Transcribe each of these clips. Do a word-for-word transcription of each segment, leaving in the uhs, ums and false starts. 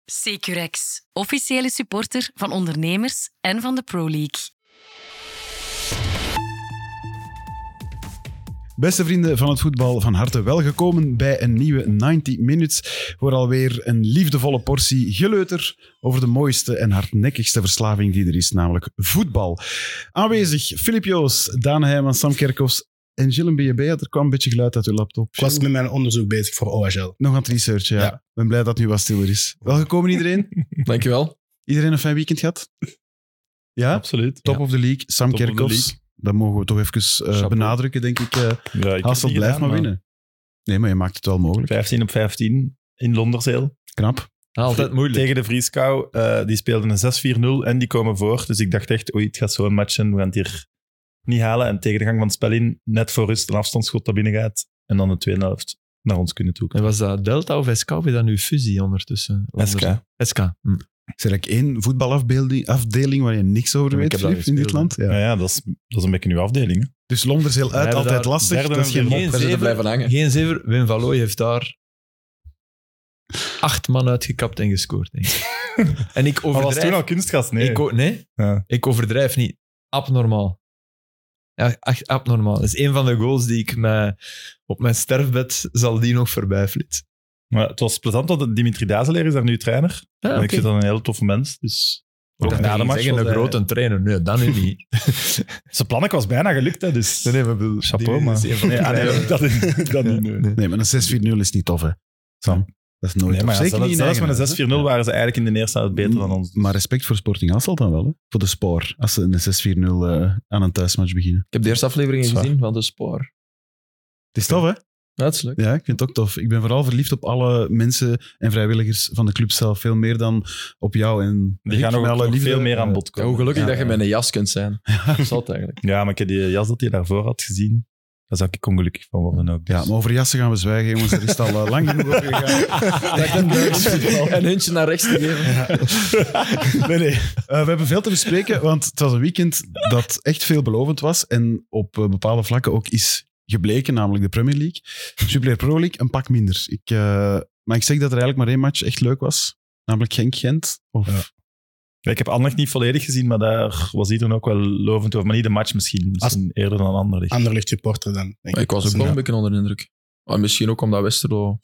Securex, officiële supporter van ondernemers en van de Pro League. Beste vrienden van het voetbal, van harte welgekomen bij een nieuwe negentig Minutes voor alweer een liefdevolle portie geleuter over de mooiste en hardnekkigste verslaving die er is, namelijk voetbal. Aanwezig Filip Joos, Daan Heijman, Sam Kerkhoffs en Gilles B B. Er kwam een beetje geluid uit uw laptop. Ik was met mijn onderzoek bezig voor O H L. Nog aan het researchen, ja. Ik Ja. ben blij dat het nu wat stiller is. Welgekomen iedereen. Dankjewel. Iedereen een fijn weekend gehad? Ja? Absoluut. Top Ja. of the league, Sam Top of the Kerkhoffs. league. Dat mogen we toch even uh, Chapeau. benadrukken, denk ik. Uh, Ja, ik heb Hasselt het blijft niet maar gedaan, winnen. Nee, maar je maakt het wel mogelijk. vijftien op vijftien in Londerzeel. Knap. Altijd moeilijk. Tegen de Vrieskou. Uh, die speelden een zes vier nul en die komen voor. Dus ik dacht echt, oei, het gaat zo'n match en we gaan het hier niet halen. En tegen de gang van het spel in, net voor rust, een afstandsschot dat binnen gaat. En dan de tweede helft naar ons kunnen toe. En was dat Delta of S K? Of is dat nu fusie ondertussen? S K. S K. Hm. Is er eigenlijk één voetbalafdeling afdeling waar je niks over Ja, ik weet, heb dat Filip, in dit land? gespeeld, Ja. Ja, ja dat, is, dat is een beetje uw afdeling. Hè? Dus Londerzeel uit, hebben altijd daar lastig. derde Dat is en geen vierde. mop. Geen Zijn ze er zeven, blijven hangen? geen zeven. Wim Vallooy heeft daar acht man uitgekapt en gescoord, denk ik. En ik Maar was overdrijf... toen al kunstgas? Nee. Ik, o- nee, Ja. ik overdrijf niet. Abnormaal. Ja, echt abnormaal. Dat is een van de goals die ik mij, op mijn sterfbed zal die nog voorbij flitsen. Maar het was plezant, want Dimitri Dazeleer is daar nu trainer. Ja, Maar ik vind dat een hele toffe mens. Dus ook Ik na dacht de dat match je was een hij- grote trainer. Nee, dat nu niet. Zijn plannen was bijna gelukt, hè, dus Nee, nee, maar bedoel, chapeau. die Maar... is een van de Nee, ah, nee, kleine- dat, is, dat niet, nee. Nee, maar een zes vier nul is niet tof, hè. Sam, dat is nooit Nee, tof. maar ja, Zeker zelfs, niet in zelfs met eigen een huis, zes vier nul waren ze eigenlijk in de eerste helft beter dan ons. Maar respect voor Sporting Hasselt dan wel, hè. Voor de spoor. Als ze een zes vier nul uh, aan een thuismatch beginnen. Ik heb de eerste aflevering Zwaar. gezien van de Spoor. Het is tof, hè? Ja, dat is leuk. Ja, ik vind het ook tof. Ik ben vooral verliefd op alle mensen en vrijwilligers van de club zelf. Veel meer dan op jou en Die gaan Rick, nog, met alle nog liefde. veel meer aan Eh, bod Ja, komen. hoe gelukkig Ja, dat je ja. met een jas kunt zijn. Zat eigenlijk. Ja, maar ik heb die jas dat hij daarvoor had gezien. Daar zou ik ongelukkig van worden ook. Dus. Ja, maar over jassen gaan we zwijgen, jongens. Er is het al uh, lang genoeg over gegaan. En huntje naar rechts te geven. Nee, nee. Uh, we hebben veel te bespreken, want het was een weekend dat echt veelbelovend was en op uh, bepaalde vlakken ook is gebleken, namelijk de Premier League. Super Pro League, een pak minder. Ik, uh, maar ik zeg dat er eigenlijk maar één match echt leuk was, namelijk Genk-Gent. Of... Ja. Ja, ik heb Anderlecht niet volledig gezien, maar daar was iedereen ook wel lovend over. Maar niet de match misschien, misschien eerder dan Anderlecht. Anderlecht supporter dan. Denk Maar ik was ook wel Ja. een beetje onder de indruk. Maar misschien ook omdat Westerlo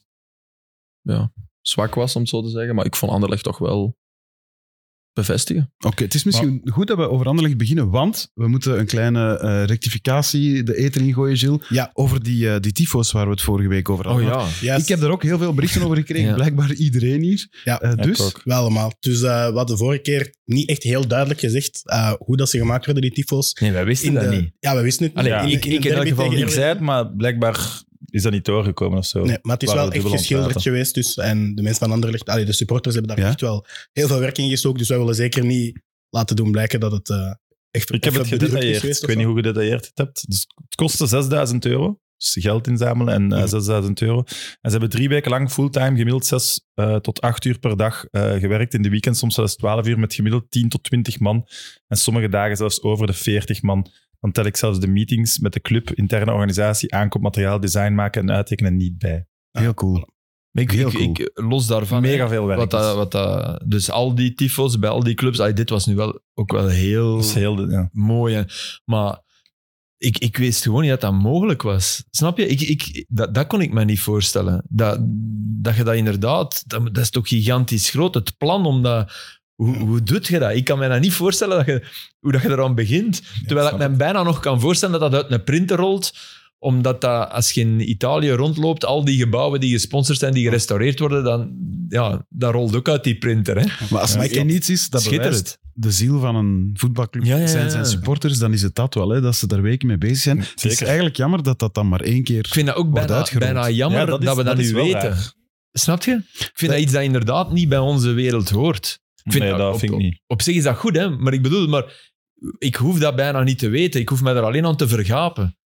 ja, zwak was, om het zo te zeggen. Maar ik vond Anderlecht toch wel bevestigen. Oké, het is misschien goed dat we over Anderlecht beginnen, want we moeten een kleine uh, rectificatie de eter ingooien, Gilles. Ja. Over die, uh, die tyfo's waar we het vorige week over hadden. Oh ja. Ja, Ik heb er ook heel veel berichten over gekregen, Ja. blijkbaar iedereen hier. Ja, Uh, ik dus, ook. wel allemaal. Dus uh, we hadden vorige keer niet echt heel duidelijk gezegd uh, hoe dat ze gemaakt werden, die tyfo's. Nee, wij wisten In dat de- niet. Ja, we wisten het niet. Allee, In de- ik- in de ik in elk derby geval tegen Ik Heerlen- zei het, maar blijkbaar is dat niet doorgekomen of zo. Nee, maar het is Waar wel we echt dubbel aan geschilderd praten. geweest. Dus, en de mensen van Anderlecht, allee, de supporters hebben daar Ja. echt wel heel veel werk in gestoken. Dus wij willen zeker niet laten doen blijken dat het uh, echt Ik heb even het bedrukt is gedetailleerd. geweest Ik of weet niet zo. hoe gedetailleerd je het hebt. Dus het kostte zesduizend euro. Dus geld inzamelen en uh, Mhm. zesduizend euro. En ze hebben drie weken lang fulltime, gemiddeld zes uh, tot acht uur per dag uh, gewerkt. In de weekend soms zelfs twaalf uur met gemiddeld tien tot twintig man. En sommige dagen zelfs over de veertig man. Dan tel ik zelfs de meetings met de club, interne organisatie, aankoopmateriaal, design maken en uittekenen niet bij. heel cool. Ik, Heel ik, cool. ik, los daarvan... Mega hè, veel werk. Wat dat, wat dat, dus al die tyfos bij al die clubs, allee, dit was nu wel ook wel heel, Dat is heel... de- ja. mooi. En, maar ik, ik wist gewoon niet dat dat mogelijk was. Snap je? Ik, ik, dat, dat kon ik me niet voorstellen. Dat, dat je dat inderdaad... Dat, dat is toch gigantisch groot. Het plan om dat... Hoe, hoe doe je dat? Ik kan me dat niet voorstellen dat je, hoe dat je eraan begint. Terwijl ik snap me bijna nog kan voorstellen dat dat uit een printer rolt. Omdat dat, als je in Italië rondloopt, al die gebouwen die gesponsord zijn, die gerestaureerd worden, dan ja, dat rolt ook uit die printer. Hè? Maar als Ja, er ik- één iets is, dat Schitterend. bewijst de ziel van een voetbalclub Ja, ja, ja. zijn zijn supporters, dan is het dat wel, hè, dat ze daar weken mee bezig zijn. Het is Zeker. eigenlijk jammer dat dat dan maar één keer... Ik vind dat ook Wordt bijna, uitgerold. bijna jammer Ja, dat, dat is- we dat, dat is nu wel weten. raar. Snap je? Ik vind dat iets dat inderdaad niet bij onze wereld hoort. Ik vind Nee, dat op, vind ik op- niet. Op zich is dat goed, hè? Maar ik bedoel, maar ik hoef dat bijna niet te weten. Ik hoef mij er alleen aan te vergapen.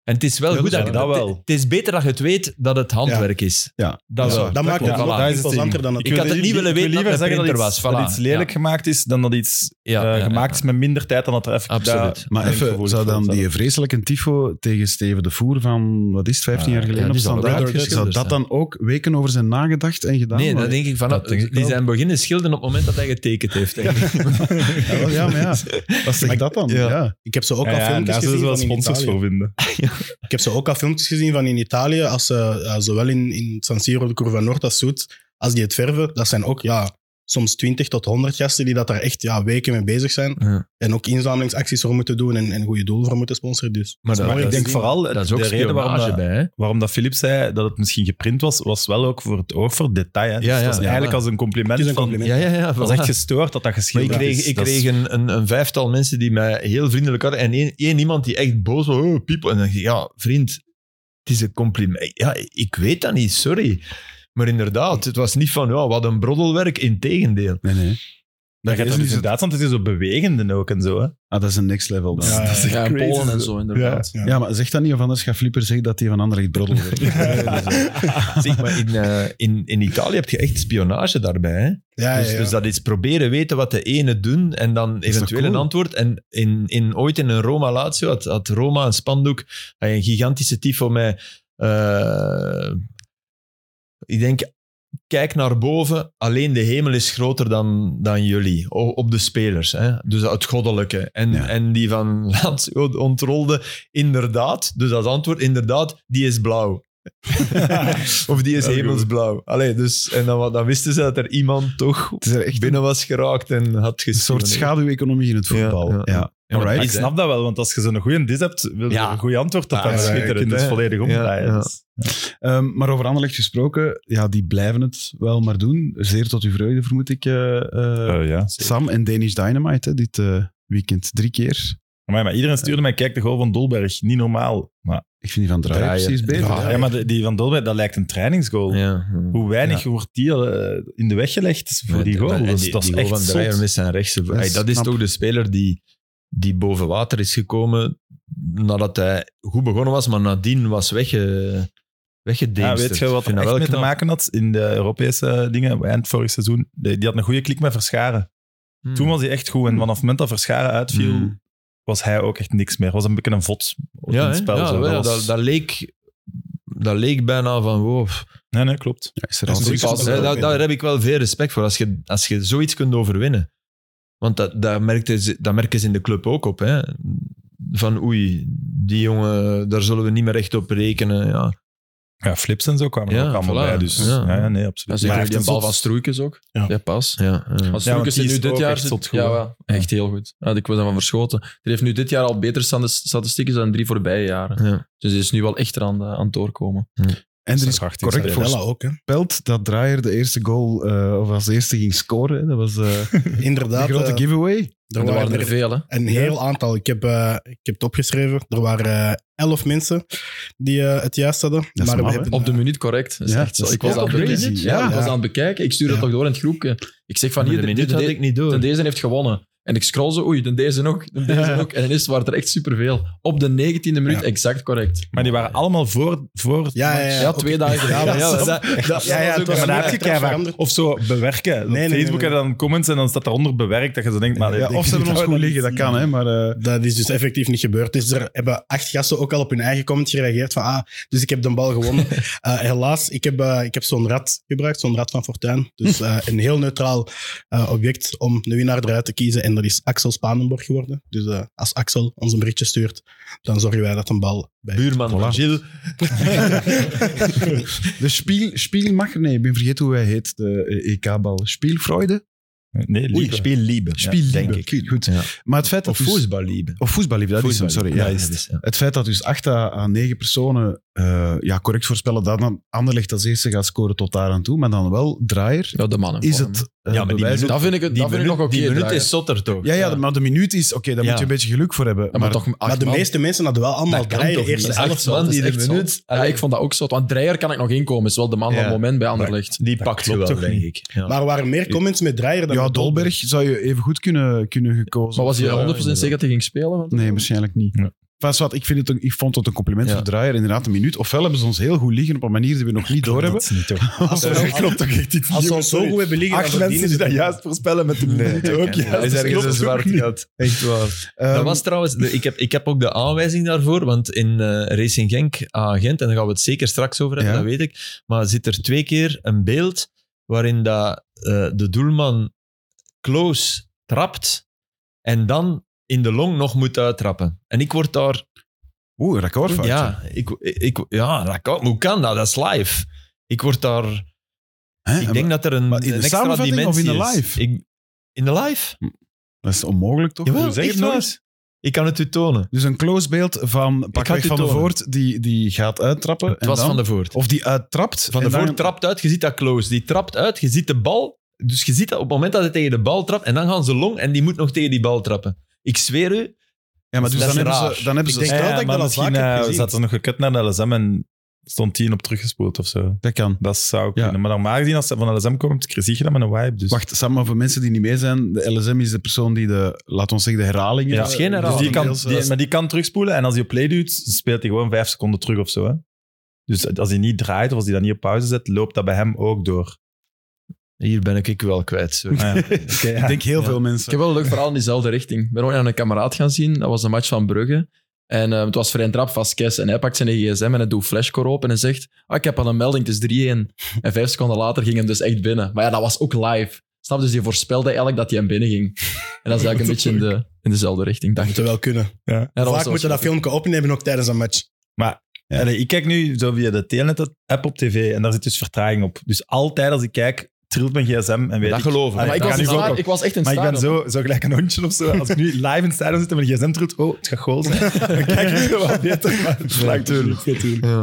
En het is wel Ja, goed dat dat, is waar. dat Dat wel. Het is beter dat je het weet dat het handwerk is. Ja, Dat is wel. waar. Dat maakt het klopt. nog Voilà. Dat is het imposanter ding. dan het... Ik had wil- het niet willen ik wil weten dat liever het zeggen printer dat iets, was. dat Voilà. iets lelijk Ja. gemaakt is dan dat iets Ja, eh, ja, ja, gemaakt ja. is met minder tijd dan dat er even... Absoluut. dat- Maar dat even, gevoel zou dan voorstellen. die vreselijke tifo tegen Steven de Voer van, wat is het, vijftien Ah, jaar geleden ja, op die zal wel standaard, uitgeschilderd zou dat zijn. dan ook weken over zijn nagedacht en gedaan Nee, worden? dat denk ik van. Dat denk ik die wel. zijn beginnen schilderen op het moment dat hij getekend heeft. Denk ik. Ja, wel, ja, maar ja. Wat zegt dat dan? Ja. Ja. Ik heb ze ook Ja, al ja, filmpjes daar zullen gezien ze wel van in sponsors Italië. voor vinden. Ik heb ze ook al filmpjes gezien van in Italië, als ze, uh, zowel in, in San Siro, de Curva Nord als Zuid, als die het verven, dat zijn ook ja, soms twintig tot honderd gasten die dat daar echt ja, weken mee bezig zijn. Ja. En ook inzamelingsacties voor moeten doen en, en goede doelen voor moeten sponsoren. Dus Maar dat, mooi Maar om ik te denk zien. vooral, dat is ook de reden waarom spionage dat, bij. Hè? waarom dat Philippe zei dat het misschien geprint was, was wel ook voor het oog voor detail. Hè. Dus Ja, het ja, was ja, eigenlijk ja. als een compliment. Het is een van- compliment. Ja, ja, ja. Het was voilà. echt gestoord dat dat Maar ik geschilderd kreeg, is. ik Dat is- kreeg een, een, een vijftal mensen die mij heel vriendelijk hadden. En één, één iemand die echt boos was. Oh, people. En dan dacht ik, ja, vriend, het is een compliment. Ja, ik weet dat niet, sorry. Maar inderdaad, het was niet van, ja, wat een broddelwerk. Integendeel. Nee, nee. Dat Dat gaat is dus dus in het- Duitsland, het is zo bewegende ook en zo. Hè. Ah, dat is een next level. Dan. Ja, Ja, ja, Ja, en crazy. Polen en zo, inderdaad. Ja. ja, maar zeg dat niet, of anders gaat Flipper zeggen dat hij van Anderlecht broddel wordt. Zeg, maar in, eh, in, in Italië heb je echt spionage daarbij. Hè? Ja, ja, Dus, ja. dus dat is proberen weten wat de ene doen en dan toch eventueel een cool? antwoord. En in, in, ooit in een Roma Lazio had, had Roma een spandoek, had je een gigantische tifo met... eh, ik denk, kijk naar boven, alleen de hemel is groter dan, dan jullie, o- op de spelers. Hè? Dus het goddelijke. En, Ja. en die van Lazio ontrolde, inderdaad, dus als antwoord, inderdaad, die is blauw. Of die is Heel goed. hemelsblauw. Allee, dus, en dan, dan wisten ze dat er iemand toch Het is er echt binnen was geraakt en had een soort gespioneerd. schaduweconomie in het voetbal. Ja, Ja, ja, ja. Ja, maar Alright. Ik snap dat wel, want als je zo'n goede dis hebt, wil je Ja. een goede antwoord op Ah, hebben. Je schitterend, kunt dus hè. volledig omdraaien. Ja, ja. Dus- Ehm, maar over Anderlecht gesproken, ja, die blijven het wel maar doen. Zeer tot uw vreugde, vermoed ik, eh, eh, Eh, ja, zeker. Sam en Danish Dynamite, hè, dit eh, weekend drie keer. Maar, maar iedereen stuurde mij, kijk de goal van Dolberg. Niet normaal. Maar, Ik vind die van Draaier Draaier. precies beter. ja, Ja, maar de- die van Dolberg, dat lijkt een trainingsgoal. Ja. Hoe weinig Ja. wordt die eh, in de weg gelegd voor die goal? En Dat is, die, dat is die goal echt van zot. Dreyer met zijn rechtse... Dat is Ey, dat is knap. toch de speler die, die boven water is gekomen nadat hij goed begonnen was, maar nadien was wegge, weggedemsterd. Ja, weet je wat Ik vind er dat echt wel mee te knap. maken had in de Europese dingen, eind vorig seizoen? Die, die had een goede klik met Verscharen. Hmm. Toen was hij echt goed. En vanaf het moment dat Verscharen uitviel, Hmm. was hij ook echt niks meer. Was een beetje een vod op ja, het hè? spel. ja, zo. wel, dat dat, was- dat, leek, dat leek bijna van... Wow. Nee, nee, klopt. is er Dat is altijd- natuurlijk Hè, wel daar, beter. daar heb ik wel veel respect voor, als je, als je zoiets kunt overwinnen. Want dat, dat, merkte ze, dat merken ze in de club ook op. Hè? Van oei, die jongen, daar zullen we niet meer echt op rekenen. Ja. Ja, flips en zo kwamen er Ja, ook allemaal voilà. bij. Dus Ja. ja, ja, nee, Ja, absoluut. zeker Maar die echt bal een van zot- Struikens ook. Ja. Ja, pas. Ja, ja. Maar want Struikens die is nu is dit ook jaar... echt zot goed, ja, hè. wel, echt heel goed. Ja, ik was daarvan verschoten. Die heeft nu dit jaar al betere stande- statistieken dan drie voorbije jaren. Ja. Dus die is nu wel echt eraan de, aan het doorkomen. En er is prachtig, correct hè. Vella ook, hè. voorspeld dat Draaier de eerste goal eh, of als eerste ging scoren. Hè. Dat was eh, de Inderdaad, grote eh, giveaway. er En er waren waren er veel, hè. een heel aantal. Ik heb, eh, ik heb het opgeschreven. Er waren eh, elf mensen die eh, het juist hadden. is maar we maf, hè? hebben, Op de eh, minuut correct. Dat is Ja, echt zo. dat is Ik was, ook aan het crazy. bekijken. Ja, Ja. ik was aan het bekijken. Ik stuurde Ja. het toch door in het groepje. Ik zeg van Maar hier, de de, minuut de, had de, ik niet door. de deze heeft gewonnen. En ik scroll zo, oei, de deze ook, de deze Ja. ook. En ineens waren er echt superveel. Op de negentiende minuut, Ja. exact correct. Maar die waren allemaal voor... voor Ja, ja, ja. Ja, twee dagen. Ja, geleden. maar Ja, dat- dat- dat- Ja, ja, dat was het ook was maar een- daar een heb je trap keihard- veranderd. Of zo bewerken. Op nee, nee, Facebook nee. heb je dan comments en dan staat daaronder bewerkt. Dat je zo denkt, maar... Ja, of ze hebben ons goed liggen, dat kan. Hè, maar, eh, Dat is dus effectief niet gebeurd. Dus er hebben acht gasten ook al op hun eigen comment gereageerd van ah, dus ik heb de bal gewonnen. Eh, helaas, ik heb, eh, ik heb zo'n rad gebruikt, zo'n rad van Fortuin. Dus eh, een heel neutraal eh, object om de winnaar eruit te kiezen. En dat is Axel Spanenborg geworden. Dus eh, als Axel ons een berichtje stuurt, dan zorgen wij dat een bal bij. Buurman van Voilà. Gilles. de Spiel, Spielmacher, nee, ik ben vergeten hoe hij heet, de eh, E K-bal. Spielfreude? Nee, Oei, lieve. Spielliebe. Spielliebe, denk ik. goed. Ja. Maar het feit dat Of dus- voetballiebe. Of voetballiefde, dat is hem, sorry. Ja, Ja, is dat het. is, ja. Het feit dat dus acht à, à negen personen eh, ja, correct voorspellen dat dan Anderlecht als eerste gaat scoren tot daar aan toe, maar dan wel Draaier, Ja, de mannen. is het eh, Ja, maar die bewijs- minuut- Dat vind ik, het- Die dat vind ik minuut, nog oké. die minuut draaien. is zotter toch? Ja, ja, maar de minuut is... Oké, daar Ja. moet je een beetje geluk voor hebben. Ja, maar, toch, Maar de meeste mensen hadden wel allemaal Dat kan Draaier toch eerste niet? elf. Acht man die de minuut... Ja, ik vond dat ook zo. Want Dreyer kan ik nog inkomen. Is wel de man van Ja. het moment bij Anderlecht. Die Dat pakt je klopt wel, toch denk niet? ik. Ja. Maar er waren meer comments met Draaier dan Ja, met Dolberg zou je even goed kunnen, kunnen gekozen. Maar was je of, eh, honderd procent zeker dat hij ging spelen? Want- Nee, waarschijnlijk niet. Ja. Enfin, zwart, ik, vind het een, ik vond het een compliment Ja. voor Draaier. Inderdaad, een minuut. Ofwel hebben ze ons heel goed liggen op een manier die we nog niet doorhebben. Dat is niet toch. Als we, Dat klopt toch echt iets als we nieuws, ons zo sorry. goed hebben liggen... dan Acht mensen verdienen die ze dat het. juist voorspellen met de minuten ook. Ja, dat is ergens klopt een ook zwart niet. gat. Echt waar. Ehm, dat was trouwens... de- ik, heb, ik heb ook de aanwijzing daarvoor, want in eh, Racing Genk aan Gent, en daar gaan we het zeker straks over hebben, Ja. dat weet ik, maar zit er twee keer een beeld waarin dat, eh, de doelman close trapt en dan in de long nog moet uittrappen. En ik word daar... Oeh, een recordfoutje. Ja, ik, ik, ja dat kan, hoe kan dat? Dat is live. Ik word daar... Hè? Ik En denk dat er een, maar in de een extra samenvatting of dimensie in de is. live? Ik, in de live? Dat is onmogelijk, toch? Jawel, Hoe zeg je echt het nog waar. eens? Ik kan het u tonen. Dus een close beeld van ga Pakweg het u van de tonen. Voort, die, die gaat uittrappen. Het en was dan- Van de Voort. Of die uittrapt. Van de en dan- Voort trapt uit, je ziet dat close. Die trapt uit, je ziet de bal. Dus je ziet dat op het moment dat hij tegen de bal trapt, en dan gaan ze long en die moet nog tegen die bal trappen. Ik zweer u, Ja, maar dus Dat dan is hebben, raar. ze, dan hebben Ik ze... denk Ja, wel dat ik maar dat al misschien vaak heb eh, gezien. zat er nog gekut naar de L S M en stond tien op teruggespoeld of zo. Dat kan. Dat zou Ja. kunnen. Maar normaal gezien, als ze van de L S M komt, zie je dat met een vibe. Dus. Wacht, Sam, maar voor mensen die niet mee zijn, de L S M is de persoon die de, laten we zeggen, de herhalingen... Ja. is geen eh, herhaling. Dus die kan, deels, die, eh, maar die kan terugspoelen en als hij op play doet, speelt hij gewoon vijf seconden terug of zo. Hè? Dus als hij niet draait of als hij dat niet op pauze zet, loopt dat bij hem ook door. hier ben ik wel kwijt. Sorry. Ah, ja. Oké, ja. Ik denk heel Ja. veel Ik mensen. heb wel een leuk verhaal in diezelfde richting. Ik ben ook naar een kameraad gaan zien. Dat was een match van Brugge. En uh, het was vrij trap Vasquez. En hij pakt zijn gsm en hij doet flashcore open en zegt ah, ik heb al een melding, het is drie-één. En vijf seconden later ging hem dus echt binnen. Maar ja, dat was ook live. Snap je? Dus die voorspelde eigenlijk dat hij hem binnen ging. En dat is eigenlijk een beetje in, de, in dezelfde richting, Dat dacht moet ik. wel kunnen. Ja. Ja, dat was Vaak wel moeten dat schattig. filmpje opnemen ook tijdens een match. Maar allee, ik kijk nu zo via de Telenet-app op tv en daar zit dus vertraging op. Dus altijd als ik kijk, trilt mijn gsm en weet Dat ik... geloof ik. Allee, Maar ik dat was, kan in nu ook sta- op. ik was echt in Maar ik ben stadion. zo, zo gelijk een hondje of zo. Als ik nu live in het stadion zit en mijn gsm trilt, oh, het gaat goal zijn. Dan kijk ik zo wat beter. Maar het lijkt natuurlijk. Ja.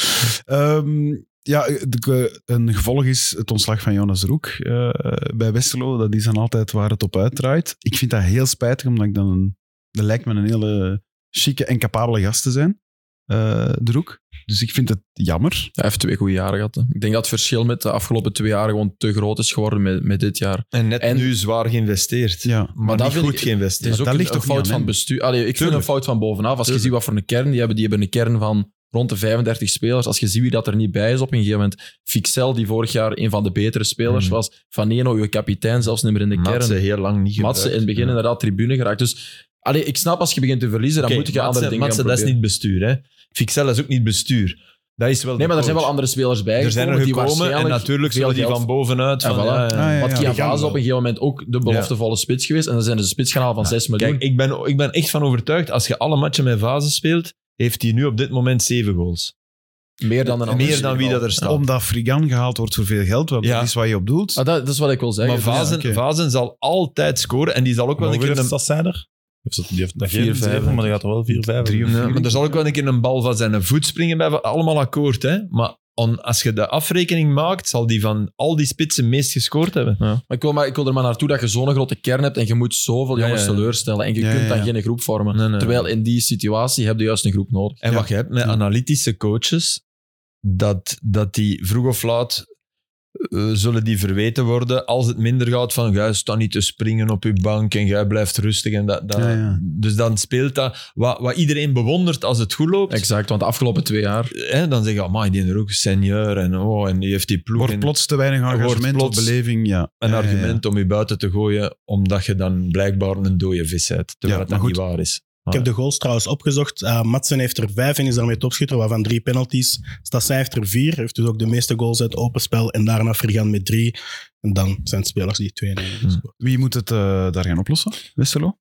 Ehm, ja, de, een gevolg is het ontslag van Jonas Roek eh, bij Westerlo. Dat is dan altijd waar het op uitdraait. Ik vind dat heel spijtig, omdat ik dan een... Dat lijkt me een hele chique en capabele gast te zijn, eh, de Roek. Dus ik vind het jammer. Hij heeft twee goede jaren gehad. Hè. Ik denk dat het verschil met de afgelopen twee jaren gewoon te groot is geworden met, met dit jaar. En net En- nu zwaar geïnvesteerd. Ja. Maar, dat niet vind goed ik- geïnvesteerd. Het is ook dat een, ligt een toch niet fout aan van hem? bestuur. Allee, ik vind Tuurlijk. een fout van bovenaf. Als je Tuurlijk. ziet wat voor een kern die hebben, die hebben een kern van rond de vijfendertig spelers. Als je ziet wie dat er niet bij is op een gegeven moment. Fixel, die vorig jaar een van de betere spelers Mhm. was. Van Neno, uw kapitein, zelfs niet meer in de Matze kern. heel lang niet gebruikt. Matze in het begin Ja. inderdaad tribune geraakt. Dus allee, ik snap, als je begint te verliezen, dan Oké, moet je Matze- andere dingen Matze, gaan dat is proberen. niet bestuur. Hè. Fixel is ook niet bestuur. Dat is wel Nee, maar er zijn wel coach. andere spelers bij Er zijn er gekomen die gekomen en waarschijnlijk natuurlijk veel zullen die geld- van bovenuit. Ja, Van, voilà. ja, ja. Ah, ja, Want ja. Kian Die gaan Vaas is wel. op een gegeven moment ook de beloftevolle spits geweest. En dan zijn ze een spits gaan halen van zes miljoen. Kijk, ik ben, ik ben echt van overtuigd, als je alle matchen met Vazen speelt, heeft hij nu op dit moment zeven goals. Meer dan een ander Meer dan wie dat er staat. Omdat Frigan gehaald wordt voor veel geld, want Ja. dat is wat je op doelt. Ah, dat, dat is wat ik wil zeggen. Maar Vazen, oké. Vazen zal altijd scoren en die zal ook wel een Hoeveel keer heeft een... dat zijn er? Heeft dat- Die heeft dat Vier, geen vijf, zeven, maar die gaat er wel vier, vijf. Drie of Ja, maar er zal ook wel een keer een bal van zijn voet springen bij. Allemaal akkoord, hè. Maar on- als je de afrekening maakt, zal die van al die spitsen meest gescoord hebben. Maar ik, wil maar ik wil er maar naartoe dat je zo'n grote kern hebt en je moet zoveel Ja, jongens ja, ja. teleurstellen. En je Ja, kunt ja, dan ja. geen groep vormen. Nee, nee. Terwijl in die situatie heb je juist een groep nodig. En Ja. wat je hebt met analytische coaches, dat, dat die vroeg of laat eh, zullen die verweten worden als het minder gaat van jij staat niet te springen op je bank en jij blijft rustig. En dat, dat, Ja, ja. Dus dan speelt dat wat, wat iedereen bewondert als het goed loopt. Exact, want de afgelopen twee jaar... Hè, dan zeg je, amai, die is er ook senior en, oh, en die heeft die ploeg. Wordt en- plots te weinig wordt engagement plots of beleving. Ja. een Ja, ja, ja. argument om je buiten te gooien, omdat je dan blijkbaar een dode vis bent. Terwijl Ja, dat maar niet goed. waar is. Ik heb de goals trouwens opgezocht. Uh, Madsen heeft er vijf en is daarmee topschutter, waarvan drie penalties. Stassin heeft er vier, heeft dus ook de meeste goals uit open spel. En daarna Frigan met drie. En dan zijn het spelers die twee en één hebben gescoord. Wie moet het eh, daar gaan oplossen? Westerlo?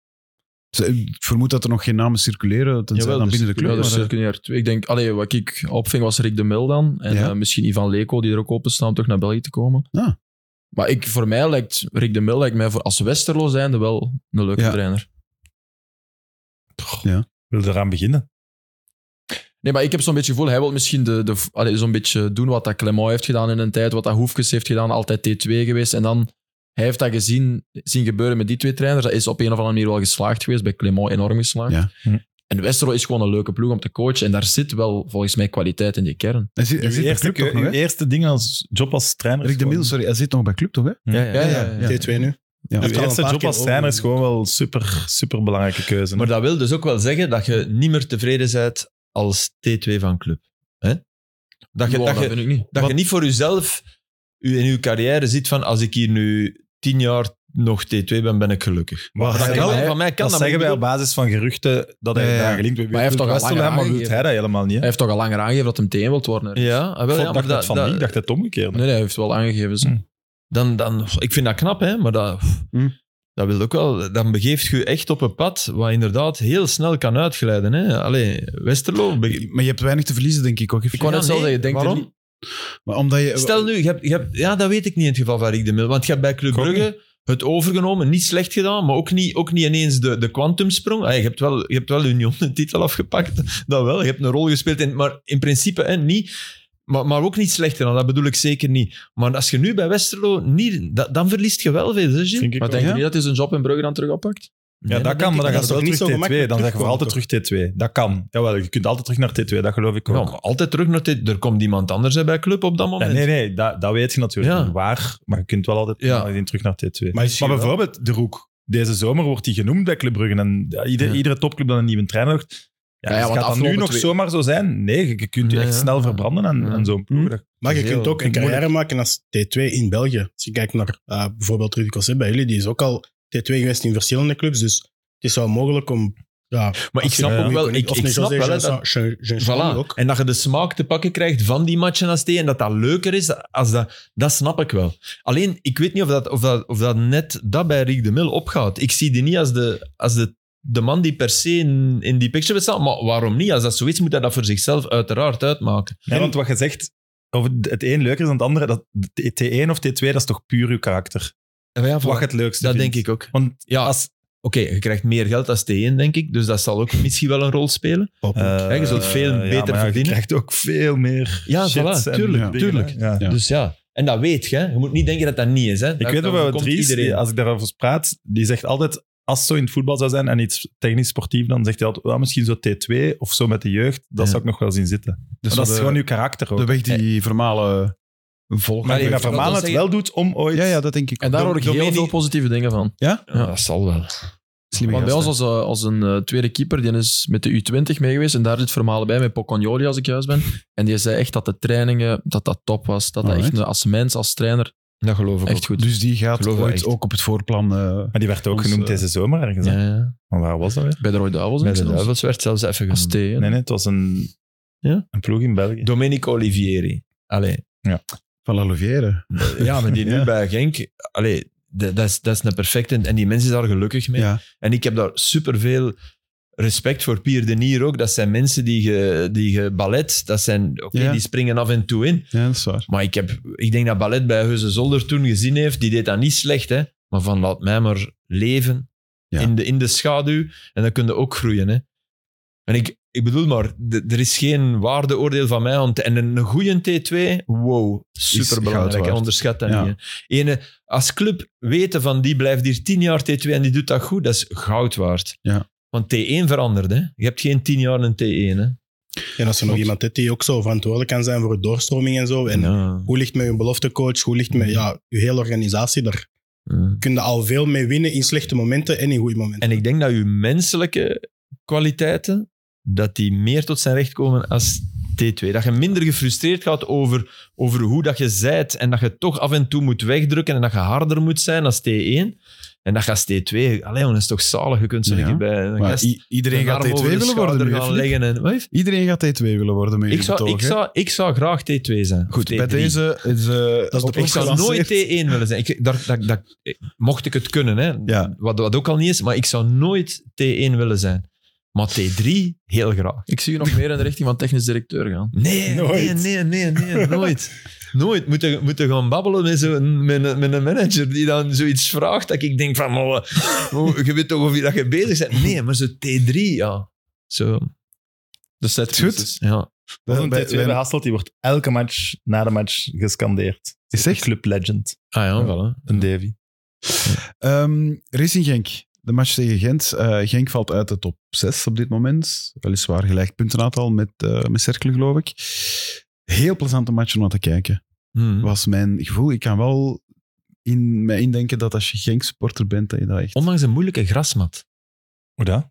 Ze- Ik vermoed dat er nog geen namen circuleren, tenzij Jawel, dan dus- binnen de club. Ja, dat maar, is eh, circulair twee. Ik denk, allee, wat ik opving was Rick de Mil dan. En Ja. eh, misschien Ivan Leko, die er ook open staat om toch naar België te komen. Ah. Maar ik, voor mij lijkt Rick de Mil lijkt mij voor, als Westerlo zijnde wel een leuke Ja. trainer. Wil eraan beginnen? Nee, maar ik heb zo'n beetje het gevoel, hij wil misschien de, de, allee, zo'n beetje doen wat dat Clement heeft gedaan in een tijd, wat dat Hoefkes heeft gedaan, altijd T twee geweest. En dan, hij heeft dat gezien, zien gebeuren met die twee trainers. Dat is op een of andere manier wel geslaagd geweest, bij Clement enorm geslaagd. Ja. Hm. En Westerlo is gewoon een leuke ploeg om te coachen. En daar zit wel volgens mij kwaliteit in die kern. Hij zit, hij Uw zit bij eerste, club toch nog, uw hè? eerste ding als job als trainer? is Rick de Mil, gewoon- sorry, hij zit nog bij club toch, hè? Ja, ja, Ja, ja, ja. T twee nu. Ja. heeft Je al eerste een paar job keer als trainer is over- gewoon wel super, super belangrijke keuze. Maar dat wil dus ook wel zeggen dat je niet meer tevreden bent als T twee van club. Hè? Dat, je, Wow, dat, dat je, vind ik niet. dat je niet voor jezelf u- in je carrière ziet van als ik hier nu tien jaar nog T twee ben, ben ik gelukkig. Maar Dat dat kan zeggen wel, wij- van mij kan dat dat, zeggen maar wij ik op basis van geruchten dat hij Ja, ja. daar gelinkt wordt. Maar hij heeft toch al Westerlo, langer maar wil aangegeven. hij dat helemaal niet. Hè? Hij heeft toch al langer aangegeven dat hem T één wilt worden. bedoel- Ja, ah, wel, Ik ja, maar dacht dat van dat- niet, ik dacht het omgekeerd. Nee, nee, hij heeft wel aangegeven. Zo. Hm. dan, dan, ik vind dat knap, hè, maar dat, Hm. dat wil ook wel. Dan begeeft je echt op een pad wat inderdaad heel snel kan uitglijden. Hè. Allee, Westerlo. bege- Maar je hebt weinig te verliezen, denk ik ook. Ik wou net Ja, zelf nee, zeggen, denk er waarom? niet. Maar omdat je, Stel nu, je hebt, je hebt, ja, dat weet ik niet in het geval van Rick de Mil. Want je hebt bij Club Ik ook Brugge het overgenomen, niet slecht gedaan, maar ook niet, ook niet ineens de, de quantumsprong. Ah, je hebt wel, je hebt wel Union een titel afgepakt, dat wel. Je hebt een rol gespeeld, in, maar in principe hè, niet. Maar, maar ook niet slecht gedaan, dat bedoel ik zeker niet. Maar als je nu bij Westerlo niet, da- dan verliest je wel veel, hè, Gilles? Vind ik Maar ook. denk je Ja? niet dat hij zijn job in Brugge dan terug oppakt? Ja, dat kan, denk maar dan ik gaat dat je is wel toch niet terug zo T twee. Dan zeg je voor gemakkelijk altijd terug T twee. Dat kan. Jawel, je kunt altijd terug naar T twee, dat geloof ik niet. ook. Ja, maar altijd terug naar dit. Er komt iemand anders hè, bij Club op dat Ja, moment. nee, nee, dat, dat weet je natuurlijk Ja. niet waar, maar je kunt wel altijd Ja. ja. terug naar T twee. Maar Maar, is hij wel- bijvoorbeeld De Roek. Deze zomer wordt hij genoemd bij Club Brugge. En ja, ieder, Ja. iedere topclub dat een nieuwe trainer heeft, ja, Ja, ja, dus want gaat dat nu afgelopen nog twee- zomaar zo zijn? Nee, je, je kunt je Ja, echt ja. snel verbranden aan, Ja. aan zo'n ploeg. Hm. Dat- Maar je Heel kunt ook een moeilijk. carrière maken als T twee in België. Als je kijkt naar uh, bijvoorbeeld Rudy Cosset bij jullie, die is ook al T twee geweest in verschillende clubs. Dus het is wel mogelijk om... Ja, Maar ik als je- snap Ja. ook wel, of ik, een ik snap José wel hè, Jean- dat, Jean- Jean- Jean Voilà. ook. En dat je de smaak te pakken krijgt van die matchen als T en dat dat leuker is, als dat, dat snap ik wel. Alleen, ik weet niet of dat, of dat, of dat net dat bij Rick de Mil opgaat. Ik zie die niet als de, als de, de man die per se in, in die picture wil staan, maar waarom niet? Als dat zo is, moet hij dat voor zichzelf uiteraard uitmaken. Ja, want wat je zegt, of het een leuker is dan het andere, dat, T één of T twee, dat is toch puur je karakter. Ja, voilà. Wat je het leukste Dat vindt. denk ik ook. Want Ja, als... Oké, je krijgt meer geld als T één, denk ik, dus dat zal ook misschien wel een rol spelen. eh, je zult veel ja, beter maar ja, verdienen. Je krijgt ook veel meer Ja, shit voilà, en tuurlijk, dingen, tuurlijk. hè. Ja. Ja. Dus ja, en dat weet je. Hè. Je moet niet denken dat dat niet is. Hè. Ik Dat, weet dat nog wel, overkomt Dries, iedereen. die- als ik daarover praat, die zegt altijd, als het zo in het voetbal zou zijn en iets technisch sportief, dan zegt hij altijd, well, misschien zo T twee of zo met de jeugd, dat Ja. zou ik nog wel zien zitten. Dus Maar dat de, is gewoon je karakter ook. de weg die Vermalen volgt. maar ik denk dat ik wil Vermaelen wel het zeggen- wel doet om ooit... Ja, ja, dat denk ik En ook. daar hoor ik heel Domeni- veel positieve dingen van. Ja? Ja, dat zal wel. Slimme Want bij ons gasten. als, eh, als een eh, tweede keeper, die is met de U twintig mee geweest en daar zit Vermalen bij, met Pocagnoli als ik juist ben. En die zei echt dat de trainingen, dat dat top was. Dat dat echt Alright. een- als mens, als trainer, Dat geloof ik echt ook. goed. Dus die gaat Geloof ik ooit echt. ook op het voorplan. eh, Maar die werd ook Ons, genoemd eh, deze zomer ergens. hè? Ja, ja. Maar waar was dat weer? Bij de Rode Duivels. Bij de zelfs. Duivels werd zelfs even Als T, genoemd. hè. Nee, nee, het was een, Ja? een ploeg in België. Domenico Olivieri. Allee. van La Louvière. Ja, maar die nu Ja. bij Genk... Allee, dat dat is, dat is een perfecte... En die mensen is daar gelukkig mee. Ja. En ik heb daar superveel respect voor. Pierre Denier ook. Dat zijn mensen die ge, die ge ballet... Dat zijn... Oké, Ja. die springen af en toe in. ja, dat is waar. Maar ik, heb, ik denk dat ballet bij Heuze Zolder toen gezien heeft. Die deed dat niet slecht, hè. Maar van laat mij maar leven Ja. in, de, in de schaduw. En dan kun je ook groeien, hè. En ik, ik bedoel maar, de- er is geen waardeoordeel van mij. Want, en een goede T twee, wow, goud superbelangrijk. waard. En onderschat dat Ja. niet. Hè. Ene, als club weten van die blijft hier tien jaar T twee en die doet dat goed, dat is goud waard. Ja. Want T één verandert, hè. Je hebt geen tien jaar een T één, hè. En als er nog iemand hebt die ook zo verantwoordelijk kan zijn voor de doorstroming en zo. En Ja. hoe ligt het met je beloftecoach? Hoe ligt het met ja, je hele organisatie? Daar Ja. kun je al veel mee winnen in slechte momenten en in goede momenten. En ik denk dat uw menselijke kwaliteiten, dat die meer tot zijn recht komen als T twee. Dat je minder gefrustreerd gaat over, over hoe dat je zijt en dat je toch af en toe moet wegdrukken en dat je harder moet zijn als T één. En dat je als T twee... Allee, dat is toch zalig. Je kunt zo'n Ja. keer bij een Maar gast i- iedereen een gaat arm T over twee de willen worden schouder nu, gaan Filip. leggen. En, wat heeft- Iedereen gaat T twee willen worden met ik, je zou, betoog, ik, hè? zou, ik zou graag T twee zijn. Of Goed, T drie. bij deze is... eh, de op- Ik zou nooit T gelanceerd. één willen zijn. Ik, daar, dat, dat, mocht ik het kunnen, hè. Ja. Wat, wat ook al niet is, maar ik zou nooit T één willen zijn. Maar T drie, heel graag. Ik zie je nog meer in de richting van technisch directeur gaan. Nee, Nooit. nee, nee, nee, nee, nooit. Nooit. Moeten moeten gaan babbelen met, zo een, met, een, met een manager die dan zoiets vraagt dat ik denk van, maar, hoe- je weet toch of je, dat je bezig bent? Nee, maar zo T drie, ja. Zo, De set Goed. pieces. ja. Dat is een Bij- T twee bij- bij Hasselt, die wordt elke match na de match gescandeerd. Is echt? Club Legend, Ah ja, voilà. een Davy. Ehm, Racing Genk. De match tegen Gent. Eh, Genk valt uit de top zes op dit moment. Weliswaar gelijk puntenaantal met, uh, met Cercle, geloof ik. Heel plezante match om naar te kijken. Hmm. Was mijn gevoel. Ik kan wel in, mij indenken dat als je Genk-supporter bent, dat je dat echt... Ondanks een moeilijke grasmat. Hoe dat?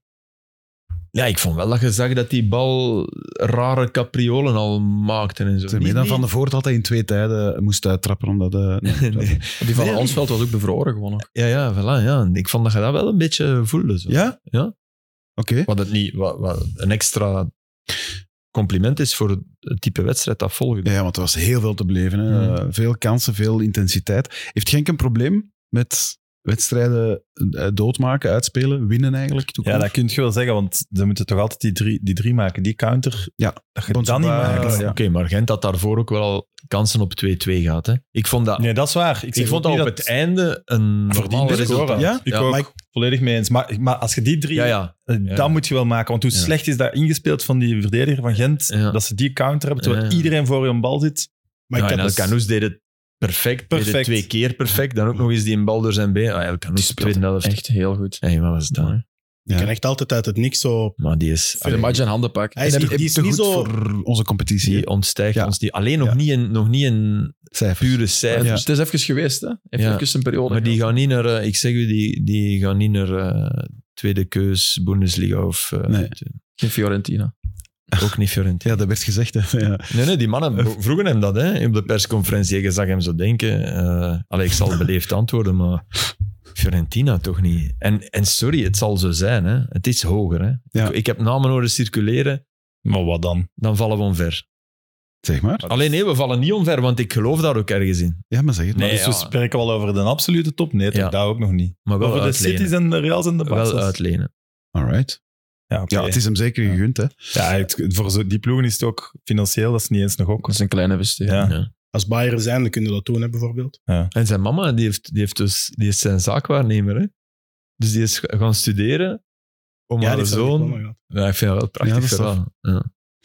Ja, ik vond wel dat je zag dat die bal rare capriolen al maakte en zo. Zeg, meer dan Van de Voort altijd in twee tijden moest uittrappen, omdat... Uh, nee, Nee. Die van Nee. Ansveld was ook bevroren gewoon nog. Ja, ja, voilà, ja. Ik vond dat je dat wel een beetje voelde. Zo. Ja? Ja. Oké. Wat, het niet, wat, wat een extra compliment is voor het type wedstrijd dat volgde. Ja, want er was heel veel te beleven. Hè. Hmm. Uh, veel kansen, veel intensiteit. Heeft Genk een probleem met wedstrijden uh, doodmaken, uitspelen, winnen eigenlijk? Ja, dat kun je wel zeggen, want ze moeten toch altijd die drie, die drie maken. Die counter, Ja, dat je dat niet Bonsoir, maakt. ja. Oké, maar Gent had daarvoor ook wel al kansen op twee-twee gehad. Hè. Ik vond dat, Nee, dat is waar. Ik, ik zeg vond ook dat op niet het einde een verdiend normaal is resultaat. scoren. Ja? Ik Ja. ook Maar ik- volledig mee eens. Maar, maar als je die drie, Ja, ja. eh, Ja. dat moet je wel maken. Want hoe Ja. slecht is dat ingespeeld van die verdediger van Gent, Ja. dat ze die counter hebben, terwijl Ja. iedereen voor je een bal zit. Maar Ja, ik en heb El dus- Canoes deed het perfect. Deed het Perfect. twee keer perfect. Dan ook nog eens die een bal door zijn been. Ah, El Canoes speelt tweede helft. Echt heel goed. Hey, wat was het dan? hè? Ik Ja. kan echt altijd uit het niks zo... Maar die is... De match in handen pakken. Hij is, En niet- die die is te niet goed zo... voor onze competitie. Die ontstijgt Ja. ons. Die, alleen nog, Ja. niet in, nog niet in Cijfers. pure cijfers. Ja. Het is even geweest, hè? Heeft Ja. even een periode. Maar die gehad. gaan niet naar... eh, ik zeg u, die, die gaan niet naar eh, tweede keus, Bundesliga of... eh, Nee. Geen Fiorentina. Ook niet Fiorentina. Ja, dat werd gezegd. Hè. Ja. Nee, nee, die mannen vro- vroegen hem dat hè, op de persconferentie. Je zag hem zo denken. eh allee, ik zal beleefd antwoorden, maar Fiorentina toch niet. En, en sorry, het zal zo zijn. Hè. Het is hoger. Hè. Ja. Ik, ik heb namen horen circuleren, Maar wat dan? dan vallen we omver. Zeg maar. Alleen nee, we vallen niet omver, want ik geloof daar ook ergens in. Ja, maar zeg het Nee, maar. Dus we ja. spreken wel over de absolute top? Nee, toch, Ja. dat ook nog niet. Maar wel Over de uitlenen. Cities en de Reals en de Barca's. Wel uitlenen. Alright. Ja, oké. Ja, het is hem zeker Ja. gegund, hè. Ja, het- voor zo, die ploegen is het ook financieel, dat is niet eens nog ook. Dat is een kleine investering. Ja. Ja. Als Bayern zijn, dan kunnen we dat doen, hè, bijvoorbeeld. En zijn mama, die, heeft, die, heeft dus, die is zijn zaakwaarnemer. Hè. Dus die is gaan studeren om Ja, haar die heeft dat zoon... diploma gehad. Ja, ik vind dat wel een prachtig Ja, dat is verhaal. Ja.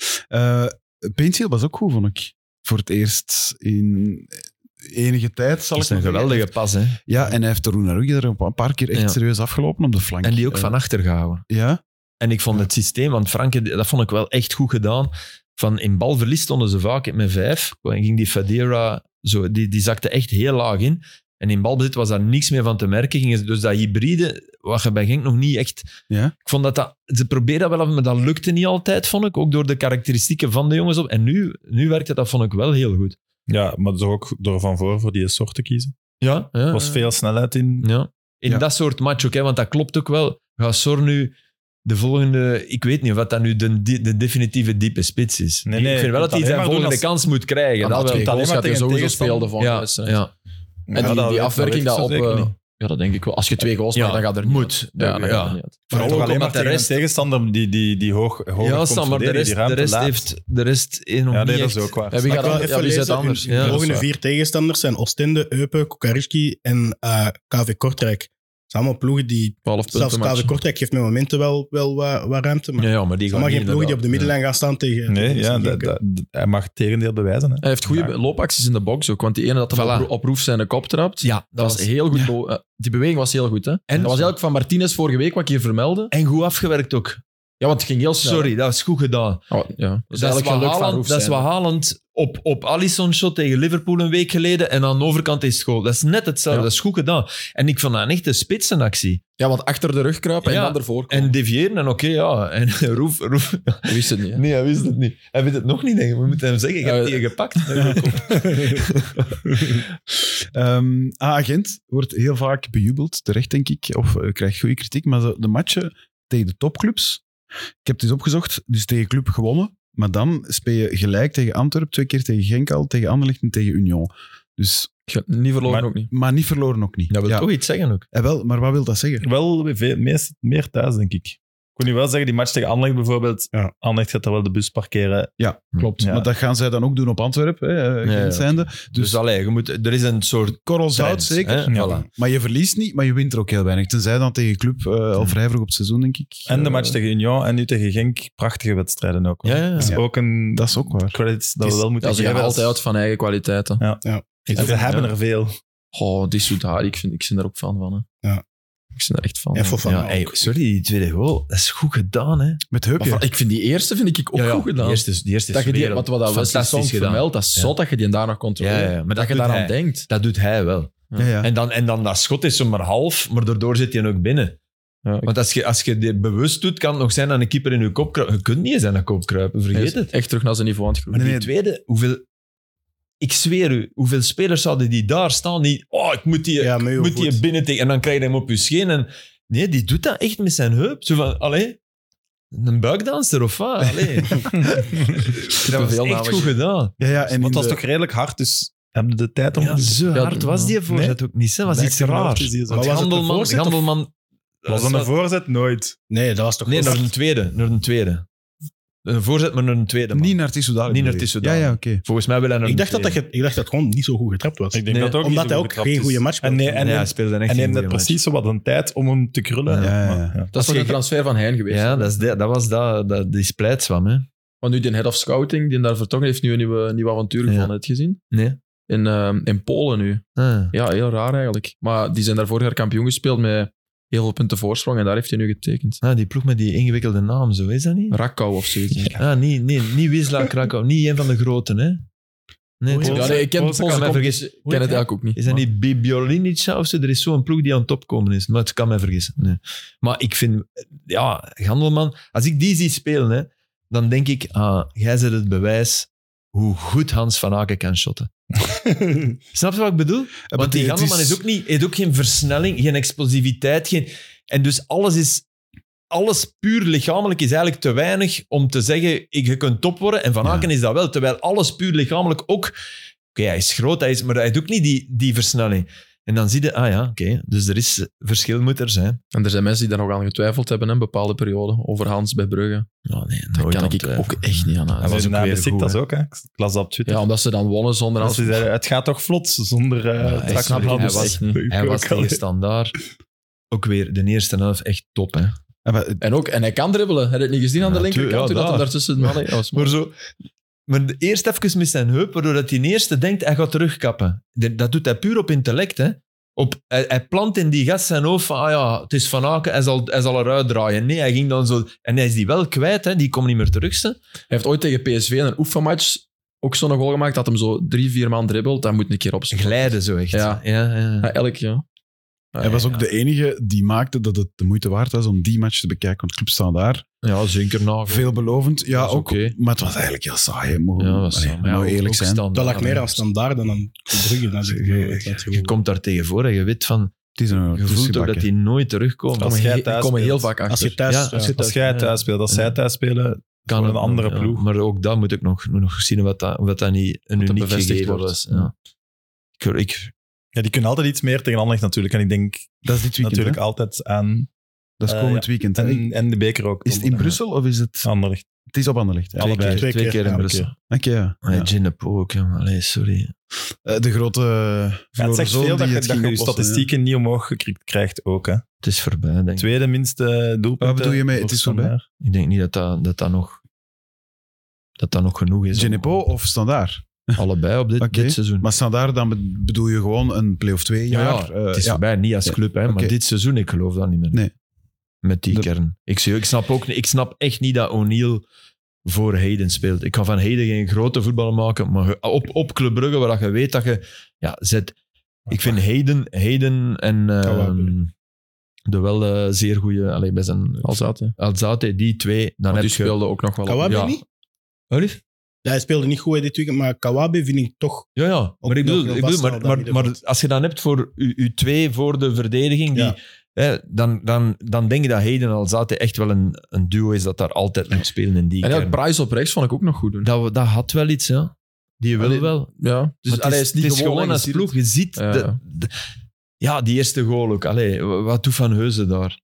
Uh, Paintseal was ook goed, vond ik. Voor het eerst in enige tijd, zal Dat is ik een maar zeggen. geweldige pas. Hè. Ja, en hij heeft de Roenarugge er een paar keer echt Ja. serieus afgelopen op de flank. En die ook Eh, van achter gehouden. Ja, En ik vond het systeem, want Franke, dat vond ik wel echt goed gedaan. Van in balverlies stonden ze vaak met vijf. En ging die Fadera, zo, die, die zakte echt heel laag in. En in balbezit was daar niks meer van te merken. Gingen ze, dus dat hybride, wat je bij Genk nog niet echt... ja. Ik vond dat, dat ze probeerden dat wel af, maar dat lukte niet altijd, vond ik. Ook door de karakteristieken van de jongens op. En nu, nu werkte dat, vond ik wel heel goed. Ja, maar toch ook door van voor voor die soort te kiezen. Ja, ja Er was veel snelheid in. Ja. In Ja. dat soort match ook, hè, want dat klopt ook wel. Gaat Sor nu de volgende... Ik weet niet of dat nu de, de definitieve diepe spits is. Nee, Die- nee, ik vind wel je dat hij kunt zijn alleen maar volgende doen als- kans moet krijgen. En Dat dat wel. twee alleen goals maar gaat hij tegen sowieso tegenstander. spelen de volgende Ja, wedstrijd. ja. En Ja, die, dat die weet- afwerking dat dat weet op... ik zo eh, zeker niet. ja, dat denk ik wel. Als je twee goals Ja, maakt, dan gaat er niet moet. uit. Ja, dan Ja. gaat er niet uit. Maar Vooral toch ook alleen maar omdat de tegen rest... een tegenstander die, die, die hoog, hoog Ja, komt Sam, maar de verdedigen, rest, die de ruimte rest laat. heeft... De rest is nog Ja, niet nee, dat echt... is ook waar. Ja, wie Maar gaat ik wil dan- even ja, wie zit lezen, anders? hun Ja, dat is volgende waar. vier tegenstanders zijn Oostende, Eupen, Kukaricki en eh, K V Kortrijk. Het zijn allemaal ploegen die... twaalf Zelfs punten K V match. Kortrijk geeft met momenten wel, wel wat, wat ruimte, maar Ja, ja, maar die het zijn gaan maar niet geen ploegen die op de inderdaad. middenlijn gaan staan tegen... Nee, tegen ja, Genk, dat, hè. dat, hij mag het tegendeel bewijzen. Hè. Hij heeft goede Ja. loopacties in de box ook, want die ene dat hem Voilà. op, op Roef zijn kop trapt, Ja, dat dat was was... heel goed. ja. lo- eh, die beweging was heel goed. Hè? En dat was eigenlijk van Martinez vorige week, wat ik hier vermeldde. En goed afgewerkt ook. Ja, want het ging heel snel. Sorry, dat is goed gedaan. Oh, ja. Dat is Dat is, eigenlijk wat geluk van Haaland, Roef dat is zijn. wat Haaland op, op Alisson shot tegen Liverpool een week geleden en aan de overkant is het goal. Dat is net hetzelfde. Ja. Dat is goed gedaan. En ik vond dat een echte spitsenactie. Ja, want achter de rug kruipen Ja, en dan ervoor komen. En deviëren en oké, ja. En Roef, Roef... Je wist het niet. Hè? Nee, hij wist het niet. Hij weet het nog niet, denk ik. We moeten hem zeggen, ik heb Ja, die gepakt. Ehm, A-agent wordt heel vaak bejubeld, terecht denk ik, of uh, krijgt goede kritiek, maar de, de matchen tegen de topclubs, ik heb het eens opgezocht, dus tegen Club gewonnen, maar dan speel je gelijk tegen Antwerpen, twee keer tegen Genk al, tegen Anderlecht en tegen Union. Dus, Je- Niet verloren Maar- ook niet. maar niet verloren ook niet. Dat wil Ja. toch iets zeggen ook. Eh, wel, maar wat wil dat zeggen? Wel veel, meest, meer thuis, denk ik. Ik kon nu wel zeggen, die match tegen Anderlecht bijvoorbeeld, Ja. Anderlecht gaat daar wel de bus parkeren. Ja, klopt. Ja. Maar dat gaan zij dan ook doen op Antwerpen, hè, uh, Ja, ja. zijnde. Dus, Dus allee, je moet, er is een soort korrel zout trend, zeker. hè? Ja. Voilà. Maar je verliest niet, maar je wint er ook heel weinig. Tenzij dan tegen Club, uh, al vrij vroeg op het seizoen, denk ik. En de Uh, match tegen Union en nu tegen Genk, prachtige wedstrijden ook. Ja, ja, ja. Dat is Ja. ook een Dat is ook waar. credits dat Is- we wel moeten Ja, ze gaan geven. altijd uit van eigen kwaliteiten. Ja. Ja. En ze hebben er veel. Oh, die Soudari, ik, vind, ik ben er ook fan van. Hè. Ja. Ik ben er echt fan Ja, van. Fofana Ja, hey, ook. sorry, die tweede goal, dat is goed gedaan, hè. Met Maar Heupje. van- ik vind die eerste vind ik ook Ja, ja, goed gedaan. Die eerste, die eerste dat is je die, wereld. wat, wat dat Wesley Fantastisch Song gedaan. vermeldt, dat is Ja. zot dat je die daar nog controleert. Ja, ja, maar dat, dat je doet daaraan hij. denkt. Dat doet hij wel. Ja, Ja, ja. En, dan, en dan dat schot is zomaar half, maar daardoor zit hij ook binnen. Ja, ik- Want als je, als je dit bewust doet, kan het nog zijn dat een keeper in je kop kruipt. Je kunt niet eens aan de kop kruipen, Hij vergeet is het. echt terug naar zijn niveau aan het Maar groeien. die tweede, hoeveel... Ik zweer u, hoeveel spelers zouden die daar staan? Die, oh, ik moet die, Ja, met ik uw moet die voet. binnen tegen. En dan krijg je hem op je scheen. En, nee, die doet dat echt met zijn heup. Zo van, allee, een buikdanser of wat? Allee. Dat was veel echt namelijk. goed gedaan. Ja, ja, en Maar in het was de- toch redelijk hard, dus hebben we de tijd om... Ja, zo Ja, hard was die voorzet ook niet. Dat was iets Blijkbaar raars. is die zo. Want Maar was het een Gandelman... voorzet of- Gandelman Was dat een voorzet? Nooit. Nee, dat was toch Nee, wel- naar een tweede. Naar een tweede. Een voorzet, maar naar een tweede. man. Niet naar Tissoudali. Niet naar bedoel je? Tissoudali. Ja, ja, oké. Volgens mij wil hij naar Ik een dacht dat, dat, tweede. je- ik dacht dat het gewoon niet zo goed getrapt was. Ik denk Nee, dat ook omdat niet hij zo ook goed getrapt geen is. goede match En, speelde. nee, en, Ja, hij neemt- speelde een echt en geen neemt net goede match. precies zo wat een tijd om hem te krullen. Ja, ja, Maar, ja. Dat is Als toch je- een transfer van Hein geweest? Ja, dat, is de, dat was dat, dat, die splijtswam, hè. Want nu die head of scouting, die daar vertrokken heeft, nu een nieuwe, nieuwe avontuur Ja. gevonden. Heb je het gezien? Nee. In, eh, in Polen nu. Ah. Ja, heel raar eigenlijk. Maar die zijn daar vorig jaar kampioen gespeeld met heel veel punten voorsprong en daar heeft hij nu getekend. Ah, die ploeg met die ingewikkelde naam, zo is dat niet? Rakkau of zoiets. denk ik. Ah, nee, nee, niet Wisla Krakau, niet een van de groten, hè? Nee, Poolse- toch? Ja, nee, ik ken Poolse Poolse kan mij competitie- ik ken het eigenlijk ook niet. Is dat Maar- niet Bibiolinica of zo? Er is zo'n ploeg die aan het opkomen is. Maar het kan mij vergissen. Nee. Maar ik vind, ja, Gandelman, als ik die zie spelen, hè, dan denk ik, ah, jij zet het bewijs hoe goed Hans van Aken kan shotten. Snap je wat ik bedoel? Want die het Gandelman is- is ook niet, heeft ook geen versnelling, geen explosiviteit. Geen, en dus alles is... Alles puur lichamelijk is eigenlijk te weinig om te zeggen, ik, je kunt top worden. En Van Aken is dat wel. Terwijl alles puur lichamelijk ook... Oké, hij is groot, hij is, maar hij heeft ook niet die, die versnelling. En dan zie je, ah ja, oké, dus er is verschil moet er zijn. En er zijn mensen die daar nog aan getwijfeld hebben, hè, een bepaalde periode, over Hans bij Brugge. Oh, nee, Daar nooit kan aan ik twijfelen. ook echt niet aan Hij uit. was was ook na weer de goed, dat hè. ook, hè. Ik las dat op Twitter. Ja, omdat ze dan wonnen zonder Als Hans. ze zeiden, het gaat toch vlot, zonder... Uh, Ja, ik snap het, hij Hans. was- Ik Hij ook was al. tegen Standaard ook weer de eerste helft echt top, hè. Ja, maar het- En, ook, en hij kan dribbelen. Heb je het niet gezien aan de Ja, linkerkant? tuur- ja, toen dat hij daar. daartussen... Allee, dat was mooi. Maar zo... Maar de- eerst even met zijn heup, waardoor dat hij eerste denkt, hij gaat terugkappen. De- Dat doet hij puur op intellect, hè. Op, hij, hij plant in die gast zijn hoofd van, ah ja, het is Van Aken, hij zal, hij zal eruit draaien. Nee, hij ging dan zo... En hij is die wel kwijt, hè. Die komt niet meer terug, hè. Hij heeft ooit tegen P S V in een oefenmatch ook zo'n goal gemaakt dat hem zo drie, vier maanden dribbelt. Dat moet een keer op zijn. Glijden zo echt. Ja. ja, ja. Ja, elk jaar. hij was ook de enige die maakte dat het de moeite waard was om die match te bekijken. Want Club staan daar. Ja, zeker na. Veelbelovend. Ja, Dat is ook. oké. Maar het was eigenlijk heel saai. hè. Mogen, Ja, dat was allee, zo. we nou ook- eerlijk ook zijn. standaard, Dat lag meer hè. aan Standaard dan aan Brugge. Dat is- Je- dat is Je gewoon- komt daar tegen voor en je weet van... Het is een Je voelt ook dat die nooit terugkomen. Als Komen jij he- thuis komen heel speelt. vaak achter. Als je thuis... Ja, ja. als je Als jij thuis speelt, als zij thuis spelen, kan voor het een andere nog, ja. ploeg. Maar ook dat moet ik nog, moet nog zien wat dat, wat dat niet een dat uniek bevestigd gegeven wordt. was. Ja. Ik, ik, ja, die kunnen altijd iets meer tegen Anderlecht natuurlijk. En ik denk Dat is dit weekend. natuurlijk hè? altijd aan... Dat is Eh, komend ja. weekend. hè? En, en de beker ook. Is het in Brussel of is het... Anderlecht. Het is op Anderlecht. Ja. Allebei. twee, Twee twee keer, keer in ja, Brussel. Oké, ja. Okay. Ja. Ginnepo ook, ja. Allee, sorry. Eh, de grote Ja, het verloren zegt zoon veel dat die je, het dat ging je je oplossen, statistieken niet omhoog gekrikt krijgt ook. Hè. Het is voorbij, denk ik. Tweede minste doelpunt. Wat bedoel je met het is voorbij? Ik denk niet dat dat, dat, dat, nog, dat dat nog genoeg ja. is. Ginnepo om- of Standaard? Allebei op dit, Oké. dit seizoen. Maar Standaard, dan be- bedoel je gewoon een play-off twee ja, jaar. ja, Eh, het is ja. voorbij, niet als Ja. club, hè, Oké. maar dit seizoen, ik geloof dat niet meer. Nee. Met die De- kern. Ik, zie- ik, snap ook, niet- ik snap echt niet dat O'Neill voor Hayden speelt. Ik kan van Hayden geen grote voetballer maken, maar je- op, op Club Brugge, waar je weet dat je ja, zet. Ik vind Hayden, Hayden en Kawabe. ehm de wel eh, zeer goede, allee, bij zijn Alzate. Alzate, die twee, dan Want heb die je... speelde ook nog wel. op- Kawabe ja. niet? Wat is? Ja, hij speelde niet goed dit weekend, maar Kawabe vind ik toch... Ja, ja. Maar, ik nog bedoel, heel ik bedoel, vast maar, aan dat maar, middenveld. maar als je dan hebt voor u, u twee voor de verdediging, die, Ja. hè, dan, dan, dan denk je dat Hayden en Alzate echt wel een, een duo is dat daar altijd moet spelen in die En ja, kern. Price op rechts vond ik ook nog goed doen. Dat, dat had wel iets, ja. Die wil Allee, wel. Ja. Dus Dus allee, het is, het is gewoon, gewoon hè, als je ziet ploeg. het. Je ziet... Ja, de- ja. de- ja, die eerste goal ook. Allee, wat doet Van Heuzen daar?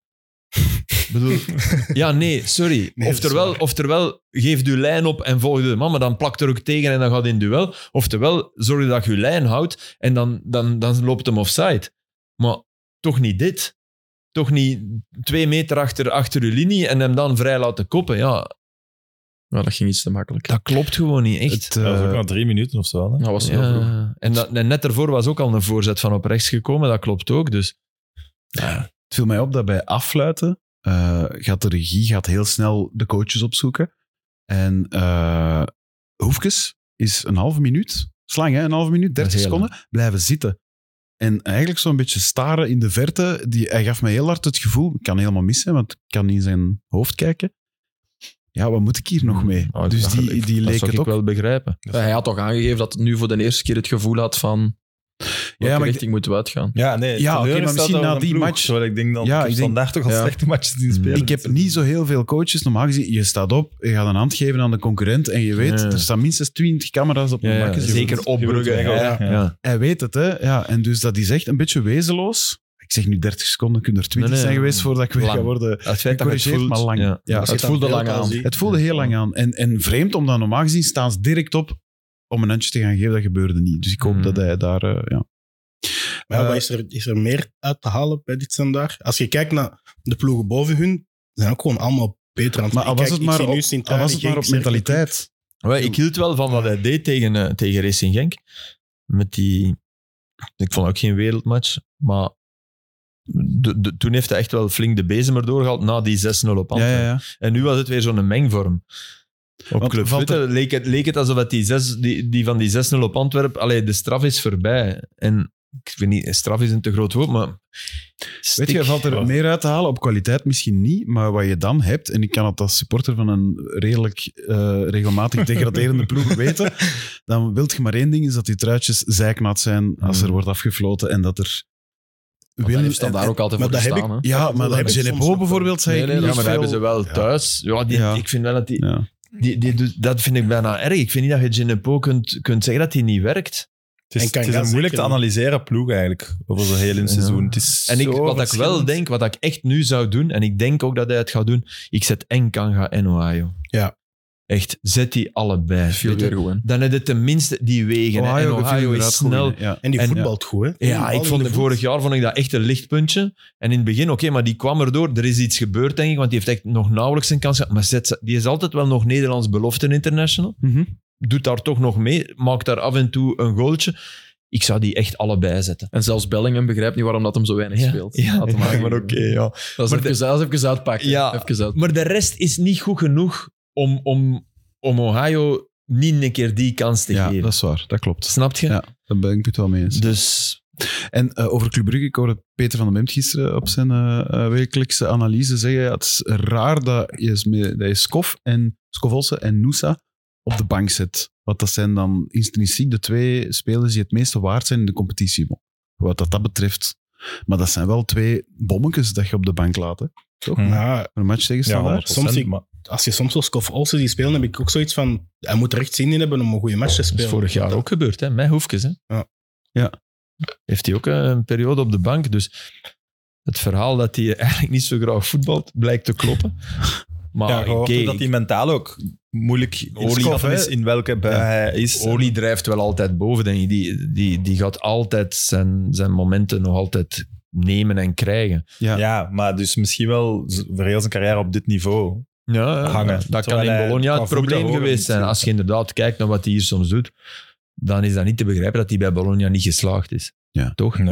Ik bedoel, ja, nee, sorry. Nee, dat is oftewel, waar. oftewel, geef je lijn op en volg de man, maar dan plakt er ook tegen en dan gaat in duel. Oftewel, zorg dat je je lijn houdt en dan, dan, dan loopt hem offside. Maar toch niet dit. Toch niet twee meter achter, achter je linie en hem dan vrij laten koppen. Ja, Ja, dat ging iets te makkelijk. dat klopt gewoon niet echt. Het, Dat was ook eh, nog drie minuten of zo. Hè. Dat was heel vroeg. Ja, en, dat, en net ervoor was ook al een voorzet van op rechts gekomen, dat klopt ook. Dus Het viel mij op dat bij affluiten eh, gaat de regie gaat heel snel de coaches opzoeken. En eh Hoefkes is een halve minuut, slang hè, een halve minuut, dertig Dat is heel seconden, blijven zitten. En eigenlijk zo'n beetje staren in de verte. Die, hij gaf me heel hard het gevoel, ik kan helemaal missen, want ik kan niet in zijn hoofd kijken. Ja, wat moet ik hier nog mee? Oh, dus dat- die, ik- die dat leek zou het ik ook. wel begrijpen. Hij had toch aangegeven dat het nu voor de eerste keer het gevoel had van welke maar ik- richting moeten we uitgaan. Ja, nee. Ja, oké, maar teleurgesteld misschien over na een die ploeg, match- Terwijl ik denk dat Ja, ik ik heb denk- vandaag toch al ja. slechte matches zien spelen. Ik heb niet zo heel veel coaches. Normaal gezien, je staat op, je gaat een hand geven aan de concurrent en je weet, Ja. er staan minstens twintig camera's op Ja, een ja, bakje. zeker op Brugge. Je wilt Ja, weg, ja. Hij weet het, hè. Ja, en dus dat is echt een beetje wezenloos. Ik zeg nu dertig seconden, kunnen er twintig Nee, nee, zijn geweest voordat ik weer lang. ga worden Het feit dat je het gecorrigeerd, voelt, maar lang. Ja. Ja, Als je het dat voelde beeld lang al aan. ziet. Het voelde heel lang aan. En, en vreemd, om dan normaal gezien staan ze direct op om een handje te gaan geven. Dat gebeurde niet. Dus ik hoop Mm. dat hij daar... eh, ja. Maar Eh, wat is, er, is er meer uit te halen bij dit standaard? Als je kijkt naar de ploegen boven hun, zijn ook gewoon allemaal beter aan het Maar al ik was kijk- het maar ik zie op, nu al Sint-Truiden, was het maar Genk, op mentaliteit. Cercle. Maar ik hield wel van wat hij deed tegen, eh, tegen Racing Genk. Met die... Ik vond ook geen wereldmatch, maar de, de- toen heeft hij echt wel flink de bezem erdoor gehaald na die zes nul op Ja, Antwerpen. ja, ja. En nu was het weer zo'n mengvorm. Op Want Club valt Brugge leek het, leek het alsof het die, zes, die, die van die zes nul op Antwerpen... Allee, de straf is voorbij. En ik weet niet, straf is een te groot woord, maar... Weet je, valt er Ja. meer uit te halen? Op kwaliteit misschien niet, maar wat je dan hebt, en ik kan het als supporter van een redelijk eh, regelmatig degraderende ploeg weten, dan wilt je maar één ding, is dat die truitjes zijknat zijn als er wordt afgefloten en dat er... Want hij heeft dan en- daar en- ook altijd maar voor dat heb gestaan. hè. Ja, maar dat heb dat ik soms Genepo nog bijvoorbeeld, zei Nee, ik nee, niet. ja, maar dat hebben ze veel- wel Ja. thuis. Ja, die, Ja. Ik vind wel dat die... Ja. die, die doet- dat vind ik bijna erg. Ik vind niet dat je Genepo kunt, kunt zeggen dat hij niet werkt. Het is, En kan het is gaan een moeilijk te zeker- analyseren ploeg eigenlijk, over zo'n heel een seizoen. Het is En ik, zo wat ik wel verschillend. denk, wat ik echt nu zou doen, en ik denk ook dat hij het gaat doen, ik zet Nkanga en Ohio. Ja. Echt, zet die allebei. Veel Weet je, weer gewoon. Dan heb je tenminste die wegen. hè. En Ohio, Ohio is snel. Ja. En die En- voetbalt goed, hè? Ja, Bal ik in vond de het voet. vorig jaar vond ik dat echt een lichtpuntje. En in het begin, oké, maar die kwam erdoor. Er is iets gebeurd, denk ik, want die heeft echt nog nauwelijks een kans gehad. Maar zet, ze- die is altijd wel nog Nederlands belofte international. Mhm. Doet daar toch nog mee. Maakt daar af en toe een goaltje. Ik zou die echt allebei zetten. En zelfs Bellingham begrijpt niet waarom dat hem zo weinig speelt. Ja, Laat hem ja, maar maar oké, ja. Dat is Maar even, dat is even uitpakken. Ja. Even uit. Maar de rest is niet goed genoeg om, om, om Ohio niet een keer die kans te Ja, geven. dat is waar. Dat klopt. Snap je? Ja, daar ben ik het wel mee eens. Dus En eh, over Club Brugge, ik hoorde Peter van den Bemt gisteren op zijn eh, eh, wekelijkse analyse zeggen, ja, het is raar dat je, is met- dat je Skof en Skovolse en Nusa op de bank zet. Want dat zijn dan intrinsiek de twee spelers die het meeste waard zijn in de competitie. Wat dat, dat betreft. Maar dat zijn wel twee bommetjes dat je op de bank laat. Hè. Toch? Hm. Ja, Een match Ja, tegenstander. honderd procent, Soms zie ik- maar als je soms zoals Kof Olsen die spelen, heb ik ook zoiets van, hij moet er echt zin in hebben om een goede match te dat is spelen. vorig jaar ook gebeurd, hè? Met Hoefkes. Hè? Ja. Ja. Heeft hij ook een periode op de bank. Dus het verhaal dat hij eigenlijk niet zo graag voetbalt, blijkt te kloppen. Maar ja, je hoort oké, ook dat hij mentaal ook moeilijk in Olie- te schatten is hè? in welke bui Ja. hij is. Olie drijft wel altijd boven, denk ik. Die, die, die gaat altijd zijn, zijn momenten nog altijd nemen en krijgen. Ja. Ja, maar dus misschien wel z- voor heel zijn carrière op dit niveau. Ja, Hangen. dat kan Terwijl in hij Bologna qua het voet probleem daarover geweest niet zijn. zit. Als je inderdaad kijkt naar wat hij hier soms doet, dan is dat niet te begrijpen dat hij bij Bologna niet geslaagd is. Ja. Toch? Nee.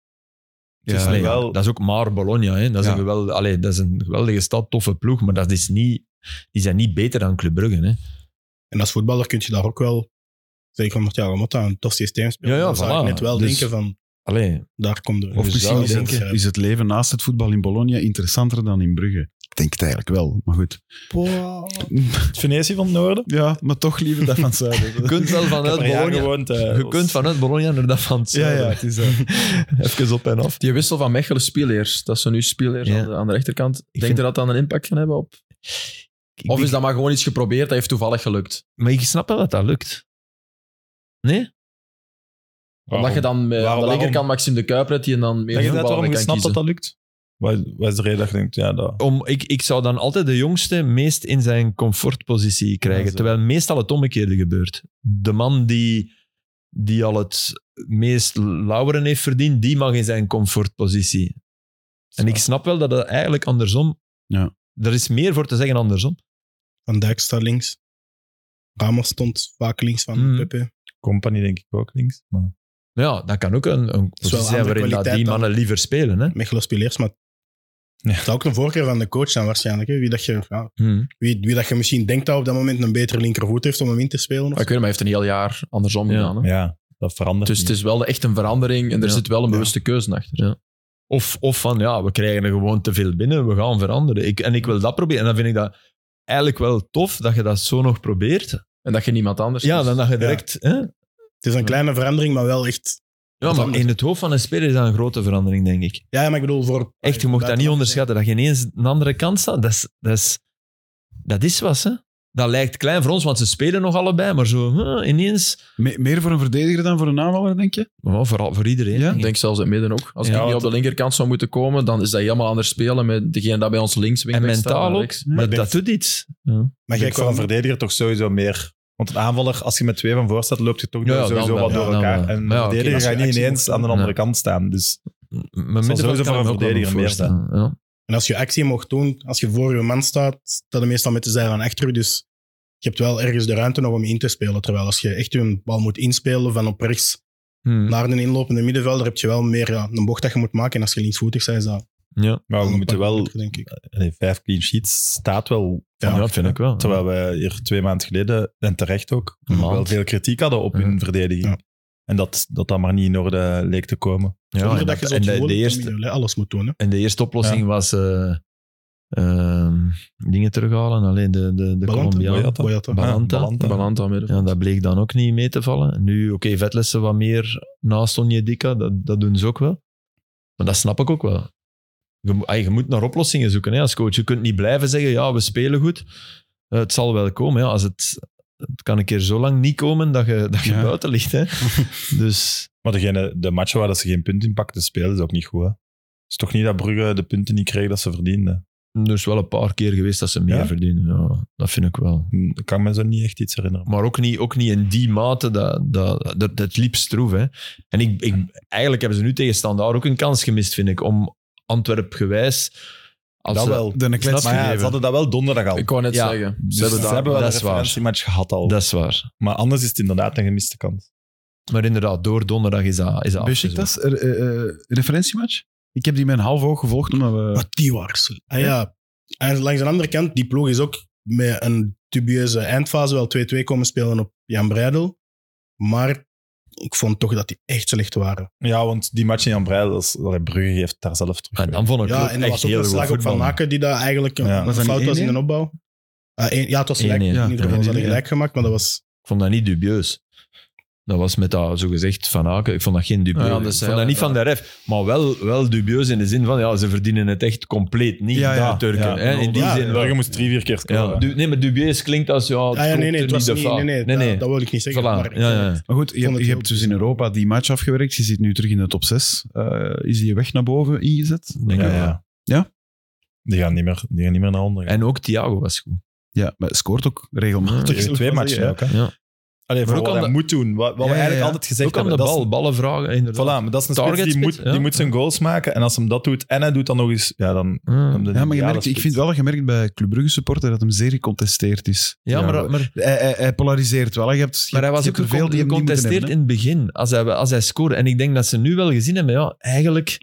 Ja, is Allee, wel- ja, dat is ook maar Bologna. Hè. Dat, is Ja. een geweldige, allee, dat is een geweldige stad, toffe ploeg, maar dat is niet, die zijn niet beter dan Club Brugge. Hè. En als voetballer kun je daar ook wel, zeker omdat Thiago Motta een tof systeem speelt, Ja, ja, dan zou ik voilà. net wel Dus- denken van, Allee, daar komt er... Of Dus misschien zou is het, denken. is het leven naast het voetbal in Bologna interessanter dan in Brugge. Ik denk het eigenlijk wel, maar goed. Het Venetië van het noorden. Ja, maar toch liever dat van het zuiden. je kunt wel Ik heb vanuit er een jaar Bologna... gewoond. eh, Je was- kunt vanuit Bologna naar dat van het Ja, zuiden. ja, het is dat. Even op en af. Die wissel van Mechelen Spieleers, dat ze nu Spieleers Ja. aan, de, aan de rechterkant. Denk vind- je dat dat een impact kan hebben op? Ik Of denk- is dat maar gewoon iets geprobeerd, dat heeft toevallig gelukt? Maar ik snap wel dat dat lukt. Nee? Omdat je dan eh, aan Waarom- de linkerkant waarom- Maxime de Kuiper hebt, die dan meer Denk je dat voetballen waarom je kan snapt dat kiezen. dat lukt? Wat wat is de reden dat je denkt, ja, dat... Om, ik, ik zou dan altijd de jongste meest in zijn comfortpositie krijgen. Ja, zo. terwijl meestal het omgekeerde gebeurt. De man die, die al het meest lauweren heeft verdiend, die mag in zijn comfortpositie. En ik snap wel dat het eigenlijk andersom... Ja. Er is meer voor te zeggen andersom. Van Dijk staat links. Ramos stond vaak links van Mm. Pepe. Company denk ik ook links. Maar... Ja, dat kan ook een, een positie zijn andere waarin dat kwaliteit die dan. mannen liever spelen. Hè? Mechelen Spieleers, maar Ja. het zou ook een voorkeur van de coach zijn waarschijnlijk. Hè? Wie, dat je, ja, Hmm. wie, wie dat je misschien denkt dat op dat moment een betere linkervoet heeft om hem in te spelen. Of Maar ik weet, maar hij heeft een heel jaar andersom Ja. gedaan. Hè? Ja. dat verandert Dus niet. het is wel echt een verandering en er Ja. zit wel een bewuste keuze achter. Ja. Of, of van, ja, we krijgen er gewoon te veel binnen, we gaan veranderen. Ik, en ik wil dat proberen. En dan vind ik dat eigenlijk wel tof, dat je dat zo nog probeert. En dat je niemand anders Ja, kiest. dan dat je direct... Hè? Het is een kleine verandering, maar wel echt... Ja, maar in het hoofd van een speler is dat een grote verandering, denk ik. Ja, maar ik bedoel, voor... Echt, je mocht dat niet onderschatten. Dat je ineens een andere kant staat, dat is, dat is, dat is wat, hè. Dat lijkt klein voor ons, want ze spelen nog allebei, maar zo huh, ineens... Me- meer voor een verdediger dan voor een aanvaller, denk je? Maar voor, voor iedereen. Ja? denk Ik ik. denk zelfs in het midden ook. Als Ja, ik niet want- op de linkerkant zou moeten komen, dan is dat helemaal anders spelen met degene dat bij ons links En wingback staat, mentaal naar ook. rechts. Maar ik denk- dat doet iets. Ja. Maar Ik jij denk voor een kwam... verdediger toch sowieso meer. Want een aanvaller, als je met twee van voor staat, loopt je toch Ja, ja, sowieso dan wel, wat ja, door dan elkaar. wel. En een Maar ja, oké, verdediger als je gaat niet actie ineens mocht aan de doen. andere Ja. kant staan. Dus Mijn zal middenveld sowieso kan voor ik een me ook wel verdediger meer voorstellen. Ja. En als je actie mocht doen, als je voor je man staat, staat je meestal met de zij van achter je. Dus je hebt wel ergens de ruimte nog om in te spelen. Terwijl als je echt je bal moet inspelen van op rechts Hmm. naar een inlopende middenvelder, heb je wel meer ja, een bocht dat je moet maken. En als je linksvoetig bent, is dat... Ja. maar we een moeten pak wel... beter, denk ik. Allee, vijf clean sheets staat wel... Ja, van dat achter, vind ik wel. Terwijl we hier twee maanden geleden, en terecht ook, Een wel maand. veel kritiek hadden op Ja. hun verdediging. Ja. En dat, dat dat maar niet in orde leek te komen. Ja, Zonder en dat je dat- zo en het de, gevoel de hebt dat eerste, Mignolet alles moet doen. Hè. en de eerste oplossing Ja. was eh, ehm, dingen terughalen. Alleen de, de, de Balanta? Colombiaan. Boyata. Boyata. Balanta. Ja, Balanta. Balanta midden. Ja, dat bleek dan ook niet mee te vallen. Nu, oké, Vetlessen wat meer naast Onyedika, dat, dat doen ze ook wel. Maar dat snap ik ook wel. Je, mo- ah, je moet naar oplossingen zoeken hè, als coach. Je kunt niet blijven zeggen, ja, we spelen goed. Eh, het zal wel komen. Ja. Als het, het kan een keer zo lang niet komen dat je, dat je Ja. buiten ligt. Hè. Dus Maar degene, de matchen waar dat ze geen punt in pakten, spelen is ook niet goed. Hè? Het is toch niet dat Brugge de punten niet kreeg dat ze verdienden? er is wel een paar keer geweest dat ze meer Ja? verdienen. Ja, dat vind ik wel. Hm, Ik kan me zo niet echt iets herinneren. Maar ook niet, ook niet in die mate. Dat, dat, dat, dat liep stroef. Hè. En ik, ik, eigenlijk hebben ze nu tegen Standaard ook een kans gemist, vind ik. Om Antwerp gewijs... Als Dat ze- wel. De een klets Maar ja, gegeven. ze hadden dat wel donderdag al. Ik wou net Ja. zeggen. Dus Ze hebben ze daar... hebben wel dat een is waar. referentiematch gehad al. Dat is waar. Maar anders is het inderdaad een gemiste kans. Maar inderdaad, door donderdag is dat, is dat afgezet. Besiktas, er, eh, eh, referentiematch? Ik heb die met een half oog gevolgd, omdat we... Maar die waren... sl- Ah, ja. En langs de andere kant, die ploeg is ook met een dubieuze eindfase wel twee-twee komen spelen op Jan Breidel. Maar ik vond toch dat die echt slecht waren. Ja, want die match in Jan Breidel, dat is- allee, Brugge heeft daar zelf terug. En dan vond ik Ja, ook en er echt was ook heel een goed slag op Van voetbal. Aken die dat eigenlijk een, Ja. een Was dat fout niet was in één-één? de opbouw. Ah, één- ja, het was gelijk. één-één. In Ja, ieder geval, ze hadden één-één, gelijk gemaakt, maar dat was... Ik vond dat niet dubieus. Dat was met dat, zogezegd, Van Aken. Ik vond dat geen dubieus. Ja, dat is ik vond heel- dat niet van de ref. Maar wel, wel dubieus in de zin van, ja, ze verdienen het echt compleet niet, Ja, ja. de Turken. Ja, hè. In die ja, zin wel. Brugge moest drie, vier keer scoren. Ja, du- nee, maar dubieus klinkt als, ja, het Ah, ja, nee, nee, klopt het er was niet niet... de Nee, fout. nee, nee, dat, dat wil ik niet zeggen. Voilà. Maar ik Ja, vond ja. het- Maar goed, je, vond hebt- het je heel hebt dus in Europa die match afgewerkt. Je zit nu terug in de top zes. Eh, is die weg naar boven ingezet? Denk ik Ja, wel. ja. Ja? Die gaan niet meer, die gaan niet meer naar onder. En ook Thiago was goed. Ja, maar hij scoort ook regelmatig. Tegen twee matchen Ja. ook. Hè? Ja. Allee, Maar voor ook wat aan hij de- moet doen. Wat, wat Ja, we ja, eigenlijk ja. altijd gezegd Ook aan de hebben. dat is bal, ballen vragen, een- inderdaad. Voilà, maar dat is een spits Target die moet, spits, ja. die moet zijn goals maken. En als hem dat doet en hij doet dan nog eens... Ja, dan... Ja. dan de Ja, maar je ideale merkt, ik spits. vind wel gemerkt bij Club Brugge supporter dat hem zeer gecontesteerd is. Ja, maar, maar, Hij, hij, hij polariseert wel. hè. Je hebt, je maar hij hebt- was je ook hebt er veel die hem niet moeten gecontesteerd in hebben, het begin, als hij, als hij scoorde. En ik denk dat ze nu wel gezien hebben, ja, eigenlijk,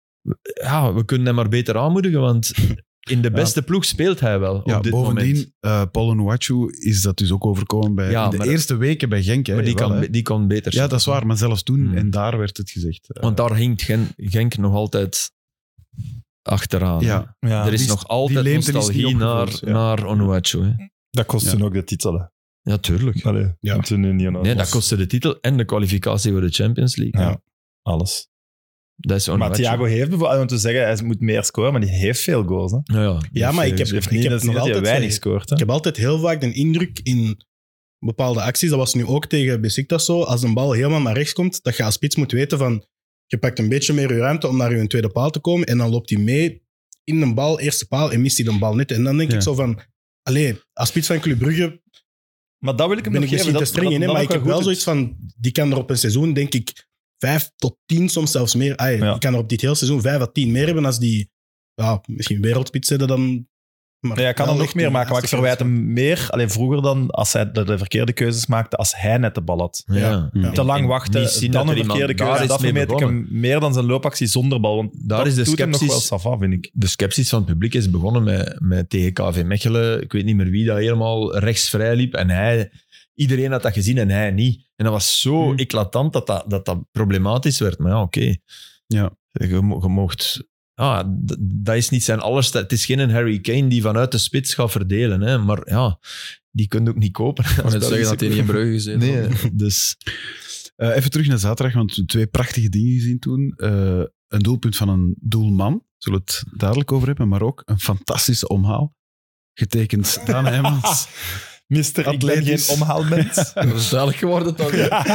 ja, we kunnen hem maar beter aanmoedigen, want in de beste ploeg speelt hij wel hè. Ja, op dit moment. bovendien, eh Paul Onuachu is dat dus ook overkomen bij, Ja, in de maar- eerste weken bij Genk. Hè, Maar die wel, kan, hè. die kan beter Ja, dat is waar, maar zelfs toen, Hmm. en daar werd het gezegd. Eh, Want daar hinkt Gen- Genk nog altijd achteraan. ja, Ja, Er is die- nog die altijd leemte is nostalgie niet naar, opgevoerd, ja. naar Onuachu. Hè. dat kost Ja. toen ook de titel. Hè. Ja, tuurlijk. Allee, Ja. moeten we nu niet aan Nee, dat kostte de titel en de kwalificatie voor de Champions League. Ja, alles. Dat is Maar Onuachu. Thiago heeft bijvoorbeeld, om te zeggen, hij moet meer scoren, maar die heeft veel goals. Hè. Ja, ja. Ja, maar ik heb, Hij heeft ik niet, heb dat is niet nog dat hij altijd... weinig scoort. Hè. Ik heb altijd heel vaak de indruk in bepaalde acties, dat was nu ook tegen Besiktas zo, als een bal helemaal naar rechts komt, dat je als spits moet weten van, je pakt een beetje meer je ruimte om naar je tweede paal te komen en dan loopt hij mee in een bal, eerste paal, en mist hij de bal net. En dan denk Ja. ik zo van, allee, als spits van Club Brugge Maar dat wil ik hem ben nog ik geven. misschien te Dat, streng in, hè, dat maar ik nog heb wel goed zoiets is. van, die kan er op een seizoen, denk ik, vijf tot tien, soms zelfs meer. Ay, Ja. Die kan er op dit hele seizoen vijf à tien meer hebben als die, ja, misschien wereldspits zetten dan... Maar Nee, hij kan er wel nog echt meer die maken, maar ik eerste verwijt hem meer, alleen vroeger dan, als hij de, de verkeerde keuzes maakte, als hij net de bal had. Ja. Ja. Te lang En wachten, niet zien dan dat een er iemand verkeerde daar keuze. is Dat mee vermeet ik hem begonnen. meer dan zijn loopactie zonder bal, want Daar dat is de doet hem nog wel sceptisch- sava, vind ik. De sceptisch van het publiek is begonnen met, met tegen K V Mechelen. Ik weet niet meer wie dat helemaal rechts vrij liep. En hij iedereen had dat gezien en hij niet. En dat was zo Hmm. eclatant dat dat, dat dat problematisch werd. Maar ja, oké. Ja. Je, mo- je mocht... Ah, d- dat is niet zijn allerste... Het is geen Harry Kane die vanuit de spits gaat verdelen. Hè. Maar ja, die kun je ook niet kopen. Ik kan net zeggen dat hij niet in Brugge gezeten Nee, had. dus... Uh, even terug naar zaterdag, want we hebben twee prachtige dingen gezien toen. Uh, een doelpunt van een doelman, zullen we het dadelijk over hebben, maar ook een fantastische omhaal. Getekend Daan Heijmans. Mister, ik ben Atletisch. geen omhaalmens. Dat is duidelijk geworden toch?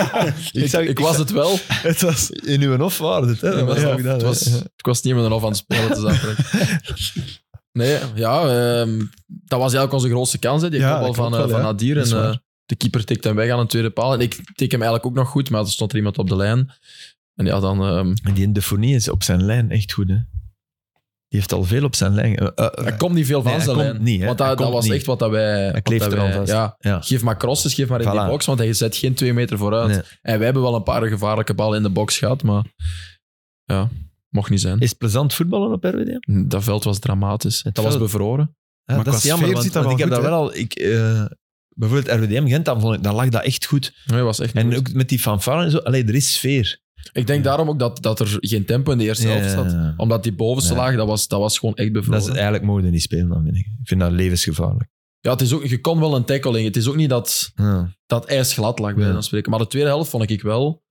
Ik, zag, Ik was het wel. Het was... In uw hof waren het, hè? Ja, Dat maar was het, ook dat, was, hè. ik was niet met een hof aan het spelen te zaterdag. Nee, ja, ehm, dat was eigenlijk onze grootste kans. Hè. Die Ja, kopbal dat van, klopt eh, wel, van ja. Nadir. Dat En is eh, waar. de keeper tikt hem weg aan de tweede paal. En ik tik hem eigenlijk ook nog goed, maar er stond er iemand op de lijn. En ja, dan... ehm, En die De Fournier is op zijn lijn echt goed, hè? Die heeft al veel op zijn lijn. Uh, uh, er komt niet veel van Nee, hij zijn komt lijn. niet, hè. Want Hij dat, dat komt was niet. echt wat dat wij... wat kleeft dat er al wij- vast. Ja, ja. geef maar crosses, geef maar in die Voilà. box, want hij zet geen twee meter vooruit. Nee. En wij hebben wel een paar gevaarlijke ballen in de box gehad, maar ja, mocht niet zijn. Is het plezant voetballen op R W D M? Dat veld was dramatisch. Het dat was veld- bevroren. Ja, Maar dat is qua jammer, sfeer want, zit dat want ik wel heb dat goed, wel al... Ik, eh, bijvoorbeeld R W D M Gent, dan, vond ik, dan lag dat echt goed. Nee, was echt niet En goed. ook met die fanfare en zo. Allee, er is sfeer. Ik denk daarom ook dat, dat er geen tempo in de eerste helft zat. Ja. Omdat die bovenste Ja. laag, dat was, dat was gewoon echt bevroren. Dat is eigenlijk mogen niet spelen, dan vind ik. Ik vind dat levensgevaarlijk. Ja, het is ook, je kon wel een tackle in. Het is ook niet dat, Ja. dat ijs glad lag, bij Ja. ja. spreken. Maar de tweede helft vond ik wel...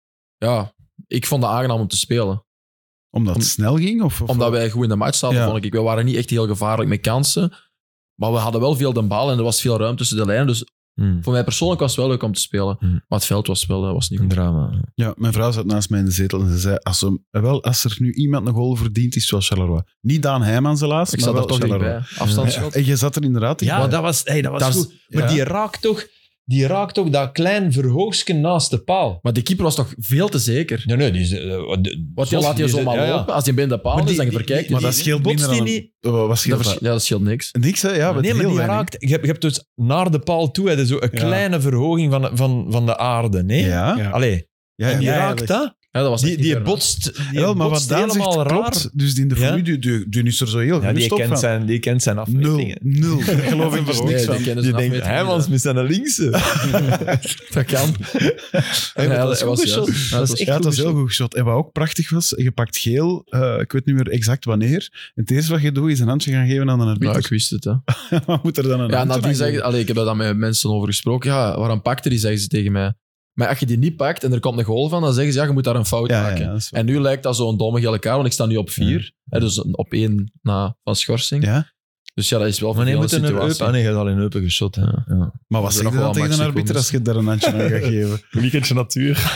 Ja, ik vond het aangenaam om te spelen. Omdat het Om- snel ging? Of, of Omdat wij goed in de match zaten, Ja. vond ik. We waren niet echt heel gevaarlijk met kansen. Maar we hadden wel veel de bal en er was veel ruimte tussen de lijnen. Dus Hmm. voor mij persoonlijk was het wel leuk om te spelen. Hmm. Maar het veld was wel eh, was niet Een goed. drama. Ja, mijn vrouw zat naast mij in de zetel en ze zei, als, ze, wel, als er nu iemand een goal verdient, is het wel Charleroi. Niet Daan Heijmans helaas, Ik maar zat er wel toch Charleroi. dichtbij. Afstandsschot. En je zat er inderdaad Ja, dichtbij. dat was, hey, dat was Dat is- goed. Maar ja. die raakt toch... Die raakt toch dat klein verhoogsken naast de paal. Maar die keeper was toch veel te zeker. Nee, nee, die is... uh, de- Wat je zot, laat je die is- zomaar ja, ja. lopen. Als je binnen de paal Maar is, die- dan die- verkijkt die- Maar je. dat scheelt botst minder die dan... niet? Oh, wat Dat scheelt vers- dat? ja, dat scheelt niks. Niks, hè? Ja, met Nee, maar heel die weinig. raakt... Je hebt, je hebt dus naar de paal toe hè, dus zo een Ja. kleine verhoging van, van, van de aarde. Nee? Ja, Ja. Allee, ja, en die ja, raakt dat- dat. Ja, dat was Die, echt niet die ver, botst, die Jawel, maar wat botst Daan helemaal zegt raar. klopt. Dus die, de Ja? familie, die, die is er zo heel Ja, die gerust op kent, van. zijn, die kent zijn Nul, afmetingen. nul. Daar geloof ik dus Nee, niks die van. kennen Die zijn denkt, afmetingen hij was niet, met zijn linkse. hè. Dat kan. Hey, maar Ja, dat is dat was goed juist. geschot. Ja, Dat dat is echt Ja, goed dat is heel geschot. goed geschot. En wat ook prachtig was, je pakt geel, eh, ik weet niet meer exact wanneer. En het eerste wat je doet, is een handje gaan geven aan de Ja, arbiter. ik wist het. Hè. Wat moet er dan een Ja, handje nadien aan zeg, geven? allee, ik heb daar dan met mensen over gesproken. Ja, waarom pakte die, zeggen ze tegen mij. Maar als je die niet pakt en er komt een goal van, dan zeggen ze, ja, je moet daar een fout Ja, maken. ja, dat is waar. En nu lijkt dat zo'n domme gele kaart, want ik sta nu op vier. Hè, dus op één na van schorsing. Ja? Dus ja, dat is wel Maar nee, een moet een situatie. Eupen... Ah nee, je hebt al in Eupen geschot. Hè. Ja. Ja. Maar wat Er zeg nog je dan wel tegen een een match arbiter als je daar een handje aan gaat geven? Een weekendje natuur.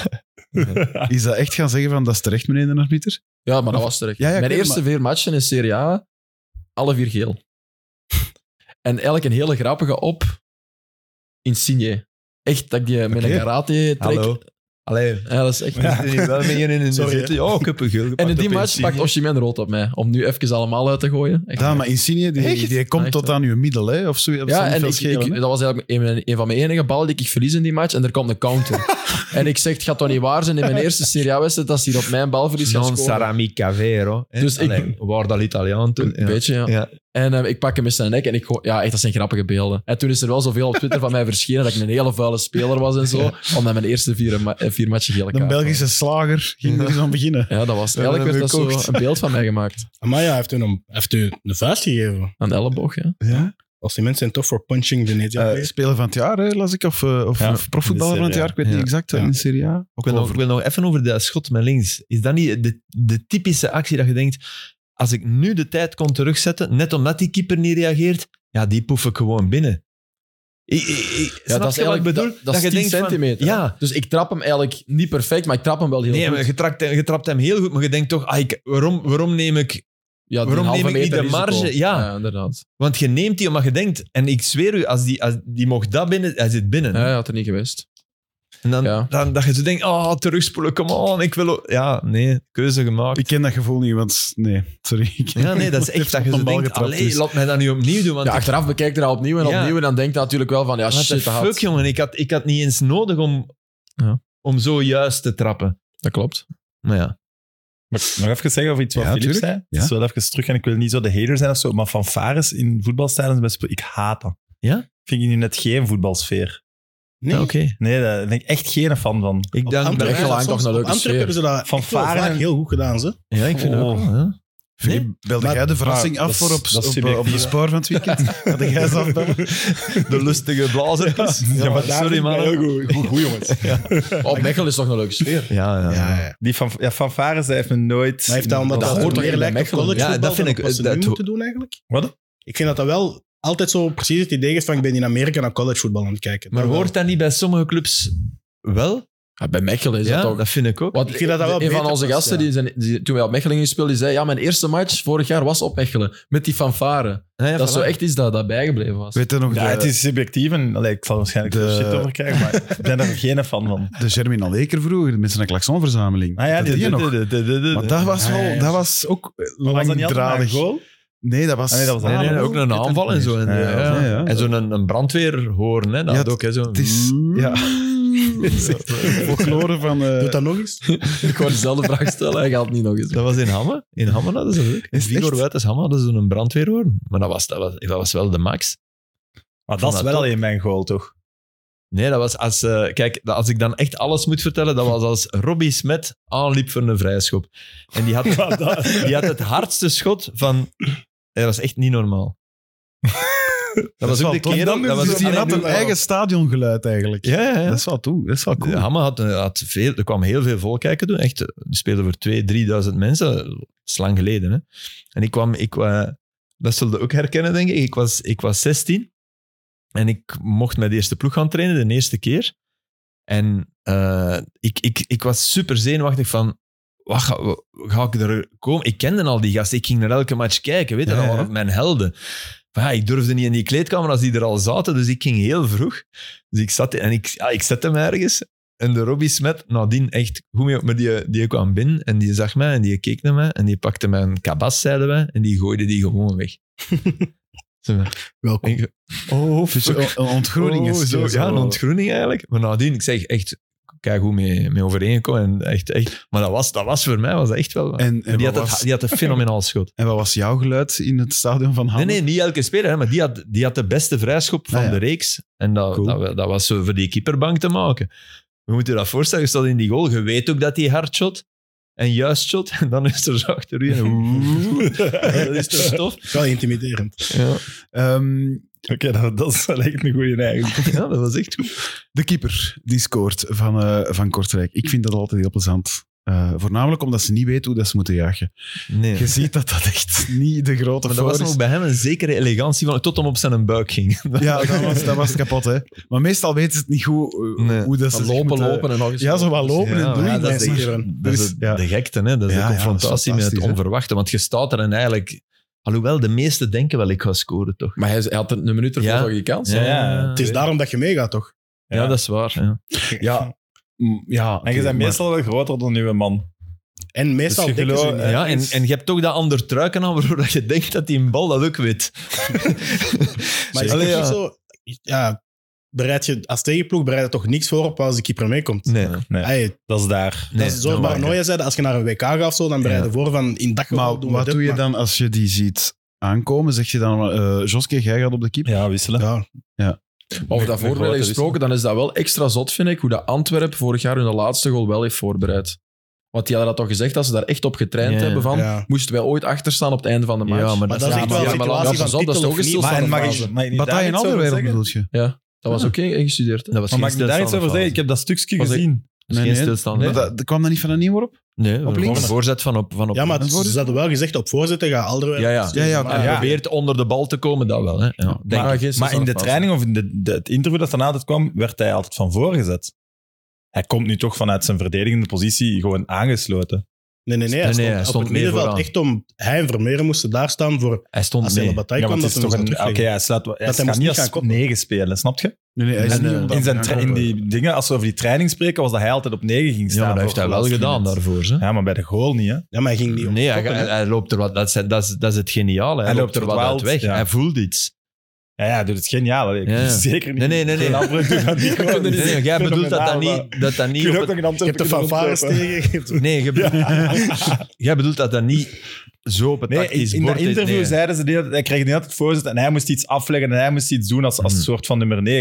Is dat echt gaan zeggen van, dat is terecht, meneer de arbiter? Ja, maar dat was terecht. Ja, ja, ik Mijn weet, eerste vier matchen in Serie A, alle vier geel. En eigenlijk een hele grappige op Insigne. Echt, dat ik die met Oké. een karate trek. Hallo. Allee, Ja, dat is echt... we zitten hier wel met je in de Sorry, zitten. Ja, ik heb een geel gepakt En in die op match Insigne. pakt Osimhen rood op mij. Om nu even allemaal uit te gooien. Echt. Ja, maar Insigne, die, Echt? die komt Echt, tot hè? aan uw middel, hè? Of zo. Dat zal Ja, niet en veel ik, schelen, ik- hè? dat was eigenlijk een, een van mijn enige ballen die ik verlies in die match. En er komt een counter. En ik zeg, het gaat toch niet waar zijn in mijn eerste Serie A-wedstrijd dat hij hier op mijn balverlies gaat Non scoren. sarà mica vero. hè. Dus ik- Allee, waar dat Italiaan toen. Een beetje, ja. Ja. En eh, ik pak hem met zijn nek en ik gooi- ja, echt, dat zijn grappige beelden. En toen is er wel zoveel op Twitter van mij verschenen dat ik een hele vuile speler was en zo. Omdat mijn eerste vier, ma- eh, vier matchen gele De kaart Belgische slager ging er eens aan beginnen. had. Ja, dat was... Ja, Eigenlijk dat werd dat heb ik zo een beeld van mij gemaakt. Maar ja, hij heeft u een, heeft u een vuist gegeven. Aan de elleboog, ja. Ja? Als die mensen zijn toch voor punching Venezia. Eh, speler van het jaar, hè, las ik. Of, eh, of, Ja, of profvoetballer in van de het jaar. Ik weet Serie niet A. exact. Ja. In de Serie A. Ik wil, nog, ik wil nog even over dat schot met links. Is dat niet de, de typische actie dat je denkt, als ik nu de tijd kon terugzetten, net omdat die keeper niet reageert, ja, die poef ik gewoon binnen. Ik, ik, ik, Ja, snap dat is je wat eigenlijk ik bedoel? dat, dat is je tien denkt van, centimeter. ja, Dus ik trap hem eigenlijk niet perfect, maar ik trap hem wel heel nee, goed. maar je, trapt, hem- je trapt hem heel goed, maar je denkt toch, ah, ik, waarom, waarom neem ik... Ja, die waarom halve neem ik niet meter de risico. marge? Ja. ja, inderdaad. Want je neemt die omdat je denkt, en ik zweer u, als die, als die mocht dat binnen, hij zit binnen. Ja, hij had er niet geweest. En dan, Ja. dan dat je zo denkt, oh, terugspoelen, come on, ik wil... ook- Ja, nee, keuze gemaakt. Ik ken dat gevoel niet, want nee, sorry. Ik- Ja, nee, dat is echt dat je op zo een bal denkt, getrapt allee, is. laat mij dat nu opnieuw doen. Want Ja, ik- achteraf bekijk je dat opnieuw en Ja. opnieuw en dan denk je natuurlijk wel van, ja, what the shit, dat had... fuck, jongen, ik had, ik had niet eens nodig om, Ja. om zo juist te trappen. Dat klopt. Maar ja. Mag ik nog even zeggen over iets wat Ja, Filip tuurlijk. zei? Ja. Het is wel even terug en ik wil niet zo de hater zijn of zo, maar fanfares in voetbalstadions, best- ik haat dat. Ja? Vind ik nu net geen voetbalsfeer. Nee, Ja, Oké. Nee, daar ben ik echt geen fan van. Ik Op denk Antwerpen, bij Mechelen ja, hangt soms toch een op leuke Antwerpen sfeer. hebben ze dat Van echt wel Varen vaak en- heel goed gedaan. Ze. Ja, ik vind Oh. ook wel. Ja. Filip, belde Maar- jij de verrassing maar af dat voor is- op, dat is op, subjectief, op de hè. spoor van het weekend? Had jij ze afbellen? De lustige blazertjes. Ja, maar daar sorry, vind ik man. heel goed. Goed, goed, jongens. Op Mechelen is toch een leuke sfeer. Ja, ja. Ja, ja. Die van, ja, van Varen, zij heeft me nooit... Maar heeft dat omdat Dat dat, hoort toch meer in lijkt op Mechelen? collegevoetbal Ja, dat vind dan ik- op wat ze dat nu ho- moeten doen eigenlijk? Wat? Ik vind dat dat wel altijd zo precies het idee is van ik ben in Amerika naar collegevoetbal aan het kijken. Maar Dat wel. hoort dat niet bij sommige clubs wel? Ja, bij Mechelen is Ja, dat toch... dat vind ik ook. Want Ik vind dat dat wel een van beter onze past, gasten, ja. die zijn, die, toen wij op Mechelen gingen spelen, die zei, ja, mijn eerste match vorig jaar was op Mechelen. Met die fanfare. Ja, ja, Dat is zo voilà. echt iets dat, dat bijgebleven was. Weet je nog Ja, de, het is subjectief en allee, ik zal waarschijnlijk De- de... shit over krijgen, maar ik ben er geen fan van. de Germinal Leker vroeger, met zijn klaksonverzameling? Ah ja, Dat die, die die, nog. die, die, die, die- Maar dat was, Ah, wel, ja, ja. dat was ook Maar was dat niet altijd langdradig. een goal? Nee, dat was... Ah, nee, dat was Nee, nee, Ah, ook een wel, aanval en zo. En, Ja, ja, ja, ja. ja. En zo'n een, een brandweer horen, hè, dat Ja, had ook. Hè, zo. Het is... Ja. Folklore van... eh, Doet dat nog eens? Ik wou dezelfde vraag stellen, hij gaat het niet nog eens. Dat was in Hamme. In Hamme hadden ze dat ook. In Is het Vigor echt? Wuitens Hamme hadden ze een brandweer horen. Maar dat was, dat was, dat was wel de max. Maar vond dat is dat wel top. alleen mijn goal, toch? Nee, dat was als... eh, kijk, dat- als ik dan echt alles moet vertellen, dat was als Robbie Smet aanliep voor een vrije schop. En die had, die had het hardste schot van... Dat was echt niet normaal. Dat was ook de kerel... Dan Dat was dus ook- die Allee, had nu- een eigen stadiongeluid eigenlijk. Ja, ja, ja. Dat is wel toe. Dat is wel cool. De Hamme had, had veel, er kwam heel veel volk kijken doen. Echt, die speelden voor tweeduizend, drieduizend mensen. Dat is lang geleden. Hè. En ik kwam, ik, uh, dat zulde ook herkennen, denk ik. Ik was, ik was zestien en ik mocht met de eerste ploeg gaan trainen, de eerste keer. En uh, ik, ik, ik was super zenuwachtig van, wat ga, ga ik er komen? Ik kende al die gasten. Ik ging naar elke match kijken. Weet je, Ja, dat ja. waren mijn helden. Maar ja, ik durfde niet in die kleedkamer als die er al zaten, dus ik ging heel vroeg. Dus ik zat en ik, ja, ik zette hem ergens. En de Robbie Smet, nadien echt goed mee op me, die, die kwam binnen en die zag mij en die keek naar mij en die pakte mijn kabas, zeiden wij, en die gooide die gewoon weg. Zo, Welkom. ik- oh, Dus fuck. een ontgroening Oh, is zo, zo. ja, een ontgroening eigenlijk. Maar nadien, ik zeg echt, kijk hoe mee, mee overeengekomen. En echt, echt, maar dat was, dat was voor mij was echt wel... En, en, die, wat had het, was, die had een fenomenaal schot. en wat was jouw geluid in het stadion van Hamme? Nee, nee, niet elke speler, hè, maar die had, die had de beste vrijschop van Ah, ja. de reeks. En dat, Cool. dat, dat was zo voor die keeperbank te maken. We moeten je dat voorstellen, je staat in die goal, je weet ook dat hij hard shot en juist shot, en dan is er zo achter u een oeh, dat is toch tof? Dat is wel intimiderend. Ja. Ehm, Oké, dat, dat is wel echt een goede eigenlijk. ja, dat was echt goed. de keeper die scoort van, eh, van Kortrijk. Ik vind dat altijd heel plezant. Eh, voornamelijk omdat ze niet weten hoe dat ze moeten juichen. Nee. Je ziet dat dat echt niet de grote Maar dat voor was is. nog bij hem een zekere elegantie van, tot hem op zijn buik ging. Ja, dat was, dat was kapot, hè. Maar meestal weten ze het niet goed eh, Nee. hoe dat ze Van zich lopen, moeten- lopen en nog eens... Ja, zo wat lopen Ja, en doen. ja, dat dat is is de, dat is Dus, de, ja. de gekte, hè? Dat is Ja, ja, de dat is confrontatie met het fantastisch, hè. onverwachte. Want je staat er en eigenlijk... Alhoewel, de meesten denken wel, ik ga scoren, toch? Maar hij, hij had een minuut ervoor Ja. nog gekans. Ja, ja. Het is daarom dat je meegaat, toch? Ja, dat is waar. Ja. Ja, mm, ja. En je bent maar- meestal wel groter dan uw man. En meestal Dus je dekken ze gelooft- niet. Ja, en, en je hebt toch dat ander truiken aan waardoor dat je denkt dat die een bal dat ook weet. Maar is het Allee, niet ja. zo... Ja, bereid je, als tegenploeg bereid je toch niks voor op als de keeper meekomt? Nee. Nee, Hey, dat is daar. Nee, dat is zoals dat Marnoia waar. zei, als je naar een W K gaat of zo, dan bereid je Ja. voor van in dat geval Maar doen we wat dit, doe je maar- dan als je die ziet aankomen? Zeg je dan, eh Joske, jij gaat op de keeper? Ja, wisselen. Ja, Over dat voorbereiden gesproken, dan is dat wel extra zot, vind ik, hoe dat Antwerpen vorig jaar hun laatste goal wel heeft voorbereid. Want die hadden dat toch gezegd, dat ze daar echt op getraind Ja. hebben van, Ja. moesten wij ooit achter staan op het einde van de match. Ja, maar Maar dat, dat is ja, echt maar- wel ja, een maar- situatie ja, van pas op, dat is titel toch of een niet. Maar, en mag stilstandfase. ik, mag ik niet Wat daar hij in iets over andere wereld zeggen? bedoel je? Ja, dat was ook ingestudeerd. Hè? dat was Maar mag geen ik daar iets over stilstaande zeggen? Ik heb dat stukje Was ik- gezien. fase. Nee, Geen nee. stilstaande Maar fase. dat, kwam dat niet van een nieuw op? Nee, Op een links? voorzet van op, van op Ja, maar Een ze voorzet? hadden wel gezegd, op voorzitten gaat Alderweireld. Ja, ja. Ja, ja, Maar oké. Hij Ja. probeert onder de bal te komen, dat wel. Hè. Ja, denk Maar, ik. geen maar in de stilstaande training of in de, de- het interview dat daarna altijd kwam, werd hij altijd van voor gezet. Hij komt nu toch vanuit zijn verdedigende positie gewoon aangesloten. Nee, nee, nee. Hij Nee, stond, nee, hij op stond het meer middenveld vooraan. echt om... Hij en Vermeeren moesten daar staan voor... Hij stond Als mee. Hele Bataille Ja, kwam, want dat het ze is hem toch zou een... Oké, terugleggen. hij slaat... Hij hij gaat moest niet niet als gaan koppelen. negen spelen, snap je? Nee, nee, hij is En, niet eh, om dat In, zijn te tra- gaan in koppelen. die dingen, als we over die training spreken, was dat hij altijd op negen ging staan. Ja, maar dat heeft voor hij wel last gedaan minute. daarvoor. Hè. Ja, maar bij de goal niet, hè? Ja, maar hij ging niet op Nee, hij, koppen, hè. hij, hij loopt er wat, dat, is, dat, is, dat is het geniale. Hij, Hij loopt er loopt wat uit verdwaald, weg. ja. Hij voelt iets. Ja, ja, doet het geniaal. hè. Ik Ja, ja. Zeker niet. Nee, nee, nee, nee. Geen afbreuk doen aan die goal. Nee, nee, jij bedoelt dat dat niet, dat dat niet Je op kunt ook het- nog in Je hebt de Antwerpen fanfares rondlopen. tegen. je hebt- Nee, je bedoelt, jij bedoelt dat dat niet zo op het Nee, in, tactisch in dat bord is. interview Nee. zeiden ze, die, hij kreeg niet altijd voorzet en hij moest iets afleggen en hij moest iets doen als, als Mhm. soort van nummer negen.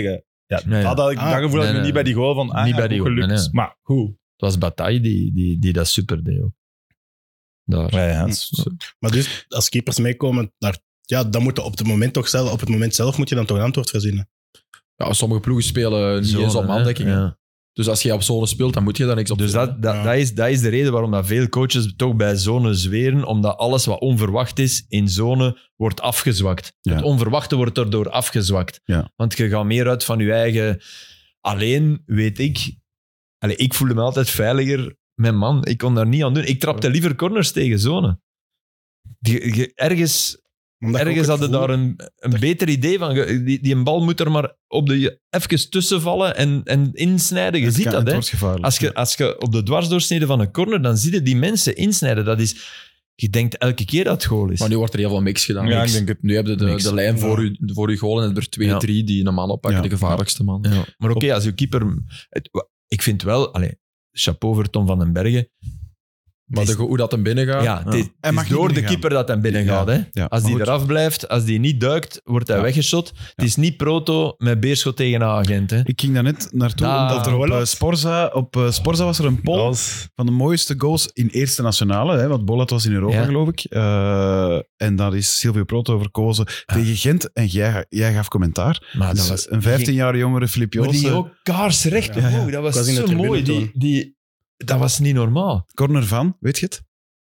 Ja, Ja, ja. Dat, dat, Ah, dat gevoel nee, had ik nee. niet bij die goal van, ah, Niet ja, bij die goed goal, gelukt. nee, nee. Maar goed. Het was Bataille die, die, die dat super deed ook. Daar. Ja, ja, dat is- Maar dus, als keepers meekomen, daar, ja, dan moet je op het moment toch zelf, op het moment zelf moet je dan toch een antwoord verzinnen. Ja, sommige ploegen spelen niet Zone, eens op hè. mandekkingen. Ja. Dus als je op zone speelt, dan moet je daar niks op Dus doen, dat, dat, Ja. dat, is, dat is de reden waarom dat veel coaches toch bij zone zweren, omdat alles wat onverwacht is in zone wordt afgezwakt. Ja. Het onverwachte wordt erdoor afgezwakt. Ja. Want je gaat meer uit van je eigen... Alleen weet ik... Allee, ik voelde me altijd veiliger met man. Ik kon daar niet aan doen. Ik trapte liever corners tegen zone. Die, je- ergens Omdat je ergens ook het hadden daar gevoel- een, een beter idee van. Je- Die, die een bal moet er maar op de, even tussen vallen en, en insnijden. Je Het ziet kan- dat, het hè. wordt gevaarlijk. Als je, als je op de dwarsdoorsnede van een corner, dan zie je die mensen insnijden. Dat is... Je denkt elke keer dat het goal is. Maar nu wordt er heel veel mix gedaan. Ja, Mix. ik denk het. Nu heb je de, Mix. de lijn voor, Ja. u, voor je goal en het er twee, Ja. drie die een man oppakken, Ja. de gevaarlijkste man. Ja. Maar oké, als je keeper... Het, ik vind wel... Allez, chapeau voor Tom van den Bergen. Maar de, hoe dat hem binnen gaat... Ja, het is, Hij het mag is niet door de binnengaan. keeper dat hij binnen gaat. Hè. Ja, Als maar die goed. eraf blijft, als die niet duikt, wordt hij Ja. weggeschot. Het is niet proto met beerschot tegen een agent. Hè. Ik ging daar net naartoe, Ah, omdat er op, Bolat. eh, Sporza, op eh, Sporza was er een poll Dat was- van de mooiste goals in eerste nationale. Hè, want Bolat was in Europa, Ja. geloof ik. Eh, en daar is Silvio Proto verkozen tegen Gent. En jij, jij gaf commentaar. Maar Dus dat was een vijftien jaar jongere Filip Maar die Joos. ook kaarsrecht Ja, ja. omhoog. Dat was, Ik was in de zo tribune mooi. Die, toen. die, dat was niet normaal. Corner van, weet je het?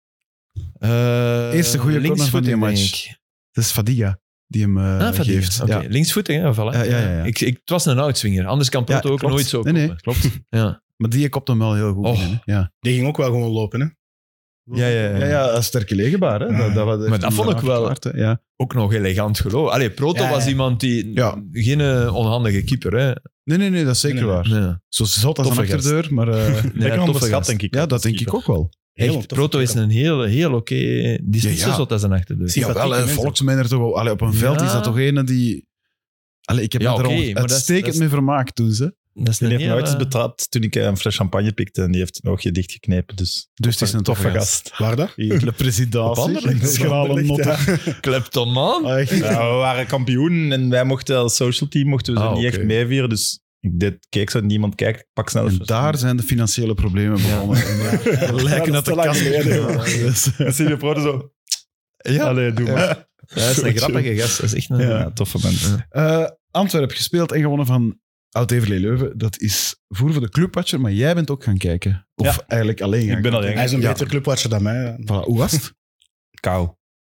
Uh, Eerste goede corner van die match. Het is Fadiga die hem eh, Ah, Fadiga. geeft. Oké, Ja. linksvoetig, hè? Voilà. Ja, ja, ja, ja. Ik, ik, het was een oudswinger. Anders kan Proto Ja, ook klopt. nooit zo Nee, nee, komen. klopt. Ja. Maar die kopt hem wel heel goed Oh. binnen, hè. Ja. Die ging ook wel gewoon lopen, hè? Ja, ja, ja. Ja, ja, een sterke legenbaar. Hè. Dat, dat, dat Maar dat vond ik wel- verklaard, hè. Ja. Ook nog elegant geloof. Allee, Proto Ja, ja. was iemand die... Ja. Geen eh, onhandige keeper, hè. Nee, nee, nee, dat is zeker Nee, nee. waar. Nee. Zo zot als een Toffe achterdeur, maar... eh, Nee, Lekker toffe onderschat, gast. denk ik. ja, dat denk ik ook wel. Heel Echt, toffe Proto is kerel. een heel, heel oké... Die is Ja, niet zo ja. zot als een achterdeur. Zie- Ja, wel, Sympathieke een mensen. volksmenner toch wel. Allee, op een veld Ja. is dat toch een die... Allee, ik heb Ja, me er oké, al maar dat is- uitstekend dat is- mee vermaakt toen. Ze. Dat is Die een heeft me ooit eens heel, eh, betrapt toen ik eh, een fles champagne pikte en die heeft een oogje dichtgeknepen. Dus, Dus het is een toffe gast. Waar dat? De presentatie. Op Anderlecht. Schrale notten. kleptomaan. Ah, echt. Ja, we waren kampioen en wij mochten als social team mochten we ze Ah, niet oké. echt meevieren. Dus ik deed, keek zo, niemand kijkt, ik pak snel een En fles daar zijn de financiële problemen begonnen. En, eh, lijken Ja, dat de dat is kast. te lang geleden. Dus, En Silvio Proto zo... Ja. Allee, doe maar. Ja, dat is een grappige gast. Dat is echt een... Ja, toffe mensen. eh, Antwerp gespeeld en gewonnen van Oud-Everlee Leuven. Dat is voer voor de clubwatcher, maar jij bent ook gaan kijken. Of Ja. eigenlijk alleen gaan Ik ben kijken. alleen. Hij is een Ja. beter clubwatcher dan mij. Voilà, hoe was het? Kou.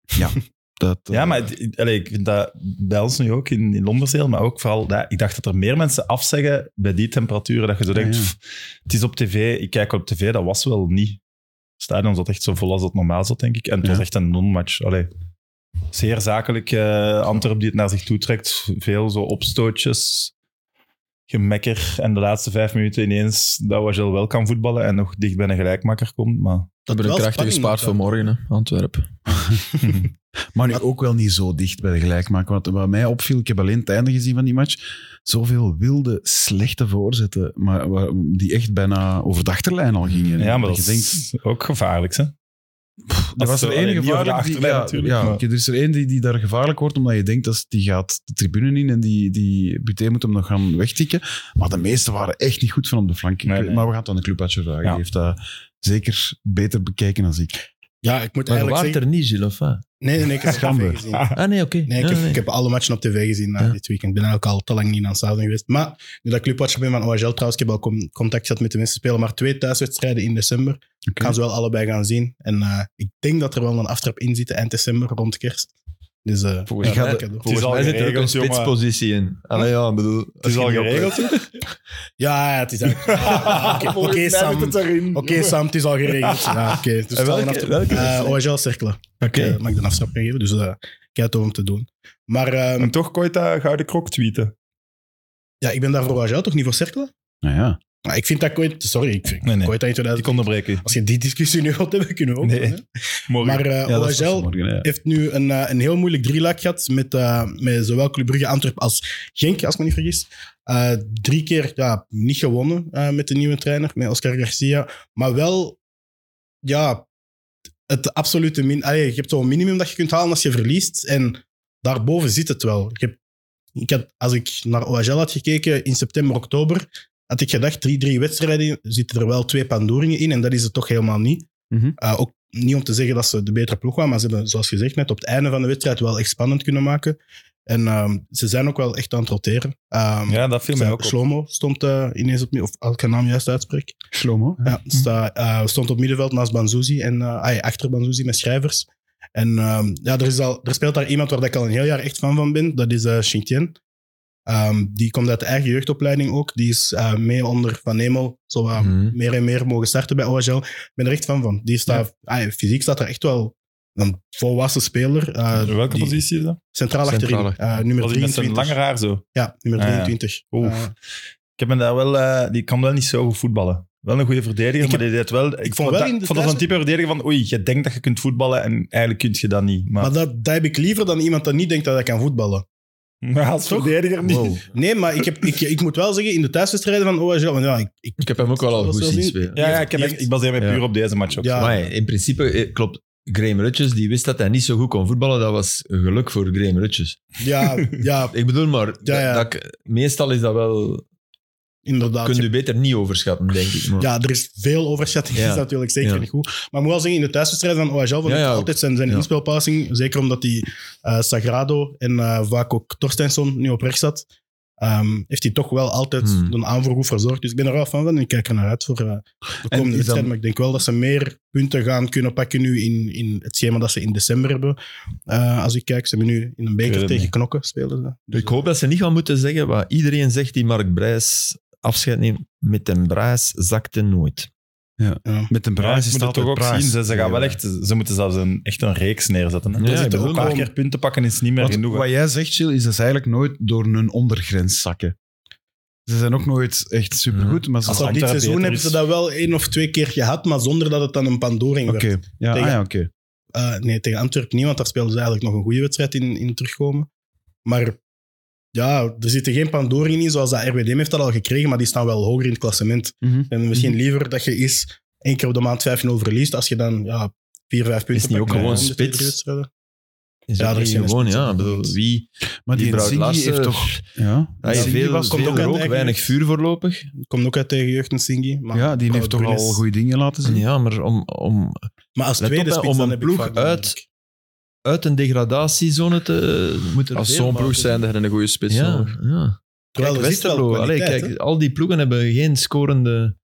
Dat, eh, Ja, maar het- het- allee, ik vind dat bij ons nu ook in, in Londerzeel, maar ook vooral, dat, ik dacht dat er meer mensen afzeggen bij die temperaturen, dat je zo denkt, ja. pff, het is op tv, ik kijk op tv, dat was wel niet. Het stadion zat echt zo vol als het normaal zat, denk ik. En het Ja. was echt een non-match. Allee, zeer zakelijk, eh Antwerp die het naar zich toe trekt, veel zo opstootjes, gemekker en de laatste vijf minuten ineens dat Wagel wel kan voetballen en nog dicht bij een gelijkmaker komt, maar... We hebben een wel krachtige spanning spaart voor morgen, hè, Antwerpen. Maar nu ook wel niet zo dicht bij de gelijkmaker. Want wat mij opviel, ik heb alleen het einde gezien van die match, zoveel wilde, slechte voorzetten, maar waar- die echt bijna over de achterlijn al gingen. Ja, maar dat je denkt, is ook gevaarlijk, hè? er was zo- er één allee, niet over de gevaarlijk die, achterlijn ja, natuurlijk, ja, maar- oké, er is er één die, die daar gevaarlijk wordt, omdat je denkt dat die gaat de tribune in en die, die Buté moet hem nog gaan wegtikken. Maar de meeste waren echt niet goed van op de flank. Ik Nee, weet- nee. Maar we gaan het aan de clubwatcher vragen. Ja. Die heeft dat zeker beter bekeken dan ik. Ja, ik moet Maar je eigenlijk waart zeggen... er niet, Gilles, of wat? Nee, nee, nee, ik heb Schande. het op tv gezien. Ah, nee, oké. Nee, ik Ja, heb, nee. ik heb alle matchen op tv gezien uh, Ja. dit weekend. Ik ben eigenlijk al te lang niet naar het stadion geweest. Maar nu dat ik clubwatcher ben van O H L trouwens, ik heb al com- contact gehad met de mensen. Ze spelen maar twee thuiswedstrijden in december. Oké. Gaan ze wel allebei gaan zien. En uh, ik denk dat er wel een aftrap in zit eind december, rond kerst. Dus uh, Volgens ja, mij- dat cadeau. Het is al Volgens mij zit er ook een geregeld, jongen. spitspositie in. Allee, ja, ik bedoel... Het is al geregeld, hè? Ja, ja, het is eigenlijk... Oké, Oké, Sam. Oké, Sam, het is al geregeld. Ja, oké. Dus En welke- het zal een welke aftrap- uh, O H L cirkelen. Oké. Ik, uh, mag ik de aftrap gaan geven, dus uh, kijk het om te doen. Maar um, En toch Koita Gouden Krok tweeten. ja, ik ben daar voor O H L toch niet voor cirkelen? Nou ja. Maar ik vind dat Koita... Sorry, ik vind Nee, nee. Koita in Ik tweeduizend... onderbreek u. Als je die discussie nu wilt hebben, kunnen we ook Nee. doen, hè. Morgen. Maar uh, Ja, dat is O H L morgen, ja. heeft nu een, uh, een heel moeilijk drieluik gehad met, uh, met zowel Club Brugge, Antwerpen als Genk, als ik me niet vergis. Uh, drie keer ja, niet gewonnen uh, met de nieuwe trainer, met Oscar Garcia. Maar wel, ja, het absolute min... Allee, je hebt zo'n minimum dat je kunt halen als je verliest. En daarboven zit het wel. Je hebt ik had, als ik naar O H L had gekeken in september, oktober, had ik gedacht, drie, drie wedstrijden zitten er wel twee pandoeringen in en dat is het toch helemaal niet. Mm-hmm. Uh, ook niet om te zeggen dat ze de betere ploeg waren, maar ze hebben, zoals gezegd net, op het einde van de wedstrijd wel echt spannend kunnen maken. En um, ze zijn ook wel echt aan het roteren. Um, Ja, dat viel mij ook op. Shlomo stond uh, ineens op midden, of als ik haar naam juist uitspreek. Shlomo. Ja, sta, uh, stond op middenveld naast Banzuzi en uh, ay, achter Banzuzi met Schrijvers. En um, ja, er, is al, er speelt daar iemand waar ik al een heel jaar echt fan van ben. Dat is uh, Xintian. Um, die komt uit de eigen jeugdopleiding ook. Die is uh, mee onder Van Hemel. Zo uh, Mhm. meer en meer mogen starten bij O H L. Ik ben er echt fan van. Die staat, ay, fysiek staat er echt wel een volwassen speler. Uh, Welke die- positie is dat? Centraal achterin. Centraal. Uh, nummer Was hij met zijn drieëntwintig. lange haar zo? Ja, nummer Ah, ja. drieëntwintig. Oeh. Uh, Ik heb me daar wel, eh, die kan wel niet zo goed voetballen. Wel een goede verdediger, Ik maar heb- die deed wel... Ik, vond, wel dat, in de ik vond dat zo'n type verdediger van oei, je denkt dat je kunt voetballen en eigenlijk kun je dat niet. Maar, maar dat, dat heb ik liever dan iemand dat niet denkt dat hij kan voetballen. maar als Toch? verdediger niet. Wow. Nee, maar ik, heb, ik, ik moet wel zeggen, in de thuiswedstrijden van O H L... want Ja, ik, ik, Ik heb hem ook wel al Dat goed is zien wel spelen. Ja, ja, ik, heb echt, ik baseer me Ja. puur op deze match ook. Ja. zo. Maar ja, in principe eh, klopt. Graham Rutjes, die wist dat hij niet zo goed kon voetballen. Dat was geluk voor Graham Rutjes. ja, ja, Ik bedoel maar, Ja, ja. Dat, ik- meestal is dat wel... inderdaad. Kun je beter niet overschatten, denk ik. Maar. Ja, er is veel overschatting, Ja. is natuurlijk zeker Ja. niet goed. Maar ik moet wel zeggen, in de thuiswedstrijden van O H L vond Ja, ik ja, altijd zijn, zijn ja. inspelpassing, zeker omdat hij uh, Sagrado en uh, vaak ook Torstensson nu op rechts zat, um, heeft hij toch wel altijd Hmm. een aanvoer goed verzorgd. Dus ik ben er wel van van en ik kijk er naar uit voor uh, de komende is wedstrijd. dan- Maar ik denk wel dat ze meer punten gaan kunnen pakken nu in, in het schema dat ze in december hebben. Uh, als ik kijk, ze hebben nu in een Ik beker weet het tegen niet. Knokken spelen. ze. Dus, Ik hoop dat ze niet gaan moeten zeggen wat iedereen zegt die Mark Brijs afscheid neemt. Met een Brijs zakte nooit. ja. Met een Ja, prijs ik is moet het het altijd toch ook prijs. zien. Ze, ze, gaan wel Ja. echt, ze moeten zelfs een, echt een reeks neerzetten. Hè. Ja, Ja, ik een bedoel, paar om- keer punten pakken is niet meer Want genoeg. hè. wat jij zegt, Gilles, is dat ze eigenlijk nooit door een ondergrens zakken. Ze zijn ook nooit echt supergoed, maar ze Als Als dat dit Antwerpen seizoen beter hebben ze is. dat wel één of twee keer gehad, maar zonder dat het dan een pandoring Oké, werd. ja, Tegen- ah, ja oké. Uh, nee, tegen Antwerpen niet, want daar speelden ze eigenlijk nog een goede wedstrijd in, in terugkomen. Maar ja, er zitten geen pandoringen in, zoals dat R W D M heeft dat al gekregen, maar die staan wel hoger in het klassement. Mhm. En misschien liever dat je eens één keer op de maand vijf nul verliest, als je dan ja, vier, vijf punten Is niet ook pakt gewoon in de twee, spits? drie wedstrijden. Is Ja, ja, er is geen gewoon, spits ja. op Ik het bedoel, moment. wie... Maar die, Die Braut Insigne Larsen- heeft toch... Ja, Ja, Insigne veel, was- komt veel ook uit rook, eigen weinig jeugd. vuur voorlopig. Komt ook uit tegen jeugd en Singi. Maar ja, die heeft toch Brugge al is- goede dingen laten zien. Ja, maar om, om Maar als Let tweede op, hè, spits om dan een heb ik ploeg vaak de uit- indruk. uit een degradatiezone te moeten... Als veel zo'n maken. ploeg zijn, dan heb je een goede spits Ja, nodig. ja. Terwijl Kijk, er zit wel Westerlo. Allee, kwaliteit, kijk, hè. al die ploegen hebben geen scorende...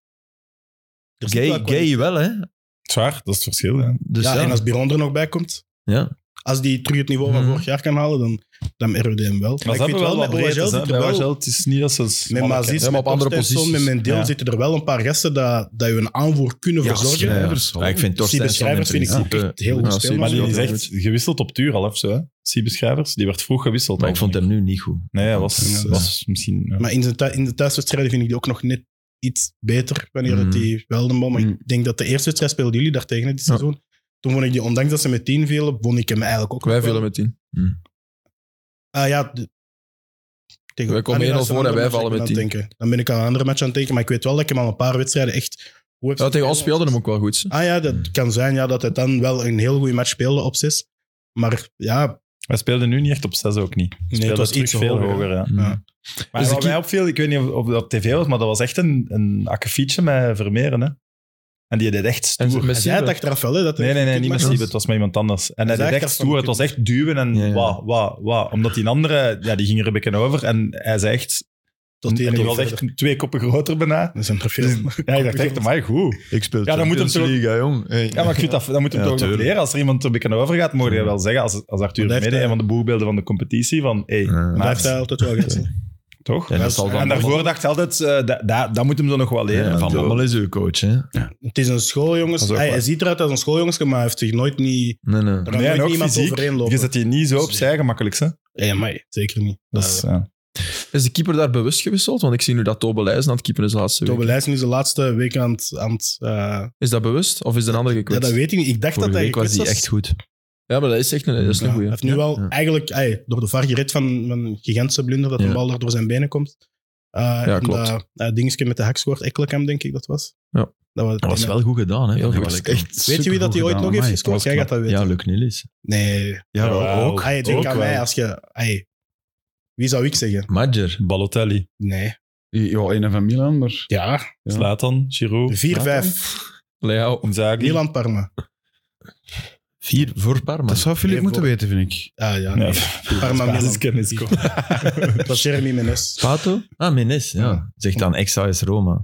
Er zit Gay, wel kwaliteit. gay wel, hè. Zwaar, dat is het verschil. Ja. Dus Ja, ja, en als Biron er nog bij komt, ja. als die terug het niveau van Mhm. vorig jaar kan halen, dan, dan R W D M wel. Maar ik ze hebben wel wat met O H L breedtes. hè. zit Bij er O H wel- L, het is niet dat ze... Met smalle Mazis, kennen. Ja, maar met op andere Torstensson, met posities. Mendeel Ja. zitten er wel een paar gasten dat, dat je een aanvoer kunnen Ja, verzorgen. schrijvers. Ja, ik vind toch Siebe Schrijvers vind ik ook echt heel goed Ja, spelen. Maar die Ja, is heel echt gewisseld op duur al, of zo. hè. Siebe Schrijvers, die werd vroeg gewisseld. Maar al, ik vond vond hem nu niet goed. Nee, hij was, Ja. was misschien... ja. Maar in, zijn thu- in de thuiswedstrijden vind ik die ook nog net iets beter wanneer Mhm. het die wel de bal. Maar Mhm. ik denk dat de eerste wedstrijd speelden jullie daar tegen dit seizoen. Toen vond ik die, ondanks dat ze met tien vielen, vond ik hem eigenlijk ook Wij nog wel. vielen met tien. Ah ja, de, tegen Wij komen ah, nee, één nul dat is een voor en andere wij match vallen dat ik met ben aan het denken. Dan ben ik aan een andere match aan het denken, maar ik weet wel dat ik hem al een paar wedstrijden echt goed heb Ja, tegen ons spelen. speelde hem ook wel goed. Ah ja, dat kan zijn ja, dat hij dan wel een heel goede match speelde op zes. Maar ja, Wij speelden nu niet echt op zes ook niet. We nee, het speelden was terug iets veel hoger. hoger. Ja. Mm. Ja. Maar Dus wat de mij opviel, ik weet niet of, of dat op tv was, maar dat was echt een, een akkefietje met Vermeeren. Hè? En die deed echt stoer. En met Hij zei het achteraf wel, hè, dat hij Nee, nee, nee, een niet met kutmatch Siebe, het was met iemand anders. En hij zei deed echt achteraf van, stoer, het was echt duwen en Ja, ja. wauw, wauw, wauw. Omdat die andere, ja, die ging er een beetje over en hij zei echt, Tot die en die nog was verder. echt twee koppen groter bijna. Dat zijn er veel. Ja, ik dacht echt, maar goed. Ik speel Ja, dan moet hem Champions toch- League, hè, jong. Hey. Ja, maar ik vind dat, dat moet hem Ja, toch nog tuurlijk. leren. Als er iemand er een beetje over gaat, mogen je wel zeggen, als, als Arthur Dat heeft Mede, hij- een van de boegbeelden van de competitie, van hey, Ja. Dat maat, heeft hij altijd wel gezien. toch? Ja, dat zal dan en daarvoor dacht hij altijd, uh, dat, dat, dat moet hem zo nog wel leren. Ja, Van Zo. Bommel is uw coach, hè. Het is een schooljongens. Dat is ook Hij, waar. hij ziet eruit als een schooljongens, maar hij heeft zich nooit niet... Nee, nee. Er kan Nee, en nooit ook iemand fysiek. overheen lopen. Je zet die niet zo opzij gemakkelijk, hè? Ja, maar zeker niet. Dat Dat is, ja. Is de keeper daar bewust gewisseld? Want ik zie nu dat Tobe Leijzen aan het keeper is de laatste week. Tobe Leijsen is de laatste week aan het... Aan het uh, Is dat bewust? Of is de andere ja, gekwetst? dat weet ik niet. Ik dacht Vorige dat hij week was hij gekwetst echt goed. Ja, maar dat is echt een, dat is een Ja, goeie. hij heeft nu wel Ja. eigenlijk ey, door de V A R gered van, van een gigantische blunder dat de Ja. bal er door zijn benen komt. Uh, Ja, klopt. Dat uh, dingetje met de hak scoort, Ekkelenkamp denk ik dat was. Ja. Dat was, Dat was wel goed gedaan, hè. Heel van goed. Ekkelenkamp. Echt Weet je wie dat hij ooit nog heeft gescoord? Jij gaat dat weten. Ja, Luc Nilis. Nee. Ja, wel Ja, ook. Ay, denk ook aan wel. mij als je... Ay, Wie zou ik zeggen? Madjer. Balotelli, Nee. Ja, een van Milan, maar... Ja, Ja. Zlatan, Giroud, vier vijf. Leao. Inzaghi. Milan Parma. Vier voor Parma. Dat zou Filip Nee, moeten voor- weten, vind ik. Ah ja, Ja, nee. Parma Milan. basiskennis. kom. Dat is Jeremy Menes. Pato? Ah, Menes, ja. Ja. Zegt dan ex-A S Roma.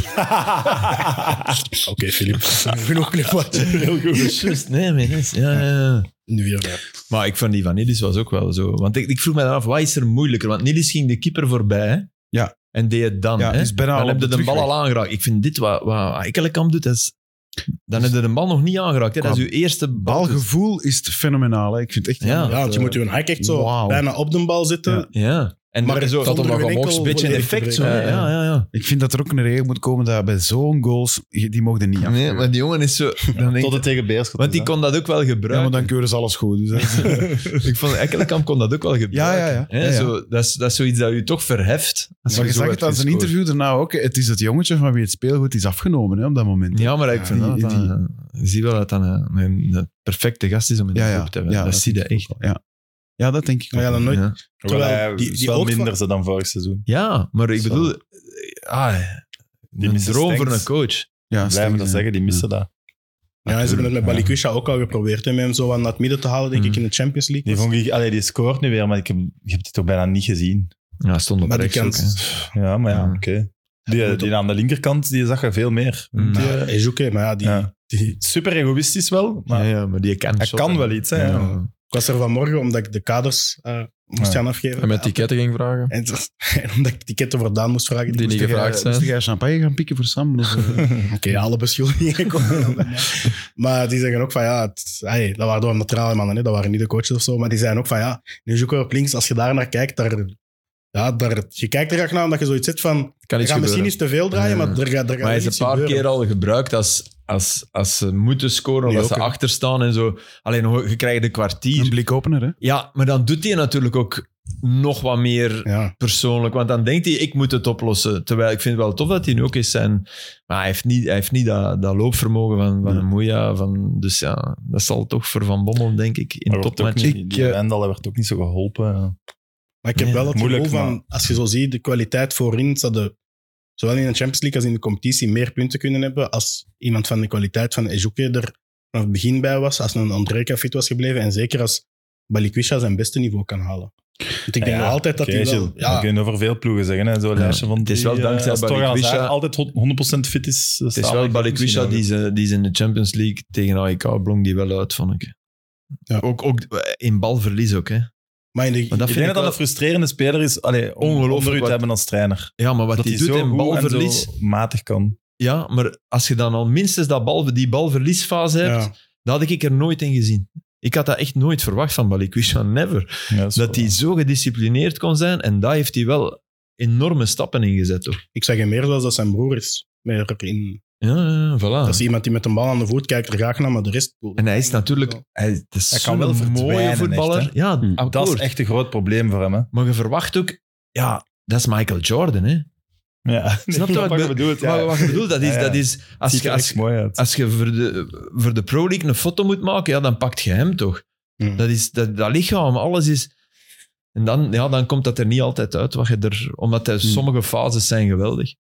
Oké, Filip. Genoeg clipwatch. Heel goed. Juist, nee, Menes. Ja, ja, ja. Nu vier vijf. Maar ik vond die van Nilis was ook wel zo. Want ik, ik vroeg me dan af, wat is er moeilijker? Want Nilis ging de keeper voorbij, hè? Ja. En deed het dan, Ja, hè? is bijna Dan al heb op je de de bal terugweg. al aangeraakt. Ik vind dit wat, wat Ekkelenkamp doet, dat is... Dan heb je de bal nog niet aangeraakt, hè? Dat is Qua uw eerste bal. Balgevoel is het fenomenaal. Hè. Ik vind het echt... Ja. jammer Ja, dat, want je eh, moet je hak echt zo wauw. bijna op de bal zitten. Ja. Ja. En Maar maar het zo, zonder dat geen een enkel beetje een volledig te effect. Zo, breken. hè. ja, ja, ja. Ik vind dat er ook een regel moet komen dat bij zo'n goals, die mogen niet af. Nee, maar die jongen is zo... Dan denk Tot het ik- tegen Beerschot. want die is, hè. kon dat ook wel Ja, gebruiken. maar dan keuren ze alles goed. Dus dat is- Ik vond Ekkelenkamp kon dat ook wel gebruiken. Ja, ja, ja. Hè, Ja, ja. Zo, dat, is, dat is zoiets dat je toch verheft. Als maar je zo zag hebt het aan zijn gescoord. interview daarna ook. Het is het jongetje van wie het speelgoed is afgenomen hè, op dat moment. Ja, maar ik Ja, vind die- dat, die- dat, je ziet wel dat dat een, een, een perfecte gast is om in de ja, ja. groep te hebben. Ja, dat zie je denk ik echt. ook wel. Ja. ja, dat denk ik Maar ja, ook dan wel. nooit. Ja. Hoewel Terwijl hij die- is die wel ook van- minder ze dan vorig seizoen. Ja, maar ik Zo. bedoel... Ah, Die een missen droom voor Stenks. een coach. Ja, Blijven Stengs, dat hè. zeggen, die missen dat. Ja, en ze hebben het met Ja. Balikwisha ook al geprobeerd. Hè, met hem zo aan het midden te halen, denk Mhm. ik, in de Champions League. Die, vond ik, allee, die scoort nu weer, maar ik heb, je hebt die toch bijna niet gezien. Ja, stond op Maar die rechts ook, kans- hè. Ja, maar ja, Ja. oké. Die, moet die aan de linkerkant, die zag je veel meer. Mm. Die, Ja, eh, Ejuke, maar ja, die, ja. die, Super egoïstisch wel, maar Ja, ja, maar die kan hij shotten. kan wel iets. Hè, ja. Ja. ik was er vanmorgen, omdat ik de kaders eh, moest Ja. gaan afgeven. En met ticketen ging vragen. En, en omdat ik ticketten voor Daan moest vragen. Die Die niet moest gevraagd Moest zijn. jij champagne gaan pikken voor Sam? Of, eh? Oké, alle beschuldigingen komen. dan. Maar die zeggen ook van ja, het, hey, dat waren door neutrale mannen, hè, dat waren niet de coaches of zo. Maar die zeiden ook van ja, nu is ook weer op links, als je daar naar kijkt, daar, ja, daar, je kijkt er graag naar omdat je zoiets zit van, Kan er iets gaat misschien gebeuren. iets te veel draaien, Ja. maar er gaat, er gaat Maar hij is iets een paar gebeuren. keer al gebruikt als, als, als ze moeten scoren of Nu als ze ook, hè. achter staan en zo. Alleen nog, je krijgt een kwartier. Een blikopener, hè? Ja, maar dan doet hij natuurlijk ook nog wat meer Ja. persoonlijk. Want dan denkt hij, ik moet het oplossen. Terwijl ik vind het wel tof dat hij nu ook is zijn... Maar hij heeft niet, hij heeft niet dat, dat loopvermogen van, van Ja. een Moeja. Van, dus ja, dat zal toch voor Van Bommel, denk ik, in Maar wordt ook topmatch. niet, Ik, die eh, Wendel werd ook niet zo geholpen. Maar ik heb Nee, wel het moeilijk, gevoel van, maar- als je zo ziet, de kwaliteit voorin, zou de, zowel in de Champions League als in de competitie meer punten kunnen hebben als iemand van de kwaliteit van Ejuke er vanaf het begin bij was, als een Andreka fit was gebleven en zeker als Balikwisha zijn beste niveau kan halen. Want ik denk Ja, nog altijd dat oké, hij wel... Gilles, Ja, we kunnen over veel ploegen zeggen. Hè, zo'n Ja, lijstje van het is wel drie, eh, dankzij als Torgan Balikwisha- Hazard altijd honderd procent fit is. Het is wel Balikwisha die ze, die ze in de Champions League tegen A E K blonk die wel uit, vond ik. Ja. Ook, ook in balverlies ook, hè. maar in de, Maar dat Ik vind denk ik dat dat wel... een frustrerende speler is. Allee, om Ongelooflijk onder u te wat- hebben als trainer. Ja, maar wat Dat hij hij doet zo in goed en balverlies... zo matig kan. Ja, maar als je dan al minstens dat bal, die balverliesfase hebt, ja, dat had ik er nooit in gezien. Ik had dat echt nooit verwacht van Balikwisha, never. Ja, is Dat wel- hij zo gedisciplineerd kon zijn en daar heeft hij wel enorme stappen in gezet, toch? ik zeg hem meer zoals dat zijn broer is. Meer in, Ja, ja, voilà. Dat is iemand die met een bal aan de voet kijkt er graag naar, maar de rest... En hij is natuurlijk... Hij, het is Hij kan zo'n wel mooie verdwijnen, voetballer. echt, hè? ja, Hm. akkoord. Dat is echt een groot probleem voor hem. Hè? Maar je verwacht ook... Ja, dat is Michael Jordan, hè? Ja, Snap je wat ik je be- bedoelt? Ja. Wat, wat je bedoelt? Dat is... Ja, ja. Dat is als, Ziet je, er als, echt mooi uit. als je voor de, voor de Pro League een foto moet maken, ja, dan pakt je hem toch? Hmm. Dat, is, dat, dat lichaam, alles is... En dan, ja, dan komt dat er niet altijd uit, wat je er, omdat er, sommige fases zijn geweldig.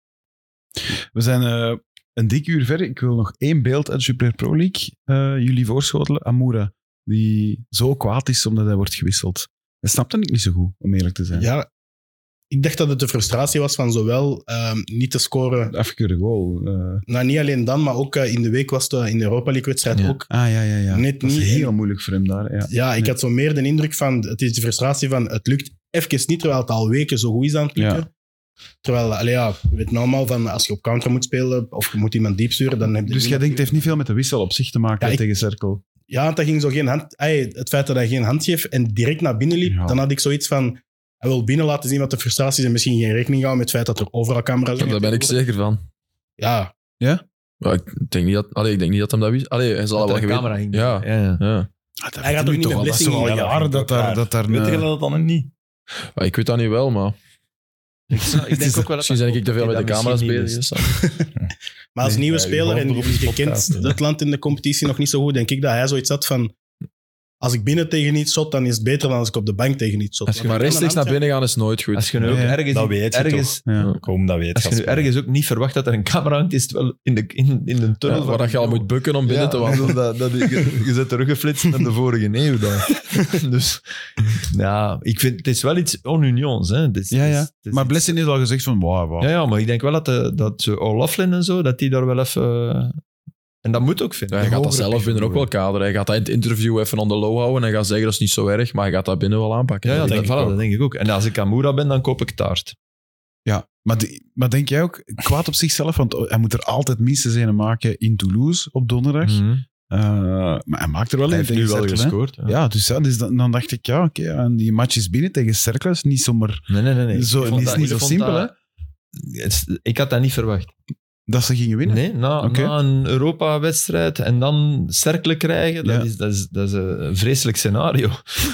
We zijn eh, een dik uur ver. Ik wil nog één beeld uit de Super Pro League eh, jullie voorschotelen. Amoura, die zo kwaad is omdat hij wordt gewisseld. Hij snapte het niet zo goed, om eerlijk te zijn. Ja, ik dacht dat het de frustratie was van zowel ehm, niet te scoren. De afgekeurde goal. eh. Nou, niet alleen dan, maar ook eh, in de week was het in de Europa League-wedstrijd Ja. ook. Ah, ja, ja, ja. Net dat is niet- heel moeilijk voor hem daar. Ja. Ja, ik Nee. had zo meer de indruk van, het is de frustratie van, het lukt even niet, terwijl het al weken zo goed is aan het lukken. Ja. Terwijl, allee, ja, je weet nou allemaal van, als je op counter moet spelen, of je moet iemand diep sturen, dan heb je... Dus jij denkt, het heeft niet veel met de wissel op zich te maken Ja, ik- tegen Cerkel. Ja, want dat ging zo geen hand... Ay, het feit dat hij geen hand geeft en direct naar binnen liep, Ja. dan had ik zoiets van, hij wil binnen laten zien wat de frustratie is en misschien geen rekening houden met het feit dat er overal camera's zijn. Daar ben ik zeker van. Ja, Maar ik denk niet dat, allee, ik denk niet dat hem dat wist. Allee, hij zal Dat wel er een geweten. camera ging. Ja. ja, ja. Ja. Hij gaat ook niet met al. Dat is blessing toch al in. jaren dat daar... Dat daar Weet je een- dat dan ook niet? Maar ik weet dat niet wel, maar Ik, zou- ik denk ook wel dat misschien ben ik te veel met de dat camera's misschien bezig. niet is. dus dan- Maar als Nee, nieuwe ja, je speler, en hoofdberoep is je kent podcast, hè. het land in de competitie nog niet zo goed, denk ik dat hij zoiets had van... als ik binnen tegen iets shot, dan is het beter dan als ik op de bank tegen iets shot. Als je Want maar ik rechtstreeks kan naar een binnen gaan, is nooit goed. Als je nu ook Nee, ergens, dat weet je ergens, Ja. Kom, dat weet als je nu Gasper. ergens ook niet verwacht dat er een camera hangt, is het wel in de, in, in de tunnel. Ja, waar dat je al moet bukken om binnen Ja, te wandelen. dat, dat, je, je zit teruggeflitst naar de vorige eeuw. daar. Dus ja, ik vind het is wel iets onunions. Hè. Het is, Ja, het is- ja. het is Maar iets- Blessing heeft al gezegd van, wow, wow. Ja, ja, maar ik denk wel dat, de, dat zo O'Loughlin en zo, dat die daar wel even... En dat moet ook, vind ik. Hij gaat dat hogere zelf binnen ook wel kaderen. Hij gaat dat in het interview even on the low houden en hij gaat zeggen dat is niet zo erg, maar hij gaat dat binnen wel aanpakken. Ja, ja Dat dat, denk ik voilà, ook. dat denk ik ook. En als ik Amoura ben, dan koop ik taart. Ja, maar, de- maar denk jij ook kwaad op zichzelf? Want hij moet er altijd minstens een maken in Toulouse op donderdag. Mhm. Uh, maar hij maakt er wel Hij een heeft nu tegen wel Cercle, hè? gescoord. Ja. Ja, dus, ja, dus dan, dan dacht ik, ja, oké, ja, en die match is binnen tegen Cercle is niet zomaar... Nee, nee, nee. nee. Zo, Ik vond is dat- niet ik zo vond simpel, dat- Het is- Ik had dat niet verwacht. Dat ze gingen winnen. Nee, na, Oké. na een Europa-wedstrijd en dan cerkelen krijgen, dat, Ja. is, dat, is, dat is een vreselijk scenario.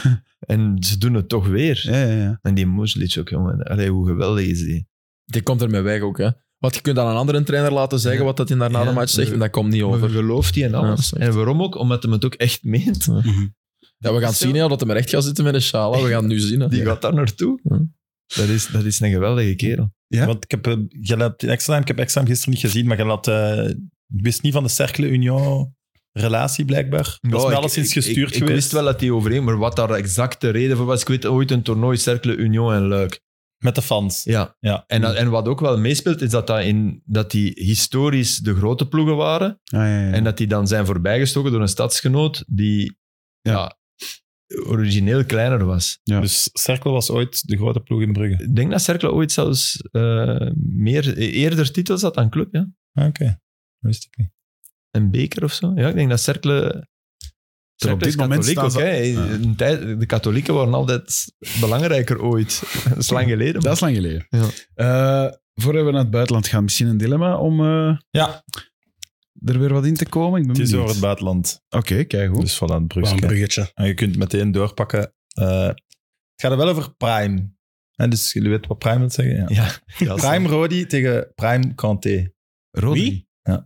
En ze doen het toch weer. Ja, ja, ja. En die Moeslic ook, jongen. Allee, hoe geweldig is die? Die komt ermee weg ook, hè. Want je kunt aan een andere trainer laten zeggen Ja. wat dat hij daarna Ja. de match zegt en dat komt niet Maar over. gelooft hij en Ja, alles. dat is echt- En waarom ook? Omdat hij het ook echt meent. Ja, we gaan het zien hè, dat hij er echt gaat zitten met een sjaal. hè. We gaan het nu zien. Hè. Die gaat daar naartoe. Ja. Dat is, dat is een geweldige kerel. Ja? Want ik heb, eh, jij hebt extra, ik heb extra gisteren niet gezien, maar je had, eh, ik wist niet van de Cercle Union relatie blijkbaar. Dat is Ja, me ik- alleszins ik- gestuurd ik, geweest. Ik wist wel dat die overeen, maar wat daar exact de reden voor was, ik weet ooit een toernooi Cercle Union en Luik. Met de fans. Ja. Ja. En, dat- en wat ook wel meespeelt, is dat, dat, in, dat die historisch de grote ploegen waren. Ah, ja, ja. En dat die dan zijn voorbijgestoken door een stadsgenoot die Ja. ja. origineel kleiner was. Ja. Dus Cercle was ooit de grote ploeg in Brugge. Ik denk dat Cercle ooit zelfs eh, meer, eerder titels had dan club. Ja. Ah, Oké, dat wist ik niet. Een beker of zo. Ja, ik denk dat Cercle... Ter op Cercle dit is moment katholiek staan ook, ze- hè. Ja. Een tijd, de katholieken waren altijd belangrijker ooit. Dat is lang geleden. Dat is lang geleden. Ja. Eh, voor we naar het buitenland gaan, misschien een dilemma om eh, Ja, er weer wat in te komen. Ik ben het is benieuwd. over het buitenland. Oké, kijk goed. Dus voilà, het Wel een Brugge. bruggetje. En je kunt meteen doorpakken. Eh, het gaat er wel over Prime. En dus jullie weten wat Prime wil zeggen? Ja. Ja, ja, Prime Rodi tegen Prime Kanté. Rodri. Wie?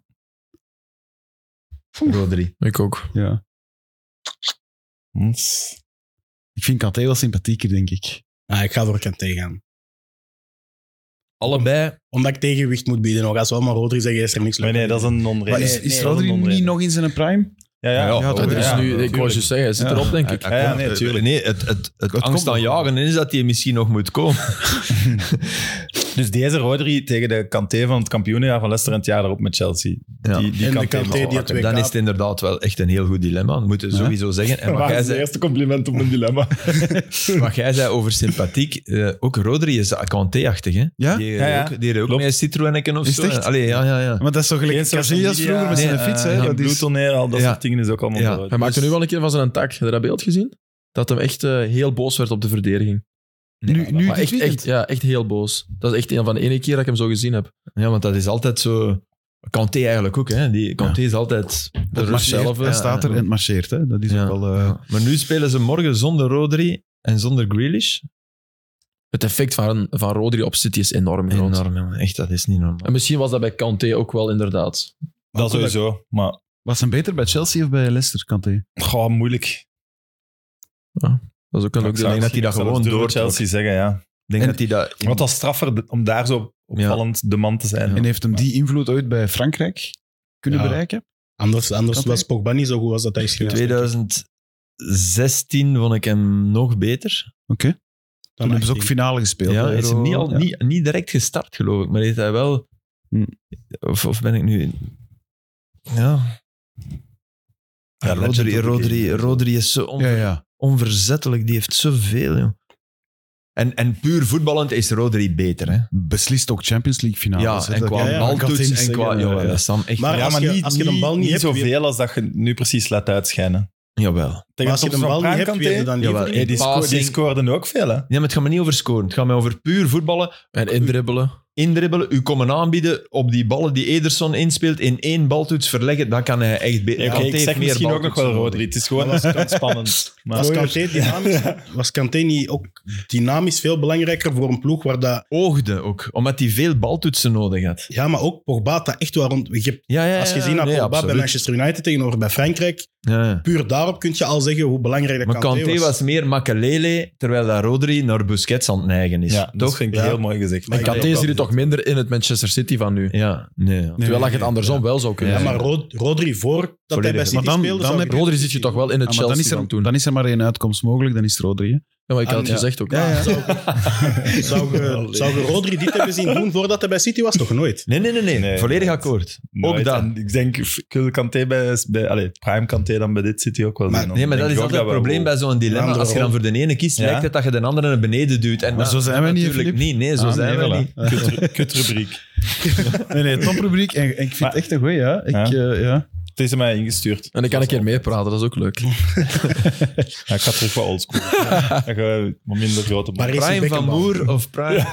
Rodri. Ik ook. Ja. Hm. Ik vind Kanté wel sympathieker, denk ik. Ah, ik ga voor Kanté gaan. Allebei. Omdat ik tegenwicht moet bieden. Nog als we maar Rodri zeggen, is er niks Nee, leuk. nee, dat is een non-reden. Maar is, nee, is nee, Rodri dat is een niet non-reden. nog in zijn prime? Ja, ja. Ja, Ja, dat ja, is ja, nu, ja, ik wou je zeggen, hij zit Ja. erop, denk ik. Ja, ja, nee, tuurlijk. Nee, het, het, het, komt angst nog. aanjagen is dat hij misschien nog moet komen. Dus deze Rodri tegen de Kanté van het kampioenenjaar van Leicester en het jaar daarop met Chelsea. Ja. Die, die En de Kanté Kanté mag die wel het W K Dan is het inderdaad wel echt een heel goed dilemma. Dat moeten we Ja. sowieso zeggen. En wat Maar jij, het is het zei, eerste compliment op een dilemma. wat jij zei over sympathiek, eh, ook Rodri is Kanté-achtig. Hè? Ja? Die, Ja, ja. Ook, die reed ook Klopt. met een Citroën of Is zo. het echt? Allee, ja, ja, ja. Maar dat is toch gelijk Geen social Casillas media, vroeger met nee, zijn eh, fiets, hè? Geen Dat is... bloedtoneel, al dat Ja. soort dingen is ook allemaal Ja. voor. Hij maakte Dus- nu wel een keer van zijn tak. Heb je dat beeld gezien? Dat hem echt eh, heel boos werd op de verdediging. Nu, nu Maar dit echt, weekend. echt, ja, echt heel boos. Dat is echt een van de ene keer dat ik hem zo gezien heb. Ja, want dat is altijd zo... Kanté eigenlijk ook. Hè? Die, Kanté is altijd de Het rust marcheert, zelf. hij hè. staat er en het marcheert. Hè? Dat is Ja. ook wel... eh, Ja. Maar nu spelen ze morgen zonder Rodri en zonder Grealish. Het effect van, van Rodri op City is enorm groot. Enorm, jongen. Echt, dat is niet normaal. En misschien was dat bij Kanté ook wel inderdaad. Dat sowieso. Maar Was hem beter bij Chelsea of bij Leicester, Kanté? goh, moeilijk. Dat is ook een Ik ook zou denk dat hij dat zelfs gewoon durven doortrok. Chelsea zeggen, ja. Ik denk En- dat hij dat... Want dat is straffer de- om daar zo opvallend de man te zijn. En heeft hem die invloed ooit bij Frankrijk kunnen Ja. bereiken? Anders, anders Kanté? was Pogba niet zo goed als dat hij is geweest. twintig zestien vond ik hem nog beter. Oké. Toen Dan hebben ze ook achttien. finale gespeeld. Ja, hè, is hem Euro. niet, al, Ja. niet, niet direct gestart, geloof ik. Maar heeft hij wel... Hm. Of, of ben ik nu... Ja. Ja, Rodri, legend ook Rodri, een keer. Rodri is zo on- Ja, ja. onverzettelijk. Die heeft zoveel, joh. En, en puur voetballend is Rodri beter, hè. Beslist ook Champions League finales. Ja, hè. en Dat- qua ja, ja, ik had baltoets eens en qua... zeggen, Ja, ja, ja. dat is dan echt... Maar Ja, als maar je- niet, als je de bal niet niet hebt, zoveel als dat je nu precies laat uitschijnen. Jawel. Maar Tegen als je de zo'n bal niet Prime hebt, Kanté, weet je dan Jawel, liever hey, die, sco- die Passing. scoorden ook veel, hè? Ja, maar het gaat me niet over scoren. Het gaat me over puur voetballen. En indribbelen. Indribbelen, u komen aanbieden op die ballen die Ederson inspeelt, in één baltoets verleggen, dat kan hij echt beter. Ja, oké, Kanté ik heeft zeg meer misschien ook nog wel baltoetsen Rodri. nodig. Het is gewoon Maar was- spannend. Maar Was Kanté, dynamisch, was Kanté niet ook dynamisch veel belangrijker voor een ploeg waar dat... Oogde ook, omdat hij veel baltoetsen nodig had. Ja, maar ook Pogba had dat echt wel rond... Je hebt, Ja, ja, als je ja, ziet naar nee, Pogba bij absoluut. Manchester United tegenover bij Frankrijk, Ja, ja. puur daarop kun je al zeggen hoe belangrijk dat Maar Kanté Kanté was meer Makelele, terwijl dat Rodri naar Busquets aan het neigen is. Ja, dat toch? vind ik Ja. heel mooi gezegd. Maar En Kanté Ja, is hier toch minder in het Manchester City van nu. Ja, nee. Ja. Nee, Terwijl dat je het nee, andersom ja. wel zou kunnen Ja, zien. maar Rod- Rodri, voordat hij bij Volledig. City Maar dan- speelde... dan zou heb ik- Rodri zit je toch wel in het Ah, maar dan, is Chelsea van er, toen. dan is er maar één uitkomst mogelijk, dan is het Rodri. hè. Ja, maar ik had Ah, het ja. gezegd ook. Ja, ja. Zou, zou, je, zou je Rodri dit hebben zien doen voordat hij bij City was? Toch nooit? Nee, nee, nee, nee. Nee, Volledig dat- akkoord. Nooit. Ook dat. En ik denk, ik wil Kanté bij, bij allez, Prime Kanté dan bij dit City ook wel Maar- zien. Nee, maar dat Denk is ik ook altijd het we probleem wel- bij zo'n dilemma. andere Als je dan voor de ene kiest, Ja. lijkt het dat je de andere naar beneden duwt. En Maar dat- zo zijn we niet, natuurlijk Filip. niet. Nee, zo Ah, zijn nee, we voilà. niet. Kut, kutrubriek. Nee, nee, toproebriek. En, en ik vind Maar- het echt een goeie, ja. Ik, Ja. eh, ja. Het is mij ingestuurd. En ik kan een keer meepraten, dat is ook leuk. Ja, ik ga terug wat oldschool. Dan gaan we wat minder grote Maar is- Prime van Beckenbauer. Moer of Prime?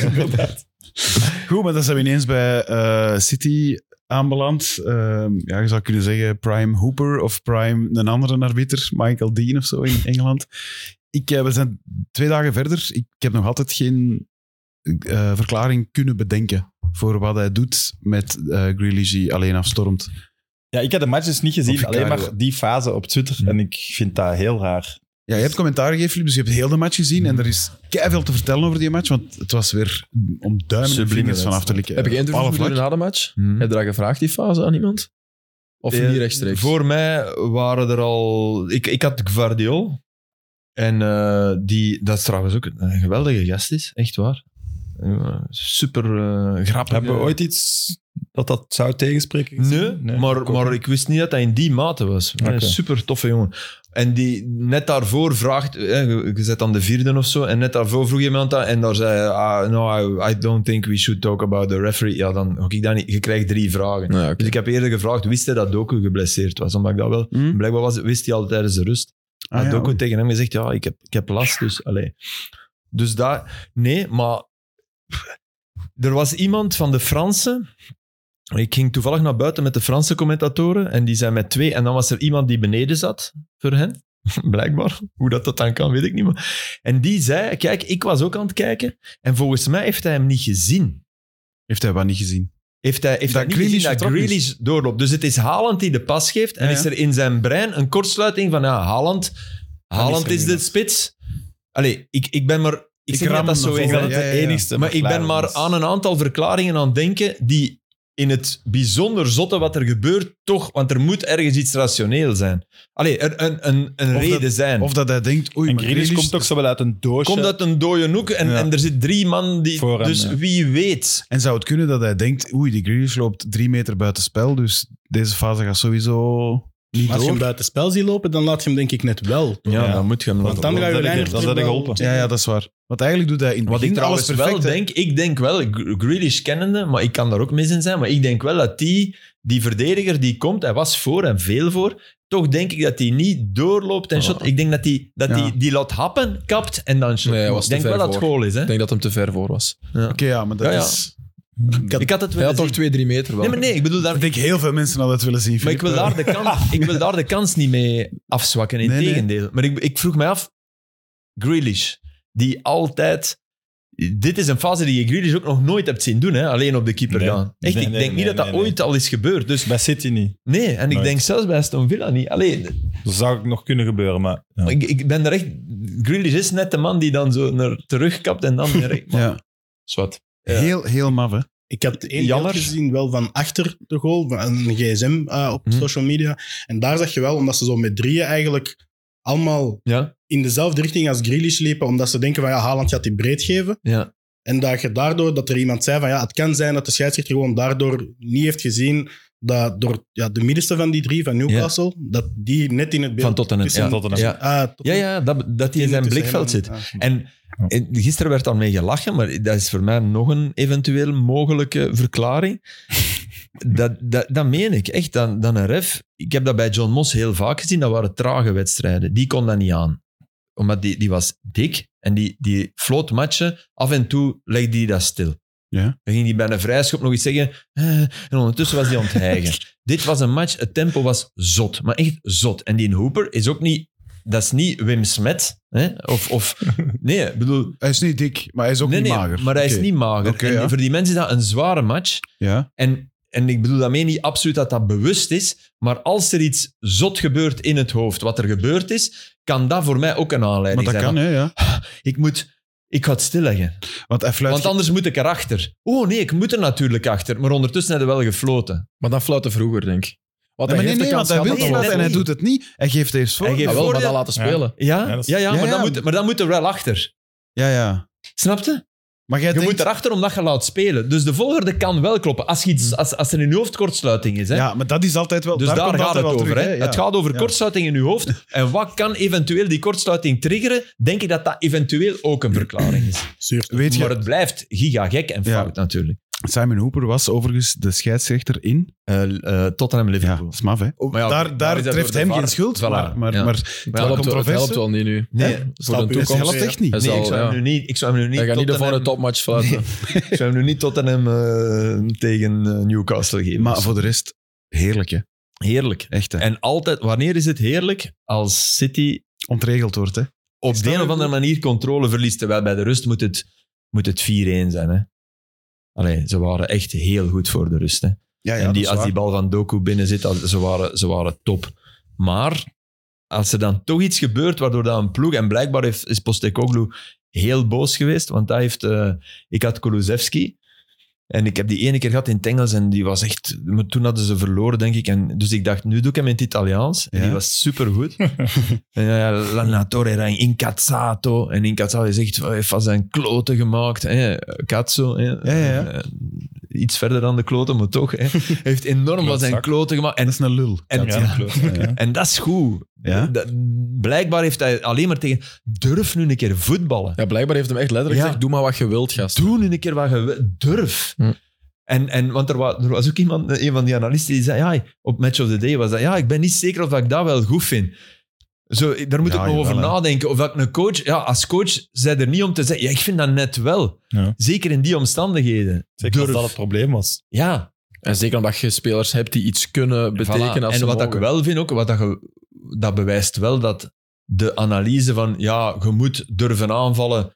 Goed, maar dan zijn we ineens bij eh, City aanbeland. Ehm, ja, je zou kunnen zeggen Prime Hooper of Prime een andere arbiter, Michael Dean of zo in Engeland. Ik, eh, we zijn twee dagen verder. Ik, heb nog altijd geen eh, verklaring kunnen bedenken voor wat hij doet met eh Grealish die alleen afstormt. Ja, ik heb de matches niet Of gezien, ik alleen daar- maar die fase op Twitter. En ik vind dat heel raar. Ja, je hebt commentaar gegeven, Filip, dus je hebt heel de match gezien en er is keiveel te vertellen over die match, want het was weer om duimen en Sublieme vingers vanaf te wedstrijd. likken. Heb je Op interview alle moeten doen vlakken. na de match? Hmm. Heb je dat gevraagd, die fase, aan iemand? Of Eh, niet rechtstreeks? Voor mij waren er al... Ik, ik had Gvardiol. En eh, die, dat is trouwens ook een geweldige gast is. Echt waar. Eh, Super eh, grappig. Hebben we ooit iets dat dat zou tegenspreken gezien? Nee, maar, ik ook maar niet. ik wist niet dat hij in die mate was. Oké. Een super toffe jongen. En die net daarvoor vraagt, eh, je, je zet dan de vierde of zo, en net daarvoor vroeg iemand dat, en daar zei hij, ah, no, I, I don't think we should talk about the referee. Ja, dan hoek ik dat niet. Je krijgt drie vragen. Ja, oké. Dus ik heb eerder gevraagd, wist hij dat Doku geblesseerd was? Omdat ik dat wel... Hm? Blijkbaar was, wist hij al tijdens de rust. Ah, Had ja, Doku oei. tegen hem gezegd, ja, ik heb, ik heb last, dus... Allez. Dus daar... Nee, maar... Er was iemand van de Fransen... Ik ging toevallig naar buiten met de Franse commentatoren en die zijn met twee. En dan was er iemand die beneden zat voor hen. Blijkbaar. Hoe dat, dat dan kan, weet ik niet meer. En die zei, kijk, ik was ook aan het kijken. En volgens mij heeft hij hem niet gezien. Heeft hij wat niet gezien? Heeft hij, heeft Dat hij niet Grealish gezien dat vertrokken is. Grealish doorloopt. Dus het is Haaland die de pas geeft. En Ja, ja. is er in zijn brein een kortsluiting van, ja, Haaland, Haaland er is de niemand. spits. Allee, ik, ik ben maar... Ik, Ik zeg niet ram dat dat hem zo naar is. voren. Ik denk Ja, dat het ja, de ja. enigste Maar ik ben verklaring maar is. aan een aantal verklaringen aan het denken die in het bijzonder zotte wat er gebeurt toch... Want er moet ergens iets rationeel zijn. Allee, er een, een, een Of reden dat- zijn. Of dat hij denkt, oei, En maar Grealish Grealish- komt toch zo wel uit een doosje. Komt uit een dode hoek en, Ja. en er zit drie man die... Voor hem, dus ja. wie weet... En zou het kunnen dat hij denkt, oei, die Grealish loopt drie meter buiten spel, dus deze fase gaat sowieso niet Maar als je hem door. buiten spel ziet lopen, dan laat je hem denk ik net wel. Ja, Ja. dan moet je hem Want laten dan ga je Dan zet ik- uiteindelijk dan terug zet ik wel- geholpen. Ja, ja, dat is waar. Want eigenlijk doet hij in het Wat ik begin alles trouwens perfect. wel hè. denk, ik denk wel, Gr- Grealish kennende, maar ik kan daar ook mis in zijn, maar ik denk wel dat die, die verdediger die komt, hij was voor en veel voor, toch denk ik dat hij niet doorloopt en Ah. shot. Ik denk dat hij dat Ja. die, die laat happen, kapt en dan shot. Nee, hij was ik te denk ver wel dat het voor. goal is. Hè? Ik denk dat hem te ver voor was. Oké, ja, maar dat Ja, ja. is... Ik had- Ik had het Hij willen had toch zien. twee, drie meter wel. Nee, maar nee, ik bedoel daar... Ik denk heel veel mensen hadden het willen zien, Maar ik Filip. wil, daar de kans, ik wil daar de kans niet mee afzwakken, in Nee, nee. tegendeel. Maar ik, ik vroeg mij af, Grealish, die altijd... Dit is een fase die je Grealish ook nog nooit hebt zien doen, hè? Alleen op de keeper Nee. gaan. Echt, Nee, ik nee, denk nee, niet dat dat nee, ooit al is gebeurd. Dus Bij City niet. nee, en ik Nooit. denk zelfs bij Aston Villa niet. Allee, Dat zou ook nog kunnen gebeuren, maar... Ja. maar ik, ik ben er echt... Grealish is net de man die dan zo naar terugkapt en dan weer... Ja. Zwat. Heel, heel maf, hè. Ik had één Jammer. beeld gezien, wel van achter de goal, van een gsm uh, op Hm. social media. En daar zag je wel, omdat ze zo met drieën eigenlijk allemaal Ja, in dezelfde richting als Grealish liepen, omdat ze denken van ja, Haaland gaat die breed geven. ja. En dat je daardoor, dat er iemand zei van ja, het kan zijn dat de scheidsrechter gewoon daardoor niet heeft gezien dat door ja, de middenste van die drie, van Newcastle, dat die net in het beeld... Van Tottenham. tussen- Ja, Tottenham. ja. Ah, ja, Tottenham. ja dat, dat hij in zijn tussen blikveld hem zit. en- ah. En en gisteren werd dan mee gelachen, maar dat is voor mij nog een eventueel mogelijke verklaring. Dat, dat, dat meen ik, echt. Dan, dan een ref, ik heb dat bij John Moss heel vaak gezien, dat waren trage wedstrijden. Die kon dat niet aan. Omdat die, die was dik en die, die floot matchen. Af en toe legde hij dat stil. Ja. Dan ging hij bij een vrijschop nog iets zeggen. eh, En ondertussen was hij aan het hijgen. Dit was een match, het tempo was zot. Maar echt zot. En die Hooper is ook niet... Dat is niet Wim Smet. Hè? Of, of... Nee, ik bedoel... Hij is niet dik, maar hij is ook nee, niet nee, mager. maar hij is Oké. niet mager. Oké, en ja. voor die mensen is dat een zware match. Ja. En, en ik bedoel daarmee niet absoluut dat dat bewust is, maar als er iets zot gebeurt in het hoofd, wat er gebeurd is, kan dat voor mij ook een aanleiding Maar dat zijn. kan, hè, ja. Ik moet... Ik ga het stilleggen. Want hij fluit... Want anders moet ik erachter. Oh nee, ik moet er natuurlijk achter. Maar ondertussen hebben we wel gefloten. Maar dat fluiten vroeger, denk ik. Want Nee, maar hij nee, heeft nee, de want kans hij wil gehad dat fluiten en dat hij doet het niet. Hij geeft eerst voor. Hij geeft Ah, wel, voor maar de- dat laten spelen. Ja, Ja, dat is- ja, ja, Ja, maar, ja. Dan moet, maar dan moet er wel achter. Ja, ja. Snap je? Maar jij Je denkt... moet erachter omdat je laat spelen. Dus de volgorde kan wel kloppen. Als, je iets, als, als er in je hoofd kortsluiting is. Hè? Ja, maar dat is altijd wel... Dus daar, komt gaat het altijd wel over. terug, hè? hè. Ja. Het gaat over Ja. kortsluiting in je hoofd. En wat kan eventueel die kortsluiting triggeren? Denk ik dat dat eventueel ook een verklaring is. Zuur. Weet Maar je, het blijft gigagek en Ja. fout natuurlijk. Simon Hooper was overigens de scheidsrechter in... Uh, uh, Tottenham-Liverpool. Ja, dat is maf, hè. Maar ja, daar daar is dat treft door de hem V A R. geen schuld, Voilà. maar, maar, Ja. maar Het wel helpt, het controverse. helpt wel niet nu. Nee, Voor Stap de je- Het toekomst. helpt echt niet. Hij nee, zal- ik zou ja. hem nu niet... Ik zou hem nu niet Hij gaat niet voor een Tottenham- topmatch fluiten. Ik zou hem nu niet Tottenham uh, tegen uh, Newcastle geven. Maar voor de rest, heerlijk, hè. Heerlijk. Echt, hè. En altijd, wanneer is het heerlijk? Als City Ontregeld wordt, hè. op Is de dat een of ook andere manier controle verliest. Terwijl bij de rust moet het, moet het vier-een zijn. Hè? Allee, ze waren echt heel goed voor de rust. Hè? Ja, en die, als die bal van Doku binnen zit, dat- ze waren, ze waren top. Maar als er dan toch iets gebeurt waardoor dat een ploeg... En blijkbaar heeft, is Postecoglou heel boos geweest, want hij heeft... Uh, ik had Kulusevski en ik heb die ene keer gehad in het Engels en die was echt... maar toen hadden ze verloren, denk ik. En dus ik dacht, nu doe ik hem in het Italiaans. En Ja. die was supergoed. En ja, l'allenatore era incazzato. En incazzato is echt, hij heeft van zijn kloten gemaakt. Hè. Cazzo. Hè. Ja, ja, ja. Eh, Iets verder dan de kloten, maar toch. Hè. Hij heeft enorm van zijn Klootzak. kloten gemaakt. En, Dat is een lul. en, Ja, dat klopt. Ja. en dat is goed. Ja. Dat- blijkbaar heeft hij alleen maar tegen... Durf nu een keer voetballen. Ja, blijkbaar heeft hem echt letterlijk Ja. gezegd, doe maar wat je wilt, gast. Doe nu een keer wat je wil. Durf. Hm. En, en, want er was, er was ook iemand, een van die analisten, die zei, ja, op Match of the Day was dat, ja, ik ben niet zeker of ik dat wel goed vind. Zo, daar moet Ja, ik nog over jawel, hè. nadenken. Of ik een coach... Ja, als coach zei er niet om te zeggen, ja, ik vind dat net wel. Ja. Zeker in die omstandigheden. Zeker als Durf. dat het probleem was. Ja. En zeker omdat je spelers hebt die iets kunnen betekenen Voilà. als En ze wat mogen. ik wel vind, ook, wat dat, je, dat bewijst wel dat de analyse van, ja, je moet durven aanvallen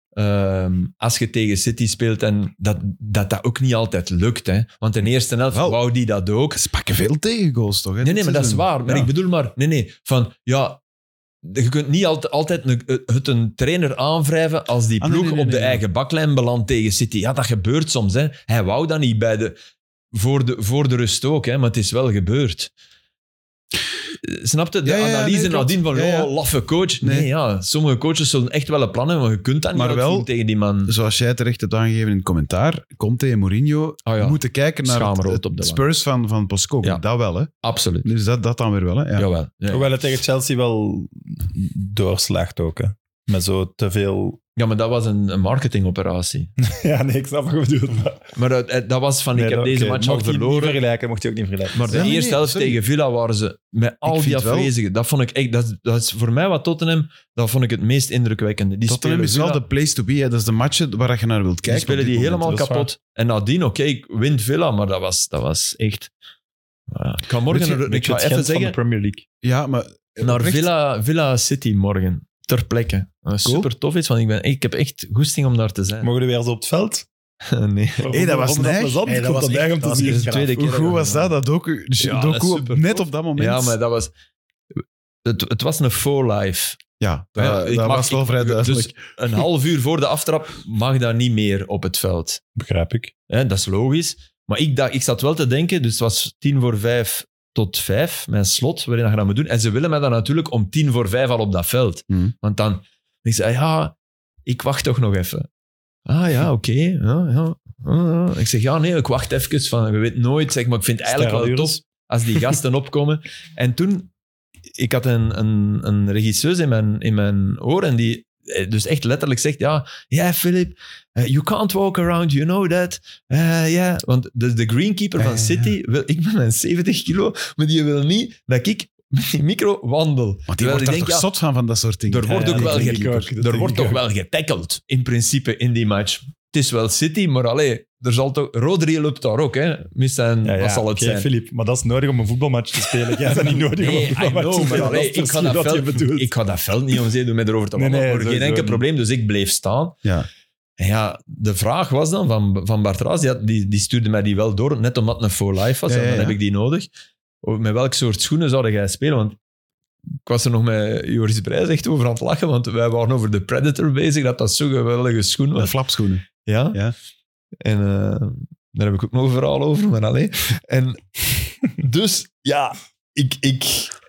ehm, als je tegen City speelt, en dat, dat dat ook niet altijd lukt. Hè. Want in de eerste helft Wel. wou die dat ook. Ze pakken veel tegengoals, toch? Hè, Nee, dit nee, maar dat is seizoen. waar. Maar Ja. ik bedoel maar, nee, nee, van, ja, je kunt niet altijd, altijd een, het een trainer aanwrijven als die Ah, nee, ploeg nee, nee, op de nee. eigen baklijn belandt tegen City. Ja, dat gebeurt soms. Hè. Hij wou dat niet bij de, voor, de, voor de rust ook, hè, maar het is wel gebeurd. Eh, Snap je? De Ja, ja, ja, analyse nee, klopt. nadien van, Ja, ja. oh, laffe coach. Nee. Nee. ja, sommige coaches zullen echt wel een plan hebben, maar je kunt dat niet Maar wel- uitvoeren tegen die man. Zoals jij terecht hebt aangegeven in het commentaar, Conte en Mourinho Oh ja. moeten kijken naar het, Schaamrood het op de wang. Spurs van, van Postecoglou. Ja. Dat wel, hè. Absoluut. Dus dat, dat dan weer wel, hè. Ja. Jawel. Ja. Hoewel het tegen Chelsea wel doorslaagt ook. Hè. Met zo te veel... ja, maar dat was een, een marketingoperatie. Ja, nee, ik snap wat je bedoelt. Maar... Maar eh, eh, dat was van, ik Nee, heb dat- deze oké, match al mocht hij niet verloren. vergelijken, mocht hij ook niet vergelijken. Maar de Ja, nee, eerste nee, helft sorry. tegen Villa waren ze met al die vind wel- afwezigen. Dat vond ik echt, dat, is- dat is voor mij wat Tottenham, dat vond ik het meest indrukwekkende. Die Tottenham spelen is wel Villa, de place to be, hè. Dat is de match waar je naar wilt die kijken. spelen op dit die moment. helemaal dat is kapot. En nadien, oké, ik wint Villa, maar dat was, dat was echt... Ja, ik ga morgen, Weet je- naar- ik Beetje ga het even Gent van de zeggen, Premier League. Ja, maar... naar oprecht, Villa, Villa City morgen, ter plekke. Wat super tof is, want ik, ben, ik heb echt goesting om daar te zijn. Mogen we weer eens op het veld? nee. Hey, dat was Vond neig. plezant? Hey, Ik dat vond was dat neig om echt- te dat zien. was Dat is de tweede keer Hoe dat goed ik was dat dat, dat docu? Dus Ja, dat docu is op- super net tof. op dat moment. Ja, maar dat was... Het, het was een faux live. Ja, dat, Ja, ik dat mag- was wel ik- vrij duidelijk. Dus een half uur voor de aftrap mag dat niet meer op het veld. Begrijp ik. Hè, dat is logisch. Maar ik, dacht, ik zat wel te denken, dus het was tien voor vijf tot vijf, mijn slot, waarin je dat moet doen. En ze willen mij dan natuurlijk om tien voor vijf al op dat veld. Hmm. Want dan... Ik zei, ja, ik wacht toch nog even. Ah ja, oké. Ja, ja. Ah, ja. Ik zeg, ja, nee, ik wacht even. Van, je weet nooit, zeg maar, ik vind het eigenlijk wel tof Sterrenduurs. als die gasten opkomen. En toen, ik had een, een, een regisseuse in mijn, in mijn oor en die eh, dus echt letterlijk zegt, ja, yeah, Philip, uh, you can't walk around, you know that. Uh, yeah. Want de, de greenkeeper van Ja, ja, ja. City, wil, ik ben mijn zeventig kilo, maar die wil niet dat ik met die micro wandel. Want die Terwijl wordt ik daar denk, toch ja, zot van, van dat soort dingen. er wordt Ja, ook ja, wel, dat ge- denk ik ook, dat er denk wordt ik toch ook. wel getackeld, in principe, in die match. Het is wel City, maar allee, er zal toch... Rodri loopt daar ook, hè. Mis zijn, Ja, ja, wat zal het oké, zijn? Filip, maar dat is nodig om een voetbalmatch te spelen. Jij bent niet nodig om Nee, een I voetbalmatch know, te maar spelen. allee, Dat is ik, ga precies dat wat je veld, bedoelt. ik ga dat veld niet om zee doen met erover te Nee, wandelen, nee, maar geen sowieso enkel niet. probleem. Dus ik bleef staan. Ja. En ja, de vraag was dan van, van Bart Raas, die, had- die, die stuurde mij die wel door, net omdat het een full life was. Ja, En ja, dan ja. heb ik die nodig. Met welk soort schoenen zou jij spelen? Want ik was er nog met Joris Brijs echt over aan het lachen, want wij waren over de Predator bezig, dat dat zo'n geweldige schoen De was. flapschoenen. Ja. Ja. En uh, daar heb ik ook nog een verhaal over, maar alleen. En dus, ja, ik, ik,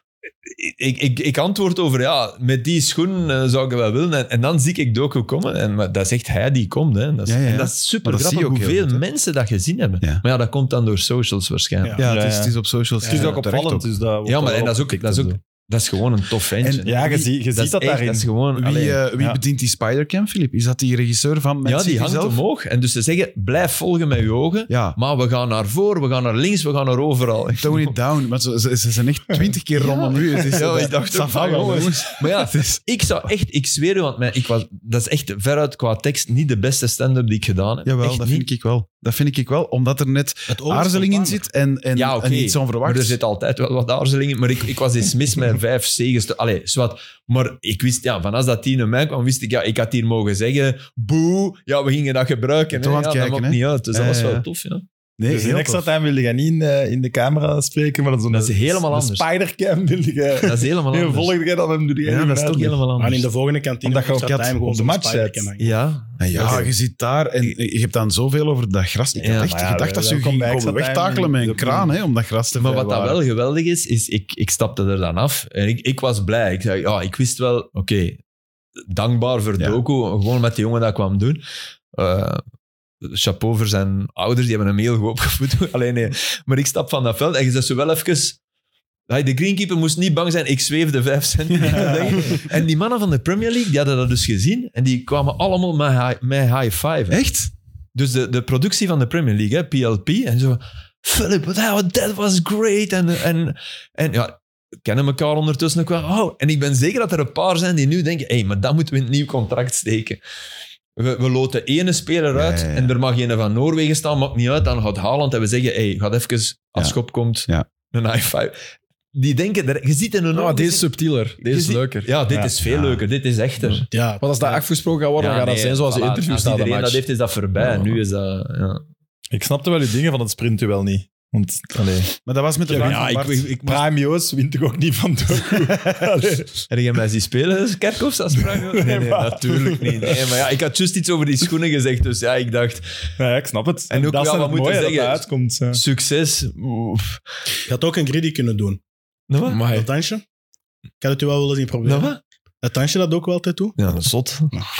ik, ik, ik antwoord over, ja, met die schoen uh, zou ik wel willen. En, en dan zie ik Doku komen. En maar dat is echt hij die komt. Hè. Dat is, Ja, ja, ja. En dat is super Maar dat zie je grappig ook heel hoeveel goed, hè. mensen dat gezien hebben. Ja. Maar ja, dat komt dan door socials waarschijnlijk. Ja. Ja, het is, ja. het is op socials. Het is ja, ook terecht opvallend. Dus dat wordt Ja, maar wel en dat is ook, opgepikt dat is en ook zo. dat is gewoon een tof ventje. En- Ja, je, zie, je dat ziet is dat echt- daarin. Dat is gewoon... Wie, allee, eh, wie ja. bedient die Spider-Cam, Filip? Is dat die regisseur van Man ja, City die hangt zelf? omhoog. En dus ze zeggen, blijf volgen met je ogen. Ja, Maar we gaan naar voor, we gaan naar links, we gaan naar overal. tone it down. Maar ze, ze, ze zijn echt twintig keer rondom u. Het is, Ja, dat- ik dacht ook ça va van, wel, jongens. Maar ja, ik zou echt, ik zweer u, want mijn, ik was, dat is echt veruit qua tekst niet de beste stand-up die ik gedaan heb. Jawel, Echt dat niet. vind ik wel. Dat vind ik wel, omdat er net Het oog is aarzeling in spontaan. zit en, en, Ja, oké. en iets Maar onverwachts. er zit altijd wel wat aarzeling in. Maar ik, ik was eens mis met vijf zegens. te- Allee, zwart. Maar ik wist, ja, van als dat tien naar mij kwam, wist ik, ja, ik had hier mogen zeggen, boe, ja, we gingen dat gebruiken. Toch hè. aan het ja, kijken, dat maakt hè? niet uit. Dus dat Ja, was ja, wel ja. tof, ja. Nee, Dus in heel extra tof. time wilde je niet in, eh, in de camera spreken, maar zo'n Dat is helemaal een anders. spidercam wilde je... Dat is helemaal Nee, anders. volgde jij dan hem doe je Ja, even dat is toch uitleggen. helemaal Maar in anders. de volgende kantine Omdat je ook extra had time gewoon op de zo'n match Spider-Cam zet. hangen. Ja. Ja, ja, Oké. je zit daar en je hebt dan zoveel over dat gras. Ik Ja. had echt Maar ja, gedacht dat ze welkom je bij gingen komen extra time. wegtakelen met een Dat- kraan hè, om dat gras te Maar wat dat vrijwaren. wel geweldig is, is ik, ik stapte er dan af en ik, ik was blij. Ik zei, ja, ik wist wel, oké, dankbaar voor Ja. Doku, gewoon met die jongen dat kwam doen. Eh, chapeau voor zijn ouders, die hebben hem heel goed opgevoed. Alleen nee, maar ik stap van dat veld en je zegt zo wel even... Hey, de greenkeeper moest niet bang zijn, ik zweefde vijf centimeter. denk ik. En die mannen van de Premier League, die hadden dat dus gezien en die kwamen allemaal met high, met high five. hè. Echt? Dus de, de productie van de Premier League, hè, P L P, en zo... Philip, that, that was great. En, en, en ja, we kennen elkaar ondertussen ook wel. Oh, en ik ben zeker dat er een paar zijn die nu denken, hé, hey, maar dat moeten we in het nieuw contract steken. We, we loten ene speler uit Ja, ja, ja. en er mag een van Noorwegen staan, maakt niet uit. Dan gaat Haaland en we zeggen, hé, hey, ga even, als Ja. Schop komt, Ja. een high five. Die denken, er- je ziet in een Oh, ogen- deze is subtieler. je Deze is ziet- leuker. Ja, dit Ja. is veel Ja. leuker. Dit is echter. Ja, Want als dat afgesproken gaat worden, Ja, dan gaat nee, dat zijn zoals de voilà. interview Als staat. iedereen de dat match. heeft, is dat voorbij. Ja. Nu is dat... Ja. Ik snapte wel je dingen van het sprintduel niet. Want, allee, Maar dat was met de vraag ja, van ik, Bart. ik, ik Prime Joos wint toch ook niet van Doku? Allee. Heb jij mij zien spelen, Kerkhoffs, als Frank? Nee, nee, maar- natuurlijk niet. Nee, maar ja, ik had juist iets over die schoenen gezegd, dus ja, ik dacht, Ja, ja, ik snap het. En ook dat wel is wat het moeten mooie dat zeggen. dat uitkomt. ja. succes. Oef. je had ook een griddy kunnen doen. Nou wat? Maar Dat dansje. Ik had het u wel willen zien proberen. Nou wat? Dat dansje dat ook wel altijd toe. Ja, dat is zot.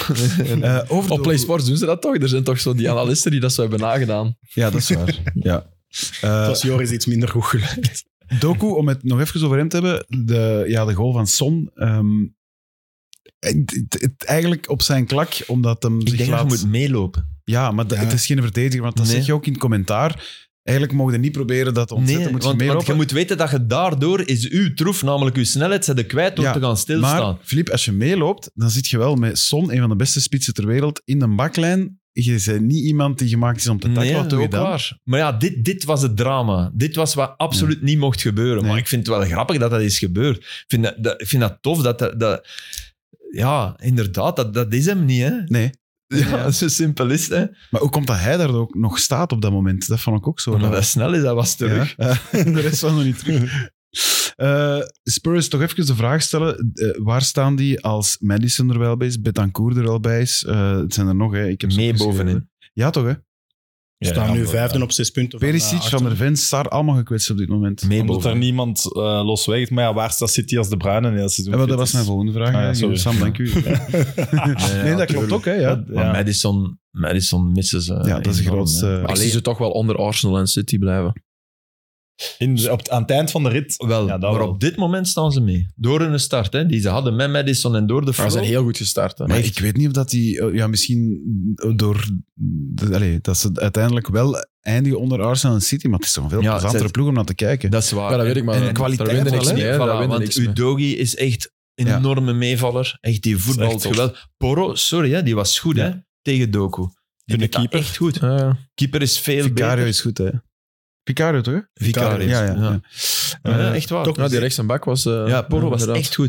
Eh, over op Doku- Play Sports doen ze dat toch? Er zijn toch zo die analisten die dat zo hebben nagedaan. Ja, dat is waar. ja. Eh, Het was Joris iets minder goed gelukt. Doku, om het nog even over hem te hebben, de, ja, de goal van Son. ehm, het, het- het- eigenlijk op zijn klak, omdat hem Ik zich denk laat... dat je moet meelopen. Ja, maar d- Ja. het is geen verdediger, want dat Nee. zeg je ook in het commentaar. Eigenlijk mogen je niet proberen dat te ontzetten. Nee, moet je want, want meelopen. je moet weten dat je daardoor is uw troef, namelijk uw snelheid, zet je kwijt door Ja, te gaan stilstaan. Maar, Filip, als je meeloopt, dan zit je wel met Son, een van de beste spitsen ter wereld, in een baklijn. Je bent niet iemand die gemaakt is om te tackelen. Nee, Wat doe je ook dan? waar. Maar ja, dit, dit was het drama. Dit was wat absoluut niet mocht gebeuren. Nee. Maar ik vind het wel grappig dat dat is gebeurd. Ik vind dat, dat, ik vind dat tof dat, dat, dat... Ja, inderdaad, dat, dat is hem niet, hè. Nee. Ja, zo simpel is het, hè. Maar hoe komt dat hij daar ook nog staat op dat moment? Dat vond ik ook zo. Omdat raar. hij snel is, dat was terug. Ja. De rest was nog niet terug. Eh, Spurs, toch even de vraag stellen. Eh, waar staan die als Madison er wel bij is, Betancourt er wel bij is? Eh, het zijn er nog, hè. Ik heb ze Mee opgeschreven. bovenin. Ja, toch, hè? We staan Ja, nu maar- vijfde op zes punten. van, Perisic, eh, Van der Ven, Sar, allemaal gekwetst op dit moment. Mee Omdat er bovenin. niemand uh, losweg is. Maar ja, waar staat City als de Bruyne in het seizoen? Ja, wel, dat was mijn volgende vraag. Ah, ja, eigenlijk. sorry. Sam, dank u. Nee, nee, dat klopt tuurlijk. ook, hè. Ja, Maar Ja. Madison, Madison missen ze. ja dat is de enorm, grootste... hè. Maar ik Allee, zie ze toch wel onder Arsenal en City blijven. In, de- op, aan het eind van de rit. wel, Ja, dat maar wel. op dit moment staan ze mee. Door hun start, hè, die ze hadden met Madison en door de Maar flow. ze zijn heel goed gestart. Hè. Maar ik weet niet of dat die... Ja, misschien door... De, allee, dat ze uiteindelijk wel eindigen onder Arsenal en City, maar het is toch een veel Ja, plezantere ze- ploeg om naar te kijken. Dat is waar. Ja, dat weet ik, maar en daar kwaliteit winnen wel, niks hè? mee. hè. Voilà, Daar winnen want niks mee. Udogi is echt een Ja. enorme meevaller. Echt, die voetbalt echt tof. geweldig. Porro, sorry, hè, die was goed Ja. hè, tegen Doku. Die de deed dat keeper. echt goed. Ja, ja. Keeper is veel Vicario beter. is goed, hè? Vicario, toch? hè? Vicario. Ja, ja. ja. Ja, echt waar. Toch Ja, die rechts en bak was... eh, Ja, Porro was inderdaad. echt goed.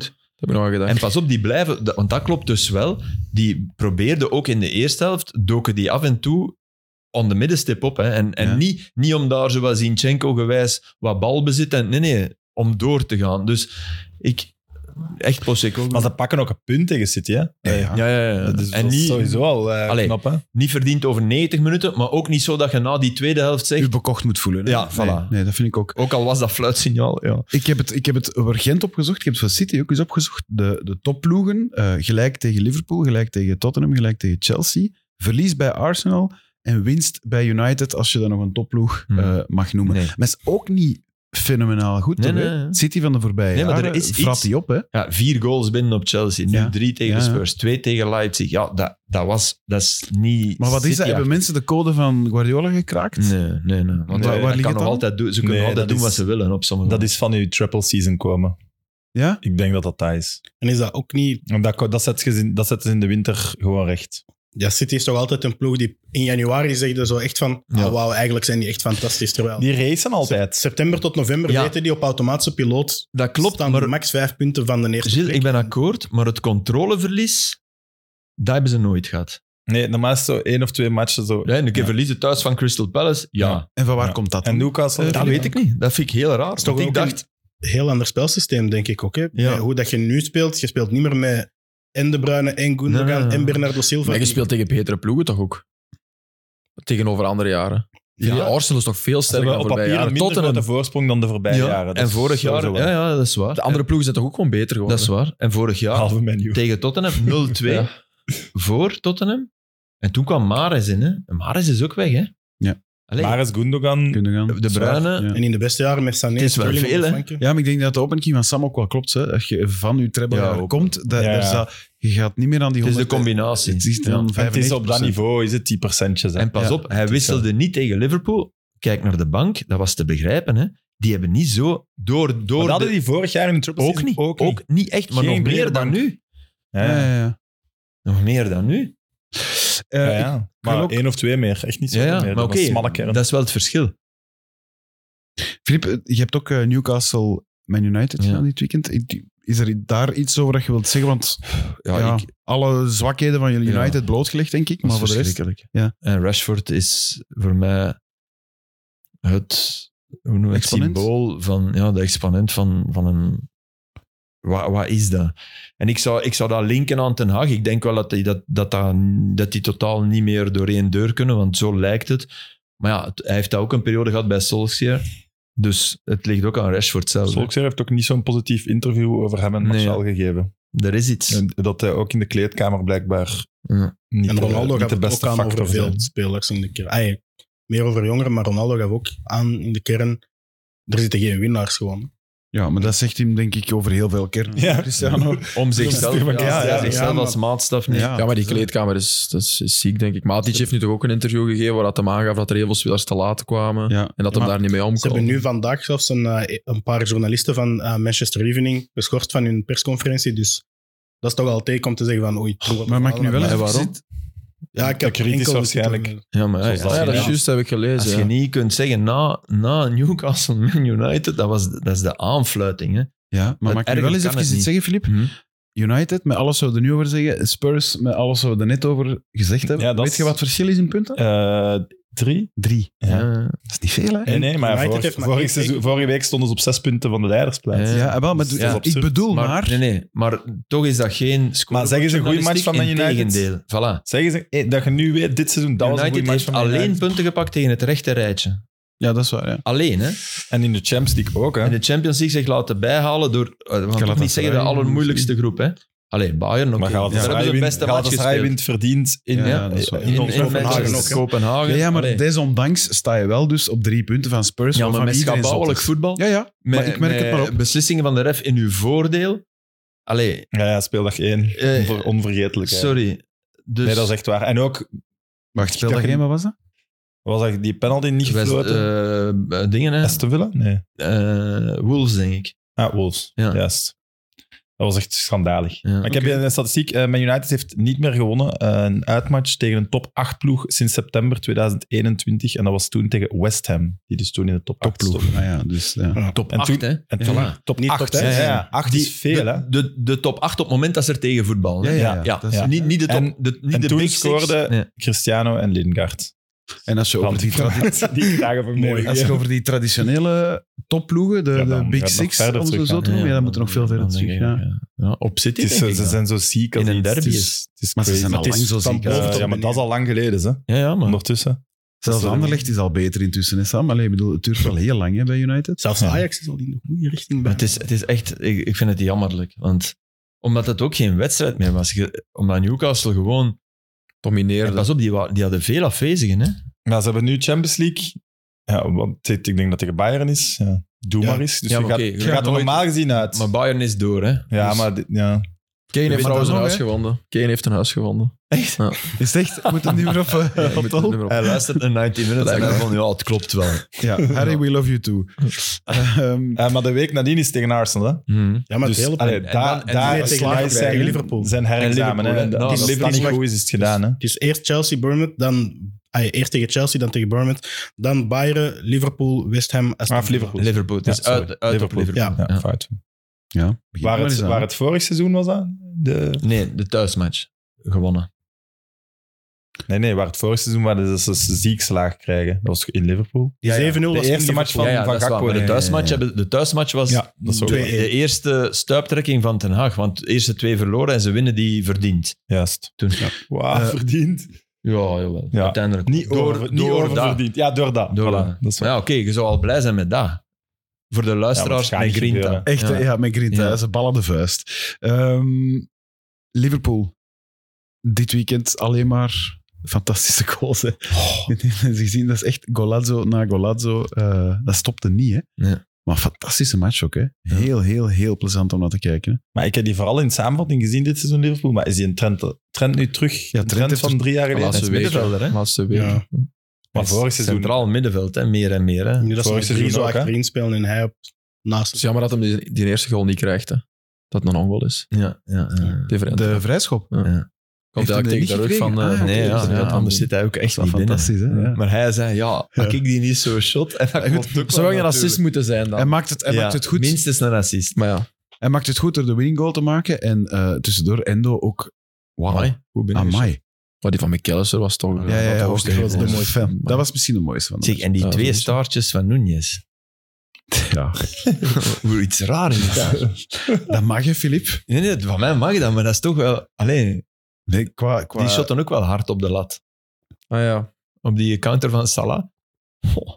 heb ik nog aan gedacht. En pas op, die blijven... dat- Want dat klopt dus wel. Die probeerden ook in de eerste helft, doken die af en toe on de middenstip op. Hè. En, en Ja. niet, niet om daar zoals Zinchenko-gewijs wat balbezit. En, nee, nee, om door te gaan. Dus ik... Echt Postecoglou. Maar ze pakken ook een punt tegen City, hè? Ja, ja. Ja, ja, ja. Dat is, en dat is niet, sowieso al uh, Allee. knap, hè? niet verdiend over negentig minuten, maar ook niet zo dat je na die tweede helft zegt... U bekocht moet voelen. Hè? Ja, nee, voilà. Nee, dat vind ik ook. Ook al was dat fluitsignaal, ja. Ik heb het, ik heb het over Gent opgezocht. Ik heb het van City ook eens opgezocht. De, de topploegen, uh, gelijk tegen Liverpool, gelijk tegen Tottenham, gelijk tegen Chelsea. Verlies bij Arsenal en winst bij United, als je dat nog een topploeg Hmm. uh, mag noemen. Nee. Maar is ook niet fenomenaal goed. Nee, toch, hè? nee. City van de voorbije Nee, maar er jaren is vrat iets- die op. Hè? Ja, vier goals binnen op Chelsea. Nu Ja. drie tegen Ja, ja. Spurs, twee tegen Leipzig. Ja, dat, dat, was, dat is niet... Maar wat is dat? City-achtig. Hebben mensen de code van Guardiola gekraakt? Nee, nee, nee. Want Waar- dat waar ligt kan het nog dan? altijd doen. Ze kunnen Nee, altijd dat doen is- wat ze willen op sommige Dat is van uw triple season komen. Ja? Ik denk dat dat dat is. En is dat ook niet... En dat, dat, zet je in, dat zetten ze in de winter gewoon recht. Ja, City is toch altijd een ploeg die in januari zegde zo echt van... Ja. Oh, wauw, eigenlijk zijn die echt fantastisch. Terwijl Die racen altijd. september tot november Ja. weten die op automatische piloot... Dat klopt, staan maar max vijf punten van de eerste Gilles, plek. ik ben akkoord, maar het controleverlies, dat hebben ze nooit gehad. Nee, normaal is het zo één of twee matchen zo. Ja, en een keer Ja. verliezen thuis van Crystal Palace, ja. Ja. En van waar Ja. komt dat En dan? Newcastle? Dat weet ik niet. Dat vind ik heel raar. is toch Want ik ook dacht, een heel ander spelsysteem, denk ik ook. Hè? Ja. Met hoe dat je nu speelt. Je speelt niet meer met en De Bruyne, en Gundogan, Nee, nee, nee. en Bernardo Silva. Maar je speelt tegen betere ploegen toch ook? Tegenover andere jaren. Ja. Ja. Arsenal is toch veel Ze sterker hebben dan op voorbije papier een jaren. minder Tottenham. grote voorsprong dan de voorbije ja, jaren. en vorig jaar... sowieso Ja, wel. ja, dat is waar. De andere ploegen zijn toch ook gewoon beter geworden? Dat is waar. En vorig jaar Halve menu. tegen Tottenham nul twee Ja. voor Tottenham. En toen kwam Mahrez in. Hè. En Mahrez is ook weg, hè? Ja. Allee, Mahrez, Gundogan. Kunnen gaan. De Bruyne... Ja. En in de beste jaren met Sané, Het is wel Sterling op veel, de hè? flanken. Ja, maar ik denk dat de opmerking van Sam ook wel klopt. Hè. Als je van je treble Ja, ook komt, dat, Ja, daar ja. zal- je gaat niet meer aan die Het is de honderd. combinatie. Het is dan Ja. En het is vijfennegentig op dat procent. niveau is het tien procentjes. hè. En pas Ja, op, hij het is wisselde niet tegen Liverpool. Kijk naar de bank, dat was te begrijpen. Hè. Die hebben niet zo door... Maar door dat hadden de- die vorig jaar in de triple ook, season niet, ook ook, niet. niet echt, maar Geen nog meer brede dan bank. nu. Ja, Ja, ja. ja, ja. Nog meer dan nu. Eh, Ja, ik- ja. Maar ook- één of twee meer. Echt niet zo Ja, ja, meer. maar Dat is oké, een smalle kern. dat is wel het verschil. Filip, eh, je hebt ook eh, Newcastle Man United Ja. gedaan dit weekend. Ik- Is er daar iets over dat je wilt zeggen? Want Ja, ja, ik, alle zwakheden van jullie Ja. United blootgelegd, denk ik. dat Maar is voor de rest... verschrikkelijk. ja. En Rashford is voor mij het, hoe noem je het Exponent? symbool van ja, de exponent van, van een... Wat, wat is dat? En ik zou, ik zou dat linken aan Ten Hag. Ik denk wel dat die, dat, dat, dat, dat die totaal niet meer door één deur kunnen, want zo lijkt het. Maar ja, het- hij heeft dat ook een periode gehad bij Solskjaer. Dus het ligt ook aan Rashford zelf. hè. Solskjaer heeft ook niet zo'n positief interview over hem en Nee, Martial gegeven. Er is iets. En dat hij ook in de kleedkamer blijkbaar Ja. niet, En de- Ronaldo niet gaf de het ook beste aan factor over veel zijn. spelers in de kern. Ay, meer over jongeren, maar Ronaldo gaf ook aan in de kern. Er zitten geen winnaars gewoon. Ja, maar dat zegt hem denk ik over heel veel kern. Ja. Cristiano. Om zichzelf, Ja, ja, ja, ja, ja, zichzelf maar- als maatstaf niet. Ja. Ja, maar die kleedkamer is, dat is, is ziek, denk ik. Matic heeft nu toch ook een interview gegeven waar hij aangaf dat er heel veel spelers te laat kwamen Ja. en dat hem Maar daar niet mee Ze omkwam. hebben nu vandaag zelfs een, eh, een paar journalisten van eh, Manchester Evening geschorst van hun persconferentie. Dus dat is toch al teken om te zeggen van oei. Maar mag ik nu wel Maar eens waarom? zitten? Ja, ik heb Kritisch enkel waarschijnlijk. zitten- Ja, maar Zoals ja, dat Ja, dat is Ja. juist, heb ik gelezen. als je ja. niet kunt zeggen na, na Newcastle Man United, dat, was, dat is de aanfluiting. Hè? Ja, maar Dat mag ik nu erger wel eens kan even het iets niet. zeggen, Filip? Hm? United, met alles wat we er nu over zeggen. Spurs, met alles wat we er net over gezegd hebben. Ja, dat Weet is- je wat het verschil is in punten? Eh, drie? Drie. Ja. Ja. Dat is niet veel, hè? Nee, nee, maar United vorig- heeft maar vorig één seizoen- vorige week stonden ze op zes punten van de leidersplaats. Ja. Ja, wel, maar Dus doe- dat is ik absurd. bedoel maar... Maar, nee, nee, maar toch is dat geen score. Maar zeggen ze een goede match van Man United? Integendeel. Voilà. Zeggen ze eh, dat je nu weet, dit seizoen, dat was een United goede match heeft van Man alleen United. punten gepakt tegen het rechte rijtje. Ja, dat is waar, ja. Alleen, hè. En in de Champions League ook, hè. In de Champions League zich laten bijhalen door... eh, We gaan toch niet zeggen de allermoeilijkste groep, hè. Allee, Bayern, oké. Maar Daar hebben Galatasaray ze de wint, beste match Galatasaray gespeeld. wint verdiend in, Ja, ja, dat is waar. in, In, in, ons in Kopenhagen Manchester, ook, hè. Kopenhagen. Ja, ja, maar Allee. desondanks sta je wel dus op drie punten van Spurs. Ja, maar waarvan met iedereen zot schabouwelijk is. voetbal. Ja, ja. Met, maar ik merk het met maar op. beslissingen van de ref in uw voordeel. Allee, ja, ja, speeldag één. Eh, Onver, onvergetelijk. hè. sorry. Dus, Nee, dat is echt waar. En ook, Wacht, speel dat je- geen, wat was dat? was dat die penalty niet West- gefloten? eh, dingen, hè. Aston Villa? Nee. Eh, Wolves, denk ik. Ah, Wolves. Ja. Juist. Dat was echt schandalig. Ja, maar ik heb een statistiek. Uh, Man United heeft niet meer gewonnen. Uh, een uitmatch tegen een top acht ploeg sinds september tweeduizend eenentwintig. En dat was toen tegen West Ham. Die dus toen in de top acht stond. Ah ja, dus ja. Ja. Top En acht, toen- hè. En toen Ja. top Niet acht. top Ja, zes. ja, ja. acht is veel, hè. de, de, de top acht op het moment dat ze er tegen voetbal. Ja, ja, ja. ja. Dat is- Ja. Niet, niet de top, En- de, niet En de toen big six. scoorden Nee. Cristiano en Lingard. En als je over die, tradi- die dagen voor Mooi. als je over die traditionele topploegen, de, Ja, dan de gaat Big het nog Six, verder om ze terug zo gaan. te noemen, ja, dan moeten we nog veel verder dan denk terug. ik, Ja. ja. Ja, op City, Het is, denk ik ze dan. zijn zo ziek. als In een iets. derby Het is- is, het is Maar ze crazy. zijn al Het is lang zo van ziek. boven hè. tot Ja, maar dat is al lang geleden, hè. Ja, ja, maar... Ondertussen. Zelfs Anderlecht is al beter intussen, hè, Sam? Allee, ik bedoel, het duurt wel heel lang hè, bij United. Zelfs Ajax is al in de goede richting. Maar bij. het is, het is echt... Ik, ik vind het jammerlijk. Want omdat het ook geen wedstrijd meer was. Je- Omdat Newcastle gewoon... Domineerde. Pas op, die, wa- die hadden veel afwezigen. Hè? Maar ze hebben nu Champions League. Ja, want ik denk dat het tegen Bayern is. Ja. Doe Ja. maar eens. Dus Ja, je maar gaat, oké, je je gaat gaat er nooit- normaal gezien uit. Maar Bayern is door, hè. ja, Dus- maar... dit- Ja. Kane heeft weet trouwens dat een nog, huis hè? gevonden. Kane heeft een huis gevonden. Echt? Ja. Is het echt? Moet hem niet meer op, eh, Ja, op moet tol? het nummer op. Hij luistert naar negentig minutes en hij van, ja, het klopt wel. Ja, Harry, we love you too. Ehm, Eh, maar de week nadien is het tegen Arsenal, hè. Mhm. Ja, maar Dus, het hele allee, en daar, dan- en daar nee, is tegen slagen Liverpool. zijn, Liverpool. zijn herexamen. En hè. Liverpool, hè. Als Nou, het dat niet is- goed is, is het gedaan. Hè. Het is eerst Chelsea, Bournemouth, dan ah, eerst tegen Chelsea, dan tegen Bournemouth, dan Bayern, Liverpool, West Ham, Aston Ah, Villa. Liverpool. Liverpool. Het is Ja, sorry. uit, uit Liverpool. op Liverpool. Ja. Ja, Ja. fout. ja, begin Waar maar het, eens aan. waar het vorig seizoen was aan? De... Nee, de thuismatch. Gewonnen. Nee, nee, waar het vorig seizoen was, dat ze ziek slaag krijgen. Dat was in Liverpool. Die zeven nul De was in eerste match Liverpool. van- ja, ja, van dat is waar. Gakpo, Maar de ja, thuismatch, ja, ja. hebben- de thuismatch was Ja, dat is ook de, twee één. de eerste stuiptrekking van Ten Haag. Want de eerste twee verloren en ze winnen die verdiend. Juist. Toen. Wauw, Eh, verdiend. Ja, jawel. Ja. Uiteindelijk. Niet over, niet over dat. verdiend. Ja, door dat. Door Voilà, dat. dat is Maar ja, oké, je zou al blij zijn met dat. Voor de Ja, luisteraars, maar het gaat met niet Grinta. gebeuren. Echt, ja. ja, met Grinta. Ja. Ze ballen de vuist. Ehm, Liverpool. Dit weekend alleen maar fantastische goals. Hè. Oh. Je hebt het gezien, dat is echt golazzo na golazzo. Eh, dat stopte niet, hè. Nee. Maar een fantastische match ook, hè. Heel, heel, heel plezant om naar te kijken. Hè. Maar ik heb die vooral in samenvatting gezien dit seizoen Liverpool. Maar is die een trend, trend nu terug? Ja, Een Trent trend heeft van er- drie jaar geleden? Laatste is week. middenvelder, hè? Laatste week. Ja. Maar vorig seizoen... Centraal middenveld, hè? Meer en meer. Hè? Nu dat ze Vorig met drie seizoen zo ook, hè? achterin spelen en hij op naast. Het is jammer dat hij die, die eerste goal niet krijgt. Hè. Dat het een ongoal is. Ja, ja, ja. Different. De vrijschop. Ja. Ja. Komt Heeft hij eigenlijk tegen niet de rug van... gekregen? eh, Ah, Nee, oké, ja, dus ja, dat- anders zit hij ook echt Dat niet is wel binnen. fantastisch, hè. Ja. Maar hij zei, ja, Ja. had ik die niet zo shot? En dat klopt ook Zou wel je een assist natuurlijk. moeten zijn dan? Hij maakt het, hij Ja, maakt het goed. Minstens een assist. Maar ja, Hij maakt het goed door de winning goal te maken. En eh, tussendoor Endo ook. Wauw. Amai, goed binnen. Amai. maar die van McAllister was toch... Ja, ja, ja, dat ook was de, echt de wel- mooiste. Maar- Dat was misschien de mooiste van de Zeg, en die Ja, twee dat is- staartjes van Núñez. Ja. Hoe iets raar is daar. Dat mag je, Filip. Nee, nee, van mij mag dat, maar dat is toch wel... Allee, Nee, qua, qua... die shotten ook wel hard op de lat. Ah ja. Op die counter van Salah. Oh.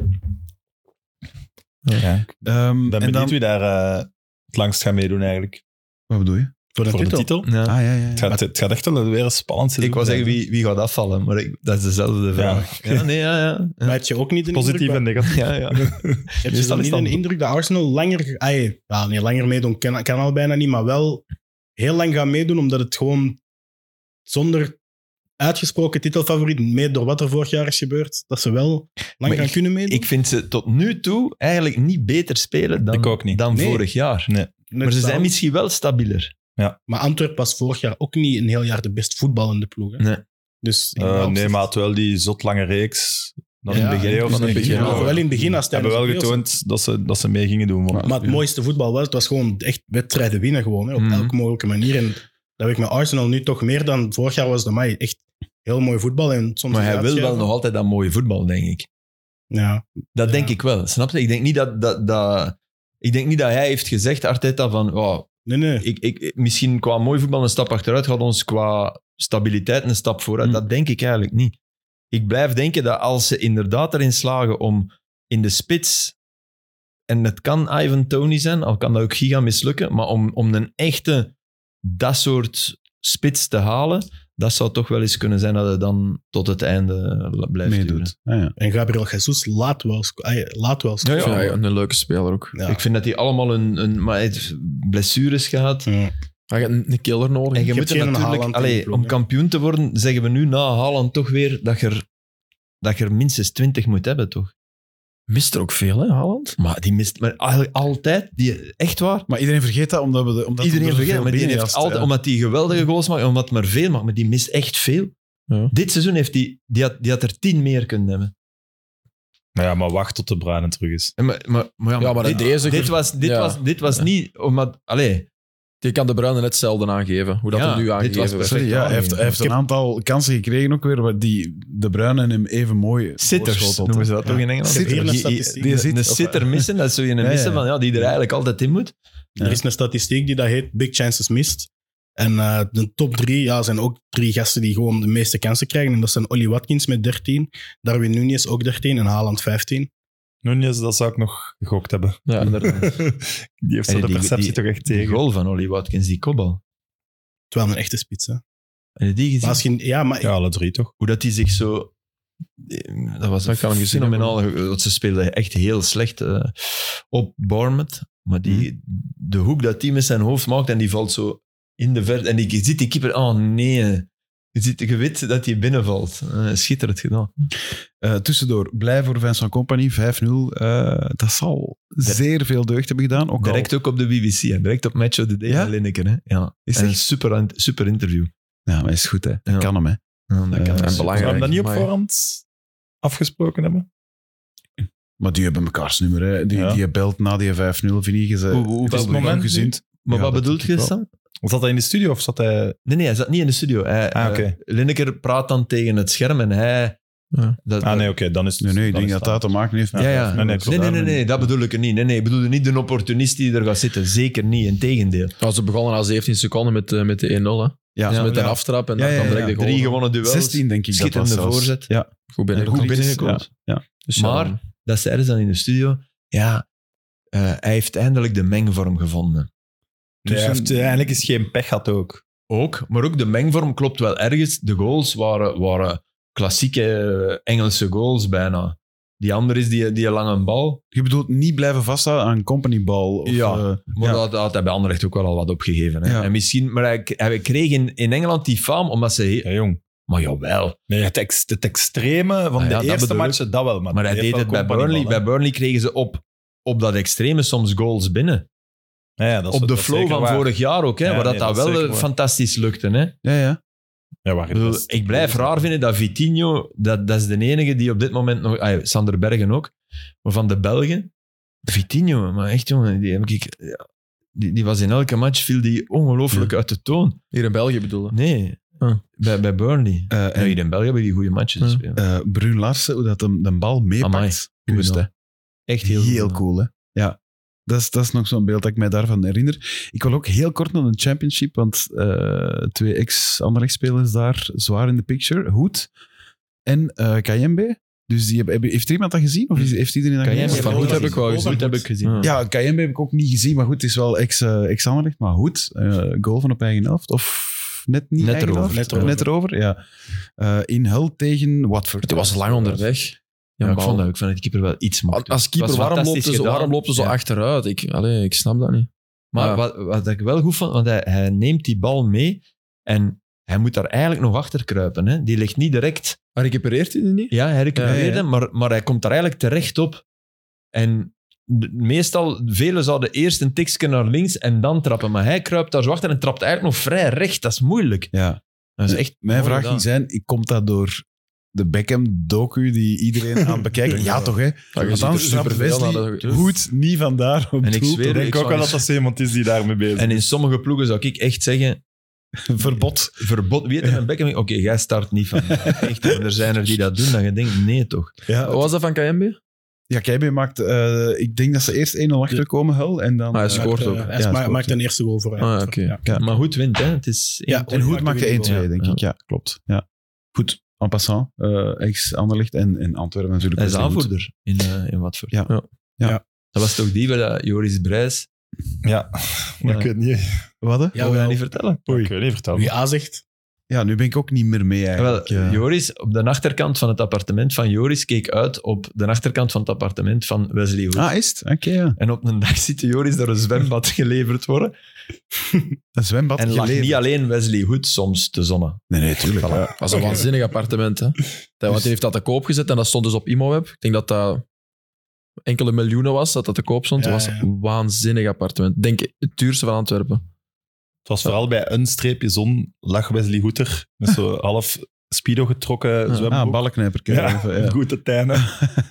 Ja, ik Ehm, ben en benieuwd dan... wie daar eh, het langst gaat meedoen eigenlijk. Wat bedoel je? Voor de Voor de titel. titel. Ja. Ah, ja, ja. ja. Het gaat, het gaat echt wel weer een spannend Ik seizoen wou zeggen, zijn. wie, wie gaat afvallen? Maar ik, dat is dezelfde vraag. Ja, nee, ja, ja. Maar had je ook niet de Positief indruk... en negatief. ja, ja. Heb je Meestal dan is niet dat- een indruk dat Arsenal langer... Ay, ja, nee, langer meedoen kan, kan al bijna niet, maar wel heel lang gaan meedoen, omdat het gewoon zonder uitgesproken titelfavoriet, mee door wat er vorig jaar is gebeurd, dat ze wel lang Maar gaan ik- kunnen meedoen. Ik vind ze tot nu toe eigenlijk niet beter spelen dan, Ik ook niet. dan Nee. vorig jaar. Nee. Net Maar ze zijn zo. misschien wel stabieler. Maar Antwerp was vorig jaar ook niet een heel jaar de best voetballende ploeg. Hè? Nee. Dus in Eh, dat nee, opzicht- maar had wel die zot lange reeks. Dan Ja, in het begin, ja, of van in het begin, Ja, ja. wel in het begin als hebben wel tijdens de getoond dat ze, dat ze mee gingen doen. Maar, Maar het mooiste voetbal was, het was gewoon echt wedstrijden winnen gewoon, hè, op Mhm. elke mogelijke manier. En dat heb ik met Arsenal nu toch meer dan vorig jaar was. De mij echt heel mooi voetbal. En soms Maar hij wil wel uitschuiven. nog altijd dat mooie voetbal, denk ik. Ja, Dat Ja. denk ik wel. Snap je? Ik denk niet dat, dat, dat, ik denk niet dat hij heeft gezegd, Arteta, van oh, nee, nee. ik, ik, misschien qua mooi voetbal een stap achteruit gaat ons qua stabiliteit een stap vooruit. Hm. Dat denk ik eigenlijk niet. Ik blijf denken dat als ze inderdaad erin slagen om in de spits, en het kan Ivan Toney zijn, al kan dat ook giga mislukken, maar om, om een echte, dat soort spits te halen, dat zou toch wel eens kunnen zijn dat hij dan tot het einde blijft duren. Meedoet. Ah, ja. En Gabriel Jesus laat wel, sc- ay, laat wel Ja, scoren. Ik vind ja. hij een leuke speler ook. Ja. Ik vind dat hij allemaal een, een maar hij heeft blessures gehad. Ja. Hij heeft een, een killer nodig. En je hebt moet er geen natuurlijk, Haaland in de allee, ploeg, om hè. kampioen te worden, zeggen we nu na Haaland toch weer dat je er, dat je er minstens twintig moet hebben, toch? Mist er ook veel, hè, Haaland? Maar die mist maar eigenlijk altijd. Die, echt waar. Maar iedereen vergeet dat, omdat we de, omdat Iedereen we er vergeet, veel maar die heeft binnenjast, altijd, ja. omdat hij geweldige goals maakt, omdat hij maar veel maakt, maar die mist echt veel. Ja. Dit seizoen heeft hij, die had, die had er tien meer kunnen hebben. Nou ja, maar wacht tot de Bruyne terug is. En Maar, maar, maar, ja, Ja, maar maar dit, deze- dit was, dit ja. was, dit was niet omdat... Allee, Die kan de Bruyne net zelden aangeven, hoe dat Ja, er nu dit aangegeven was werd. Sorry, ja, hij heeft, hij heeft een aantal kansen gekregen ook weer, waar die De Bruyne hem even mooi sitters voorschotelt. noemen ze dat Ja. toch in Engeland? Ik heb hier een Die- statistiek. die- Die Een zit- sitter missen, dat is zo een Ja, missen ja. van, ja, die er eigenlijk altijd in moet. Ja. Er is een statistiek die dat heet Big Chances Missed. En uh, de top drie ja, zijn ook drie gasten die gewoon de meeste kansen krijgen. En dat zijn Ollie Watkins met dertien, Darwin Núñez ook dertien en Haaland vijftien. Núñez, dat zou ik nog gegokt hebben. Ja, inderdaad. Die heeft zo En de die- perceptie die- toch echt Die tegen. goal van Ollie Watkins, die kopbal. Terwijl een echte spits. Hè. Heb je die gezien? Maar als je, ja, maar Ja, alle drie toch? Hoe dat hij zich zo... Dat was Dat kan hem gezien fenomenaal. Want ze speelden echt heel slecht uh, op Bournemouth. Maar die, de hoek dat hij met zijn hoofd maakt en die valt zo in de verte. En die, je ziet die keeper... Oh nee. Je, ziet, je weet dat hij binnenvalt. Uh, schitterend gedaan. Uh, tussendoor, blij voor Vincent Kompany, vijf nul. Uh, dat zal zeer veel deugd hebben gedaan. Ook Direct al, ook op de B B C. Hè. Direct op Match of the Day Ja? van Lineker. Hè. Ja. Is En een echt- super, super interview. Ja, maar is goed, hè. Dat Ja. kan hem, hè. Ja, dat Eh, kan. en En belangrijk. Zou hem dat niet op Maar- voorhand afgesproken hebben? Maar die hebben mekaars nummer, hè. Die, Ja. die belt na die vijf nul, vind ik. Ze, Hoe- hoe- het is welk nog moment gezien. Maar Ja, wat dat bedoelt denk ik je, wel. Sam? Zat hij in de studio of zat hij... Nee, nee, hij zat niet in de studio. Hij, Ah, oké. eh, Lineker praat dan tegen het scherm en hij... Ja. Dat, Ah nee, oké, dan is het... Nee, nee, ik dan denk is dat dat te maken heeft met... Ja, ja. Nee, Nee, nee, nee, klopt. nee, nee, dat bedoel ik er niet. Nee, nee, ik bedoelde niet de opportunist die er gaat zitten. Zeker niet, integendeel. Ja, ze begonnen na zeventien seconden met, uh, met de één nul. Hè. Ja, Dus Ja, met ja. een aftrap en Ja, dan ja, kwam ja, direct de goal. Drie gewonnen duels. zestien, denk ik. Schitterende dat was zelfs. voorzet. Ja. Goed binnengekomen. Goed binnengekomen. Ja. Dus ja, Maar, dat zeiden ze dan in de studio, ja, uh, hij heeft eindelijk de mengvorm gevonden. Nee, hij heeft eigenlijk eens geen pech gehad ook. Ook, maar ook de mengvorm klopt wel ergens. De goals waren, waren klassieke Engelse goals bijna. Die andere is die, die lange bal. Je bedoelt niet blijven vasthouden aan een companybal? Of, Ja, eh, Maar ja. dat, dat had hij bij Anderlecht ook wel al wat opgegeven. Hè. Ja. En misschien, maar hij, hij kreeg in, in Engeland die faam, omdat ze... Ja, jong. Maar jawel. Nee, het, ex, het extreme van Ah, ja, de dat eerste bedoel ik. matchen, dat wel. Maar, Maar hij die deed heeft het wel bij compagnie Burnley. bal, Bij Burnley kregen ze op, op dat extreme soms goals binnen. hè. Ja, ja, dat is- Op de dat is flow zeker van waar. vorig jaar ook, hè, Ja, waar dat, nee, dat dat is wel zeker eh, waar. fantastisch lukte. Hè. Ja, ja. Ja, waar Ik, bedoel, dat is- ik blijf raar vinden dat Vitinho, dat, dat is de enige die op dit moment nog... Ah, Sander Bergen ook, maar van de Belgen. Vitinho, maar echt jongen, die, heb ik, ja, die, die was in elke match, viel die ongelooflijk uit de toon. Hier in België bedoelen. Nee, Ah. bij, bij Burnley. Eh, En en hier in België hebben die goede matches Ja. gespeeld. uh, Brun Larsen, hoe dat de, de bal Amai, meepakt. goed Goed, hè. gedaan. Echt heel, Heel, goed. cool, hè? Ja. Dat is, dat is nog zo'n beeld dat ik mij daarvan herinner. Ik wil ook heel kort naar de championship, want uh, twee ex-Anderlecht-spelers daar zwaar in de picture. Hoed en uh, Kayembe. Dus die hebben, heeft er iemand dat gezien? Of is, heeft iedereen dat Kayembe gezien? Van Hoed heb ik wel gezien. Goed heb ik gezien. Ja. Ja, Kayembe heb ik ook niet gezien, maar goed, het is wel ex, uh, ex-Anderlecht. Maar Hoed, uh, goal van op eigen helft. Of net niet Net eigen erover. helft? Net erover. Net erover, ja. Uh, in Hull tegen Watford. Het was lang onderweg. Ja, Ja, ik, bal. vond dat, ik vond dat de keeper wel iets mocht. Als keeper, Het was waarom loopt, fantastisch hij zo, gedaan. waarom loopt hij zo Ja. achteruit? Ik, allee, ik snap dat niet. Maar Ja. wat, wat ik wel goed vond, want hij, hij neemt die bal mee en hij moet daar eigenlijk nog achter kruipen. Hè. Die ligt niet direct... Maar recupereert hij die niet? Ja, hij recupereerde, Ja, ja. Maar, maar hij komt daar eigenlijk terecht op. En de- meestal, velen zouden eerst een tikje naar links en dan trappen. Maar hij kruipt daar zo achter en trapt eigenlijk nog vrij recht. Dat is moeilijk. Ja. Dat is echt Mijn mooi vraag gedaan. ging zijn, komt dat door de Beckham-docu die iedereen aan het bekijken? Ja, toch, hè? Ja, je Want ziet anders er trapt superveel Wesley naar de- Hoed niet vandaar op En ik doel. zweer Ik u, denk ik ook wel zou- dat dat zo iemand is die daarmee bezig is. En in sommige ploegen zou ik echt zeggen... Verbod. Verbod, wie heeft er een Beckham? Oké, jij start niet van. Echt, maar er zijn er die dat doen, dat je denkt, nee toch. Ja, Wat was dat van K M B? ja Keibe maakt... eh, ik denk dat ze eerst één nul achterkomen, Hull, en dan... Maar hij eh, scoort Uh, ook. hij Ja, ma- scoort, maakt ja. een eerste goal voor. Ah, oké. Ja. Ja. Maar goed wint, hè. Het is Ja, En Hoed maakte één twee, goal. denk ik. Ja, klopt. Ja. Goed, en passant. eh ex-Anderlecht en, en Antwerpen natuurlijk. Hij is Wesley Hoed. aanvoerder in, uh, in Watford. Ja. Ja. Ja. Dat was toch die bij dat Joris Brijs... Ja, maar Ja. ik weet niet. Wat, hè? Ja, wil je dat niet vertellen? Oei. Ik weet niet vertellen. Wie A zegt, Ja, nu ben ik ook niet meer mee eigenlijk. Wel, Ja. Joris, op de achterkant van het appartement van Joris keek uit op de achterkant van het appartement van Wesley Hoed. Ah, is het? Oké, ja. En op een dag ziet de Joris door een zwembad geleverd worden. Een zwembad En lag geleverd. niet alleen Wesley Hoed soms te zonnen. Nee, nee, tuurlijk. Ja. Dat was een waanzinnig appartement. Hè. Dat- Want hij heeft dat te koop gezet en dat stond dus op ImoWeb. Ik denk dat dat enkele miljoenen was, dat dat te koop stond. Ja, Het was ja. een waanzinnig appartement. Ik denk het duurste van Antwerpen. Het was vooral bij een streepje zon lag Wesley Goeter met zo half speedo getrokken Ah, zwembroek. ballenknijper. Ja, Ja. goede tijnen.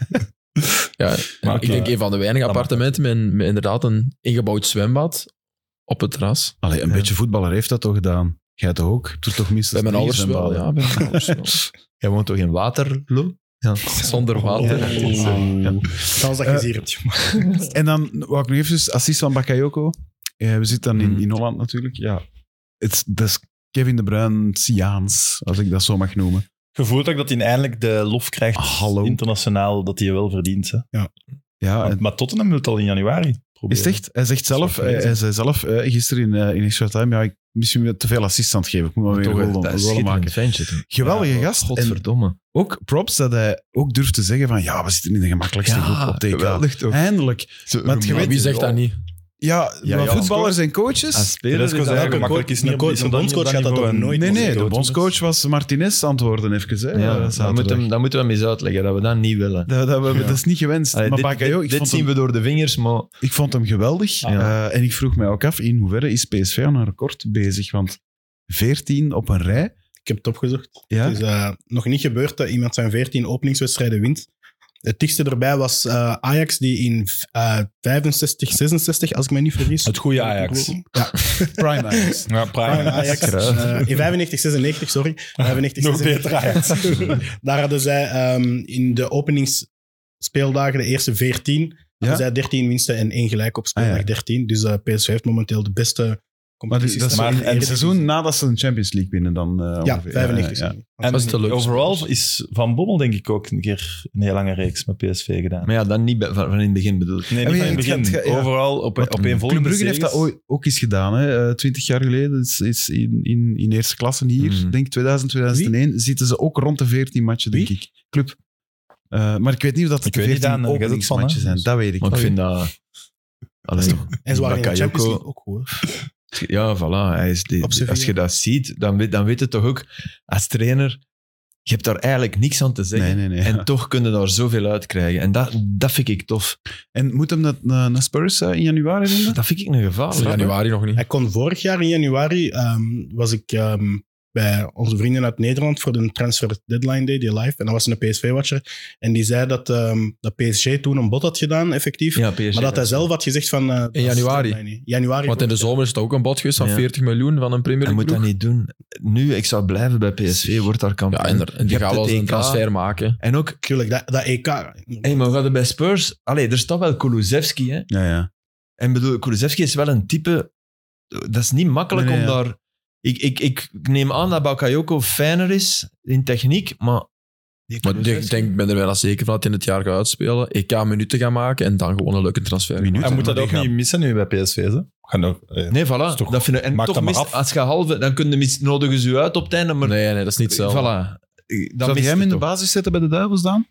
Ja, Maar ik oké, denk een van de weinige dat appartementen met, een- met inderdaad een ingebouwd zwembad op het terras. Allee, een beetje voetballer heeft dat toch gedaan? Jij toch ook? Je hebt er toch minstens Bij mijn drie ouders wel, zwembaden? ja. Bij mijn ouders wel. Jij woont toch in Waterloo? Ja. Zonder water. Ja, Sorry. Ja. Trouwens dat je ze hier hebt gemaakt. En dan wou ik nog even assist van Bakayoko. Eh, we zitten dan in, Hmm. in Holland natuurlijk. Ja, het, dat is Kevin De Bruyne Siaans, als ik dat zo mag noemen. Je voelt ook dat hij eindelijk de lof krijgt Ah, hallo. internationaal, dat hij je wel verdient. Hè? Ja, Maar, en- maar Tottenham wil het al in januari is proberen. het echt? Hij zegt zelf, Dat is wel hij, hij zei zelf eh, gisteren in, eh, in Extra Time, ja, ik misschien te veel assist aan het geven. Ik moet maar weer Toch, een dat goal, is een een goal schitterend maken. ventje. toch? Geweldige Ja, gast. En Godverdomme. ook props dat hij ook durft te zeggen van, ja, we zitten in de gemakkelijkste groep op T K. geweldig toch? Eindelijk. Zo Maar het romantisch. Wie zegt dat niet? Ja, Ja, maar ja, voetballers en coaches. Als speler Tedesco is dat zei elke ook, makkelijk coach- is niet een coach- is een dat niet bondscoach op gaat dat niveau. toch En- nooit Nee, nee, de coach. bondscoach was Martinez aan het worden, even. Hè, Ja, eh, dan, moet zaterdag. hem, dan moeten we hem eens uitleggen dat we dat niet willen. Dat, dat, we- dat is niet gewenst. Allee, maar dit Bakayo, dit, ik, dit vond zien hem, we door de vingers, maar ik vond hem geweldig. Ja. Eh, en ik vroeg mij ook af, in hoeverre is P S V aan een record bezig? Want veertien op een rij. Ik heb het opgezocht. Ja? Het is eh, nog niet gebeurd dat iemand zijn veertien openingswedstrijden wint. Het dichtste erbij was eh, Ajax, die in eh, vijfenzestig, zesenzestig, als ik me niet vergis. Het goede Ajax. Ja, Prime Ajax. Ja, Prime prime. Ajax. eh, in vijfennegentig, zesennegentig, sorry. vijfennegentig, Nog zesennegentig. beter Ajax. Daar hadden zij ehm, in de openingsspeeldagen, de eerste veertien, hadden zij dertien winsten en één gelijk op speeldag Ah, ja. dertien. Dus eh, P S V heeft momenteel de beste Maar die- dat is competitie. zo in het seizoen nadat ze een Champions League winnen dan eh, Ja, ongeveer. vijfennegentig. Ja, ja. En Dat is te leuk. overal is Van Bommel denk ik ook een keer een heel lange reeks met P S V gedaan. Maar ja, dan niet bij- van, van in het begin bedoel ik. Nee, En niet wie- van in het het begin. gaat- ja. Overal op, Want op een Club volgende Brugge heeft dat ooit ook eens gedaan. Hè. Uh, Twintig jaar geleden is, is in, in, in eerste klasse hier, Hmm. denk tweeduizend, tweeduizend één, zitten ze ook rond de veertien matchen, denk ik. Club. Uh, maar ik weet niet of dat Ik de weet niet, veertien Daan, jij zit van, openingsmatchen hè? zijn. Dat weet ik. Maar ik niet. vind dat... Allee, En ze waren in de Bakayoko- Champions League ook goed. Ja, voilà. Hij is die, Op Sevilla. als je dat ziet, dan weet, dan weet je toch ook, als trainer, je hebt daar eigenlijk niks aan te zeggen. Nee, nee, nee. En toch kunnen daar zoveel uit krijgen. En dat, dat vind ik tof. En moet hem dat naar, naar Spurs uh, in januari vinden? Dat vind ik een gevaar. In januari nog niet. Hij kon vorig jaar in januari, ehm, was ik ehm, bij onze vrienden uit Nederland voor de Transfer Deadline Day, die live. En dat was een P S V-watcher. En die zei dat, ehm, dat P S G toen een bod had gedaan, effectief. Ja, P S G. maar dat hij zelf had gezegd van... eh, dat is januari. mij niet. Januari. Want in de vorig jaar. zomer is het ook een bod geweest van Ja. veertig miljoen van een Premier Hij League moet dat ploeg. niet doen. Nu, ik zou blijven bij P S V, wordt daar kampioen. Ja, en, er- en Je die hebt gaan wel het eens een E K. transfer maken. En ook, Tuurlijk, dat, dat E K... hey, maar we hadden bij Spurs... Allee, er staat wel Kulusevski, hè. Ja, ja. En bedoel, Kulusevski is wel een type... Dat is niet makkelijk Nee, nee, om ja. daar... Ik, ik, ik neem aan dat Bakayoko fijner is in techniek, maar... die Maar ik denk, Kulusevski- denk, ik ben er bijna zeker van dat hij in het jaar gaat uitspelen. E K minuten gaan maken en dan gewoon een leuke transfer. Minuten. Hij moet dat Maar ook die niet gaan- missen nu bij P S V. Hè? Gaan ook, eh, Nee, voilà. is toch- dat vind ik, en maak toch dat maar mist, af. als je halve... Dan kun je mis, nodigen ze u uit op het einde, maar... Nee, nee, dat is niet hetzelfde. Voilà. Dan Zou mist jij hem het in de toch. basis zetten bij de Duivels, Daan?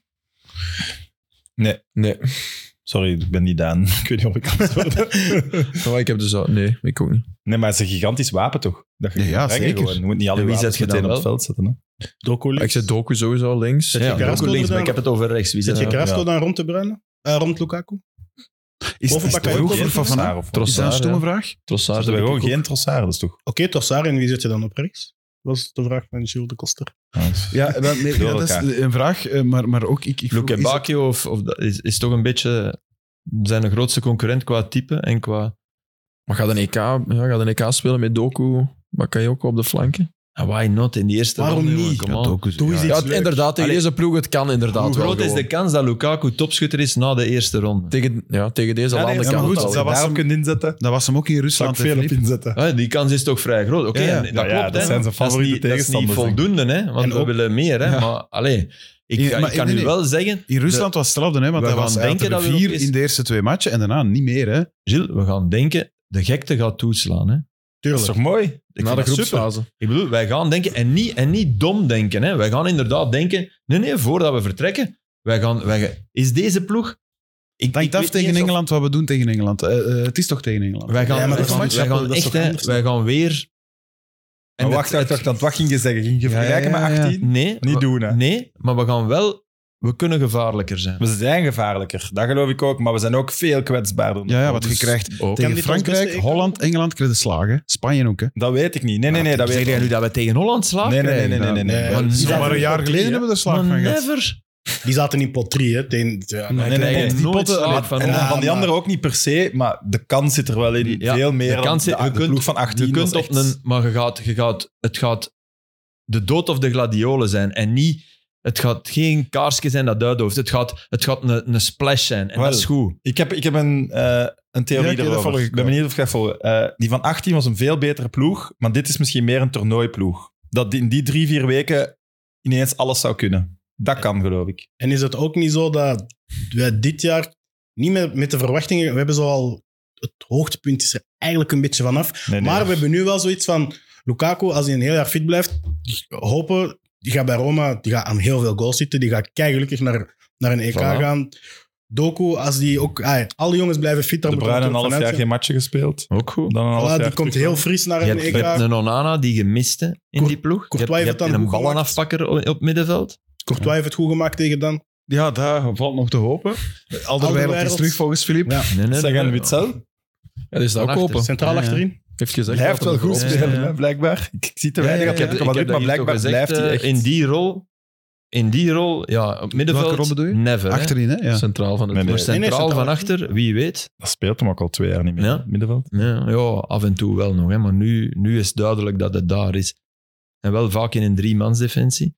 Nee. Sorry, ik ben niet Daan. Ik weet niet of ik kan antwoorden. Oh, ik heb dus al... Nee, ik ook niet. Nee, maar het is een gigantisch wapen toch? Dat je Ja, ja, moet brengen zeker. gewoon. Je moet niet alle En wie wapens zet je meteen dan op het wel? veld zetten. Hè? Doku Ik zet Doku sowieso links. Zet je Ja, Carrasco ook links, er maar ik dan- heb het over rechts. Wie Zet zet je er- Carrasco Ja. dan rond te bruinen? Eh, rond Lukaku? Is, Boven is het Bakayoko vroeg voor of Fofana? Trossard of- Is dat een Trossard, stomme ja. vraag? Trossard. Zetten we heb gewoon ik ook. geen Trossard, dat is toch... Oké, Trossard. En wie zet je dan op rechts? Dat was de vraag van Gilles de Koster. Ja, wel, nee, Door dat elkaar. is een vraag, eh, maar, maar ook ik... ik vroeg, Luke is het- Bakio of, of dat is, is toch een beetje zijn grootste concurrent qua type en qua... Maar gaat een E K, ja, gaat een E K spelen met Doku, Bakayoko op de flanken? Ah, why not in die eerste Waarom ronde? niet? Come Ja, on. Doku- Doe eens ja, iets Ja, leuk. inderdaad, tegen Allee, deze ploeg, het kan inderdaad Hoe wel groot is gewoon. de kans dat Lukaku topschutter is na de eerste ronde? Tegen, ja, tegen deze Ja, nee, landen ja, kan maar het goed, wel. dat was daarop hem- kunt inzetten. Dat was hem ook in Zou ik Rusland. hè, veel op Filip? inzetten. Ah, die kans is toch vrij groot. Oké, Ja, ja. en dat Ja, ja, klopt. dat hè. zijn zijn favoriete dat is niet, dat is niet tegenstanders, denk ik. voldoende, hè, want En we ook- willen meer. Hè, Ja. Maar allee, ik, Ja, ik maar- kan nee, u nee. wel zeggen... In Rusland was hetzelfde, hè, want We hij gaan was denken denken dat we vier Europees- in de eerste twee matchen en daarna niet meer. Hè. Gilles, we gaan denken, de gekte gaat toeslaan. Hè. Dat is Tuurlijk. toch mooi? Ik Na vind de dat super. groepsfase. Ik bedoel, wij gaan denken, en niet, en niet dom denken. Hè. Wij gaan inderdaad denken, nee, nee, voordat we vertrekken, wij gaan, wij gaan, is deze ploeg... Ik, Dank ik af weet tegen niet eens of- Engeland wat we doen tegen Engeland. Eh, eh, het is toch tegen Engeland? Wij gaan, Ja, maar wij dat is gaan, een wij gaan matchup, dat is echt, toch hè, anders, wij gaan weer... En het- wacht, wacht, het- wacht, want wat ging je zeggen? Ging je Ja, vergelijken ja, ja, met ja. achttien? Nee, Niet we- doen, hè? Nee, maar we gaan wel we kunnen gevaarlijker zijn. We zijn gevaarlijker, dat geloof ik ook. Maar we zijn ook veel kwetsbaarder. Ja, ja, wat Dus je krijgt ook. Kan tegen dit ons Frankrijk, beste E K? Holland, Engeland krijg je slagen. Spanje ook, hè. Dat weet ik niet. Nee, nee, nee. Dat Zeg weet jij ik nu niet. dat we tegen Holland slagen? Nee, nee, nee, nee, nee, nee, nee. Nee, Maar die Zo zaten maar een in jaar pot geleden drie, hebben we er slag Maar van gehad. never. hè. Die zaten in pot drie, hè. Tegen, ja, Nee, nee, nee, nee. Die nooit potten, slaag allee, van En Ja, van die maar- anderen ook niet per se, maar de kans zit er wel in. Ja, veel meer de kans dan zit- de, je de kunt- ploeg van achttien. Je kunt was op echt- een... Maar je gaat, je gaat, het gaat de dood of de gladiolen zijn. En niet... Het gaat geen kaarsje zijn dat uitdooft. Het gaat, het gaat een, een splash zijn. En Wel, dat is goed. Ik heb, ik heb een, eh, een theorie Ja, oké, dat volg erover. ik Ik ben wel. benieuwd of je gaat volgen. Eh, die van achttien was een veel betere ploeg, maar dit is misschien meer een toernooiploeg. Dat in die drie, vier weken ineens alles zou kunnen. Dat kan, geloof ik. En is het ook niet zo dat wij dit jaar niet meer met de verwachtingen... We hebben zo al... Het hoogtepunt is er eigenlijk een beetje vanaf. Nee, nee. Maar we hebben nu wel zoiets van... Lukaku, als hij een heel jaar fit blijft, die hopen... Die gaat bij Roma die gaat aan heel veel goals zitten. Die gaat keigelukkig naar, naar een E K Voilà. gaan. Doku, als die ook... Ah, alle jongens blijven fit. Daar De moeten we Bruyne een natuurlijk half jaar vanuit geen matchen gespeeld. Ook goed. Dan een half gaan. Voilà, jaar die komt terug. heel fris naar Je een hebt, E je hebt K. een Onana die gemiste in Cour- die ploeg. Je hebt, Courtois je heeft hebt het dan een goed gemaakt. ballenafpakker op, op middenveld. Courtois heeft het goed gemaakt tegen Dan. Ja, daar valt nog te hopen. Alderweireld is Alderweireld. terug volgens Filip. Ja. Nee, nee, Zeg aan nee. Witzel. Ja, dat is dat ook Van achter. open. Centraal Ja, ja. achterin. Heeft gezegd Hij dat heeft wel er goed voor- spelen, Ja, ja. hè, blijkbaar. Ik zie te Ja, weinig ja, uit ik heb, Atletico ik heb Madrid, maar dat hier blijkbaar toch gezegd, blijft hij eh, echt... in die rol, in die rol, ja, op middenveld, Welke rol bedoel je? never. hè. Achterin, hè? Ja. Centraal van het Nee, nee. Maar Nee, nee, centraal centraal van achter, wie weet. Dat speelt hem ook al twee jaar niet meer, Ja. in het middenveld. Ja, ja, af en toe wel nog, hè. Maar nu, nu is duidelijk dat het daar is. En wel vaak in een driemansdefensie.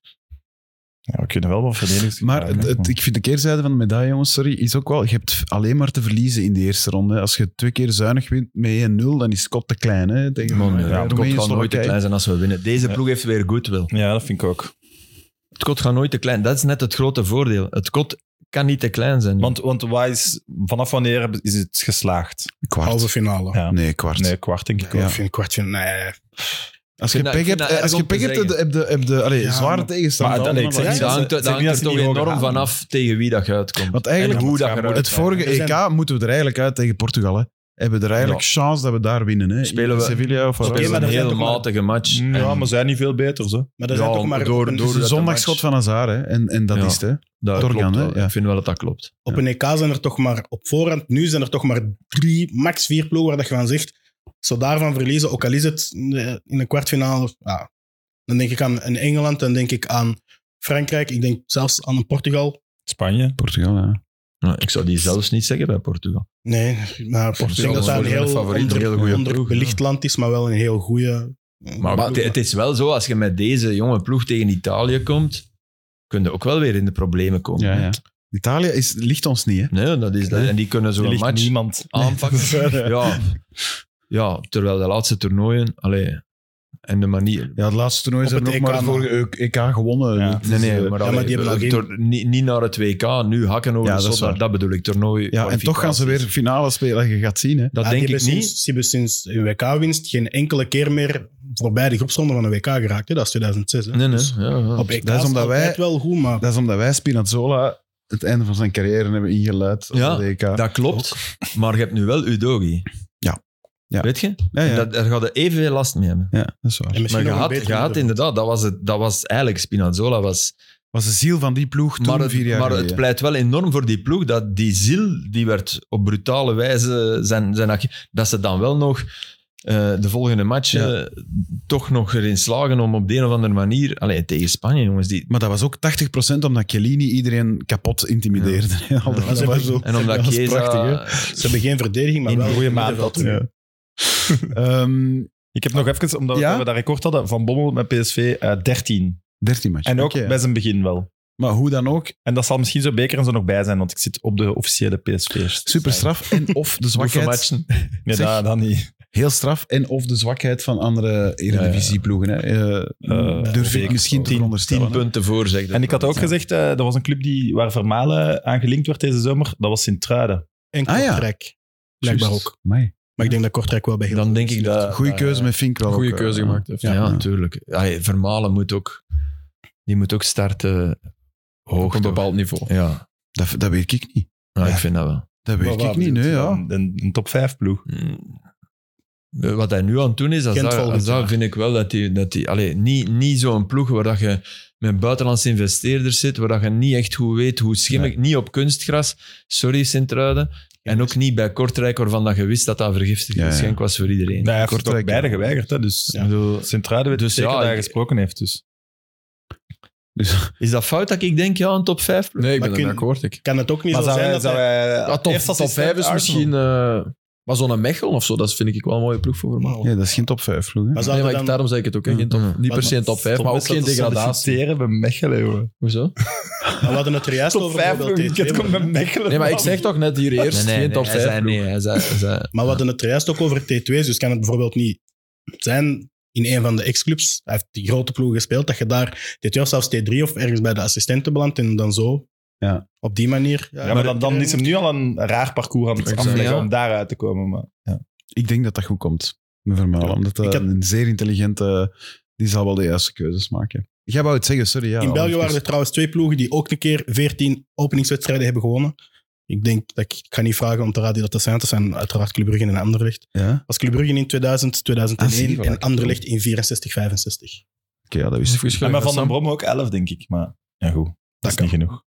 Ja, we kunnen wel wat verdedigers Maar gebruiken, het, hè. het- ik vind de keerzijde van de medaille, jongens, sorry, is ook wel... Je hebt alleen maar te verliezen in de eerste ronde. Als je twee keer zuinig wint met één nul, dan is Scott te klein. Hè, tegen Man, eh, ja, het Roemenië, gaat nooit te Slowakije. klein zijn als we winnen. Deze Ja. ploeg heeft weer goed wil. Ja, dat vind ik ook. Het kot gaat nooit te klein. Dat is net het grote voordeel. Het kot kan niet te klein zijn. Want, want wat is, vanaf wanneer is het geslaagd? Kwart. Halve finale. Ja. Nee, kwart. Nee, kwart denk ik Ik ook. vind kwartfinale... Nee. Als je Ik vind pech dat- ik hebt, vind dat als je erg om pech te hebt, heb je, heb je allee, Ja, zware maar- tegenstander. Maar, allee, ik zeg Maar- niet dat dat hangt, ze- er- zeg dat niet hangt dat er ze toch niet enorm hoger gaan. vanaf tegen wie dat je uitkomt. Want eigenlijk, en hoe dat het eruit het vorige Er E K zijn- moeten we er eigenlijk uit tegen Portugal. Hè. Hebben we er eigenlijk chance dat we daar winnen. Hè. Spelen we- Sevilla of wat? Spelen maar we er een zijn heel toch maar- matige match. Ja, En maar zijn niet veel beter, zo. Maar er Ja, zijn toch maar... door- een- door- Het is een dat de zondagschot match- van Hazard. Hè. En, en dat Ja. is het. Hè. dat Dorgan, klopt hè, wel. ja. Ik vind wel dat dat klopt. Op een E K zijn er toch maar... Op voorhand, nu zijn er toch maar drie, max vier ploegen waar dat je van zegt... Zo daarvan verliezen, ook al is het in een kwartfinale... Ja, dan denk ik aan een Engeland, dan denk ik aan Frankrijk. Ik denk zelfs aan een Portugal. Spanje. Portugal, ja. Nou, ik zou die zelfs niet zeggen bij Portugal. Nee, maar ik denk dat dat een is heel mijn favoriet, onder, een hele goeie onder ploeg, belicht land is, maar wel een heel goede. Maar, maar het, het is wel zo, als je met deze jonge ploeg tegen Italië komt, kun je ook wel weer in de problemen komen. Ja, hè. ja. Italië is, ligt ons niet. Hè. Nee, dat is dat. En die kunnen Er zo'n ligt match niemand. aanpakken. Ja. Ja, terwijl de laatste toernooien... Allee, en de manier... Ja, het laatste toernooi Op hebben we het ook E K maar nog. voor E K gewonnen. Ja. Het is, Nee, nee, eh, maar, ja, maar allee, die hebben nog eh, geen- tor- niet, niet naar het W K, nu hakken over Ja, de dat is slot, waar. dat bedoel ik, toernooi. ja, en toch gaan ze weer kwalificaties. finale spelen. Je gaat zien. Hè. Dat Ja, denk die ik hebben niet. Sinds, die hebben sinds een W K-winst geen enkele keer meer voorbij de groepsronde van een W K geraakt. Hè. Dat is tweeduizend zes. Hè. Nee, nee. Dus Ja, ja. op E K Dat is omdat wij- altijd wel goed, maar... Dat is omdat wij Spinazzola het einde van zijn carrière hebben ingeluid op Ja, de E K. Dat klopt, maar je hebt nu wel Udogi. Ja. Ja. Weet je? Ja, ja. En dat, daar gaat je evenveel last mee hebben. Ja, dat is waar. En misschien Maar je nog een had, je betere had middenveld. inderdaad, dat was, het, dat was eigenlijk Spinazzola. Was, was de ziel van die ploeg toen, maar het, vier jaar maar het geleden. pleit wel enorm voor die ploeg dat die ziel, die werd op brutale wijze zijn, zijn ach- dat ze dan wel nog eh, de volgende match eh, toch nog erin slagen om op de een of andere manier... Allee, tegen Spanje, jongens. Die, Maar dat was ook tachtig procent omdat Chiellini iedereen kapot intimideerde. Ja. Al dat, Maar ze dat was hebben- zo. en omdat dat was Chiesa... prachtig, Ze hebben geen verdediging, maar In wel een een goede goede maat middenveld. Ja. Ehm, Ik heb nog even, omdat Ja? we dat record hadden, Van Bommel met P S V eh, dertien. dertien matchen. En ook Oké. bij zijn begin wel. Maar hoe dan ook, En dat zal misschien zo beker en zo nog bij zijn, want ik zit op de officiële P S V. super straf. En of de zwakheid... matchen. Nee, Zeg. dat, dat niet. Heel straf. En of de zwakheid van andere Eredivisieploegen. hè. Eh, Eh, durf ik zeker. misschien te Tien- veronderstellen. Tien punten voor, zeg dat. En ik had ook Ja. gezegd, eh er was een club die, waar Vermalen aan gelinkt werd deze zomer. Dat was Sint-Truiden. En Ah, ja. Kortrijk. Blijkbaar Juist. ook. Amai. Maar ik denk dat Kortrijk wel bij heel Dan veel denk ik mensen dat... Goeie dat- keuze met Fink wel. Goeie ook, keuze eh, gemaakt heeft. Ja, Ja. natuurlijk. Ja, Vermalen moet ook... Die moet ook starten hoog. Op een toch? bepaald niveau. Ja, Dat, dat weet ik niet. ja, Ja. ik vind dat wel. Dat weet Maar ik wat niet. Nee, ja. Een, een, een top vijf ploeg. Mm. wat hij nu aan het doen is, als Gent dat, volgend als dat jaar. vind ik wel dat hij... Dat hij allee, niet, niet zo'n ploeg waar dat je met buitenlandse investeerders zit, waar dat je niet echt goed weet hoe schimmig... Niet op kunstgras, sorry Sint-Truiden. En ook niet bij Kortrijk, waarvan dat je wist dat dat vergiftigd Ja, ja. geschenk was voor iedereen. Nee, hij heeft Kortrijk, toch beide ja. geweigerd. Hè? Dus Ja. Ik bedoel, Sint-Truiden weet Dus zeker ja, dat hij ik- gesproken heeft. Dus. Dus, is dat fout dat ik denk, ja, een top vijf? Nee, ik Maar ben er kun- akkoord. Ik. Kan het ook niet Maar zo zou zijn hij... dat Zou hij... hij Ja, top, eerst top assistent vijf is Arsenal? misschien... eh, maar zo'n Mechelen of zo, dat vind ik wel een mooie ploeg voor Vermaelen. ja, dat is geen top vijf ploeg. Hè? Maar zou Nee, maar dan... ik, daarom zeg ik het ook. Hè. Geen top, Mm. niet per se een top vijf, Stop maar ook met geen dat te degradatie. solliciteren bij Mechelen, jongen. Hoezo? Maar we hadden het er juist Top over vijf, bijvoorbeeld jongen. Het T twee. komt met Mechelen. Nee, maar ik man. zeg toch net hier eerst Nee, nee, geen nee, top hij vijf zei nee. Hij zei, hij zei, Maar we hadden het er juist ook over T twee, dus kan het bijvoorbeeld niet zijn in een van de ex-clubs, hij heeft die grote ploeg gespeeld, dat je daar dit jaar zelfs T drie of ergens bij de assistenten belandt en dan zo Ja. op die manier... Ja, maar dan, dan is hem nu al een raar parcours aan het Ik afleggen zeg, ja. om daaruit te komen. Maar, ja. Ik denk dat dat goed komt, met Vermeulen. Omdat dat Ik heb- een zeer intelligente... Die zal wel de juiste keuzes maken. Jij wou het zeggen, sorry. Ja, in België Alf, waren er trouwens twee ploegen die ook een keer veertien openingswedstrijden hebben gewonnen. Ik denk dat ik, ik ga niet vragen om te raden wie dat zijn. Dat zijn uiteraard Club Brugge en Anderlecht. Ja? Was Club Brugge in tweeduizend, tweeduizend één Ah, zie, voilà. en Anderlecht in vierenzestig, vijfenzestig. Oké, ja, dat wist ik. En maar Van den Brom ook elf, denk ik. Maar ja, goed. Dat is kan. niet genoeg.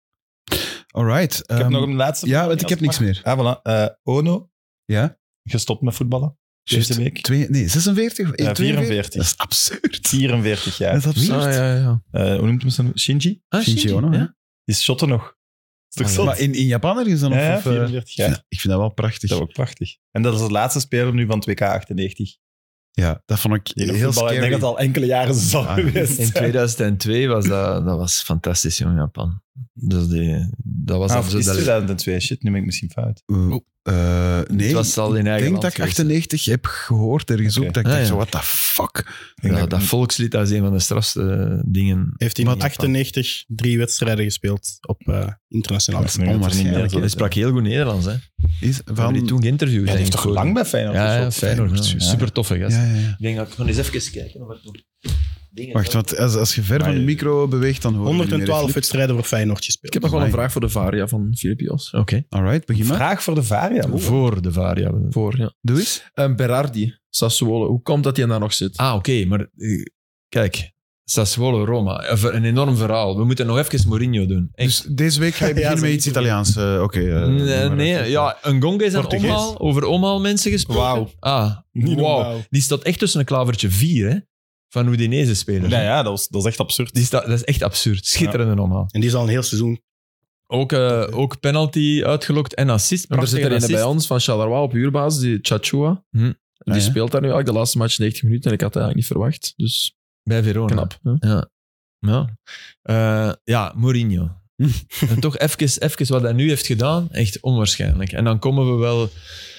Alright. Ik heb ehm, nog een laatste... ja, vraag, want ik heb als niks mag. meer. Ah, voilà. Eh, Ono, Ja? gestopt met voetballen. Juist. Deze week. Twee, nee, zesenveertig? Ja, vierenveertig. Dat is absurd. vierenveertig jaar. Dat is absurd. Ah, ja, ja. Eh, hoe noemt hem zijn? Shinji? Ah, Shinji Shinji, Ono, ja. hè? Die is shotten nog. Is toch Ah, zot? maar in, in Japan ergens dan? Ja, Of, ja, of, eh, vierenveertig ik, vind, jaar. ik vind dat wel prachtig. Dat is ook prachtig. En dat is de laatste speler nu van het W K achtennegentig. Ja, dat vond ik Die nog heel voetballen. scary. Ik denk dat het al enkele jaren zal Ah, geweest In zijn. tweeduizend twee was dat, dat was fantastisch, jong, Japan. Dus die, dat was Ah, al of zo... is Dat, tweeduizend twee? Shit, nu ben ik misschien fout. Uh, uh, nee, het was al in ik eigen denk land dat ik geweest. achtennegentig heb gehoord ergens Oké. ook. Dat ik Ah, dacht ja. zo, what the fuck? Ja, dat volkslied, dat is een van de strafste eh, dingen. Heeft in Wat- achtennegentig drie wedstrijden gespeeld op uh, internationaal. Dat is nu dat er niet meer onwaarschijnlijk, zo Hij is. sprak heel goed Nederlands, hè. Is, We hebben die van, toen geïnterviewd. Ja, die denk heeft ik, toch voor- lang bij Feyenoord Ja, ja, gespeeld? Feyenoord. Ja. Ja. Super toffe gast. ja, ja, ja. Ik denk dat ik gewoon eens even kijken of er nog dingen Wacht, zijn. want als, als je ver Maar van de je- micro beweegt, dan hoor je niet meer, honderdtwaalf Filip. wedstrijden voor Feyenoord Ik gespeeld. heb nog wel een Amai. vraag voor de Varia van Filip Jos. Oké. Alright, begin maar. Vraag voor de Varia. Oeh. Voor de Varia. Voor, ja. Doe eens. Um, Berardi, Sassuolo. Hoe komt dat hij daar nog zit? Ah, oké, maar eh, kijk. Sassuolo, Roma. Even Een enorm verhaal. We moeten nog even Mourinho doen. Echt. Dus deze week ga je Ja, beginnen zo met niet iets te Italiaans. eh, Oké. eh, nee, maar nee even. ja, een gong is een Portugees. omhaal. Over omhaal mensen gesproken. Wauw. Ah, Niet wauw. normaal. Die staat echt tussen een klavertje vier, hè. Van Udinese spelers. Ja, ja dat, was, dat is echt absurd. Die staat, dat is echt absurd. Schitterende omhaal. En die is al een heel seizoen. Ook, eh, ook penalty uitgelokt en assist. Maar er zit er Prachtige een bij assist. ons van Charleroi op huurbasis, die Chachua. Hm. Die Ah, ja. speelt daar nu eigenlijk de laatste match negentig minuten en ik had dat eigenlijk niet verwacht. Dus Bij Verona. knap. hè? Ja. Ja, Eh, ja Mourinho. En toch even, even wat hij nu heeft gedaan, echt onwaarschijnlijk. En dan komen we wel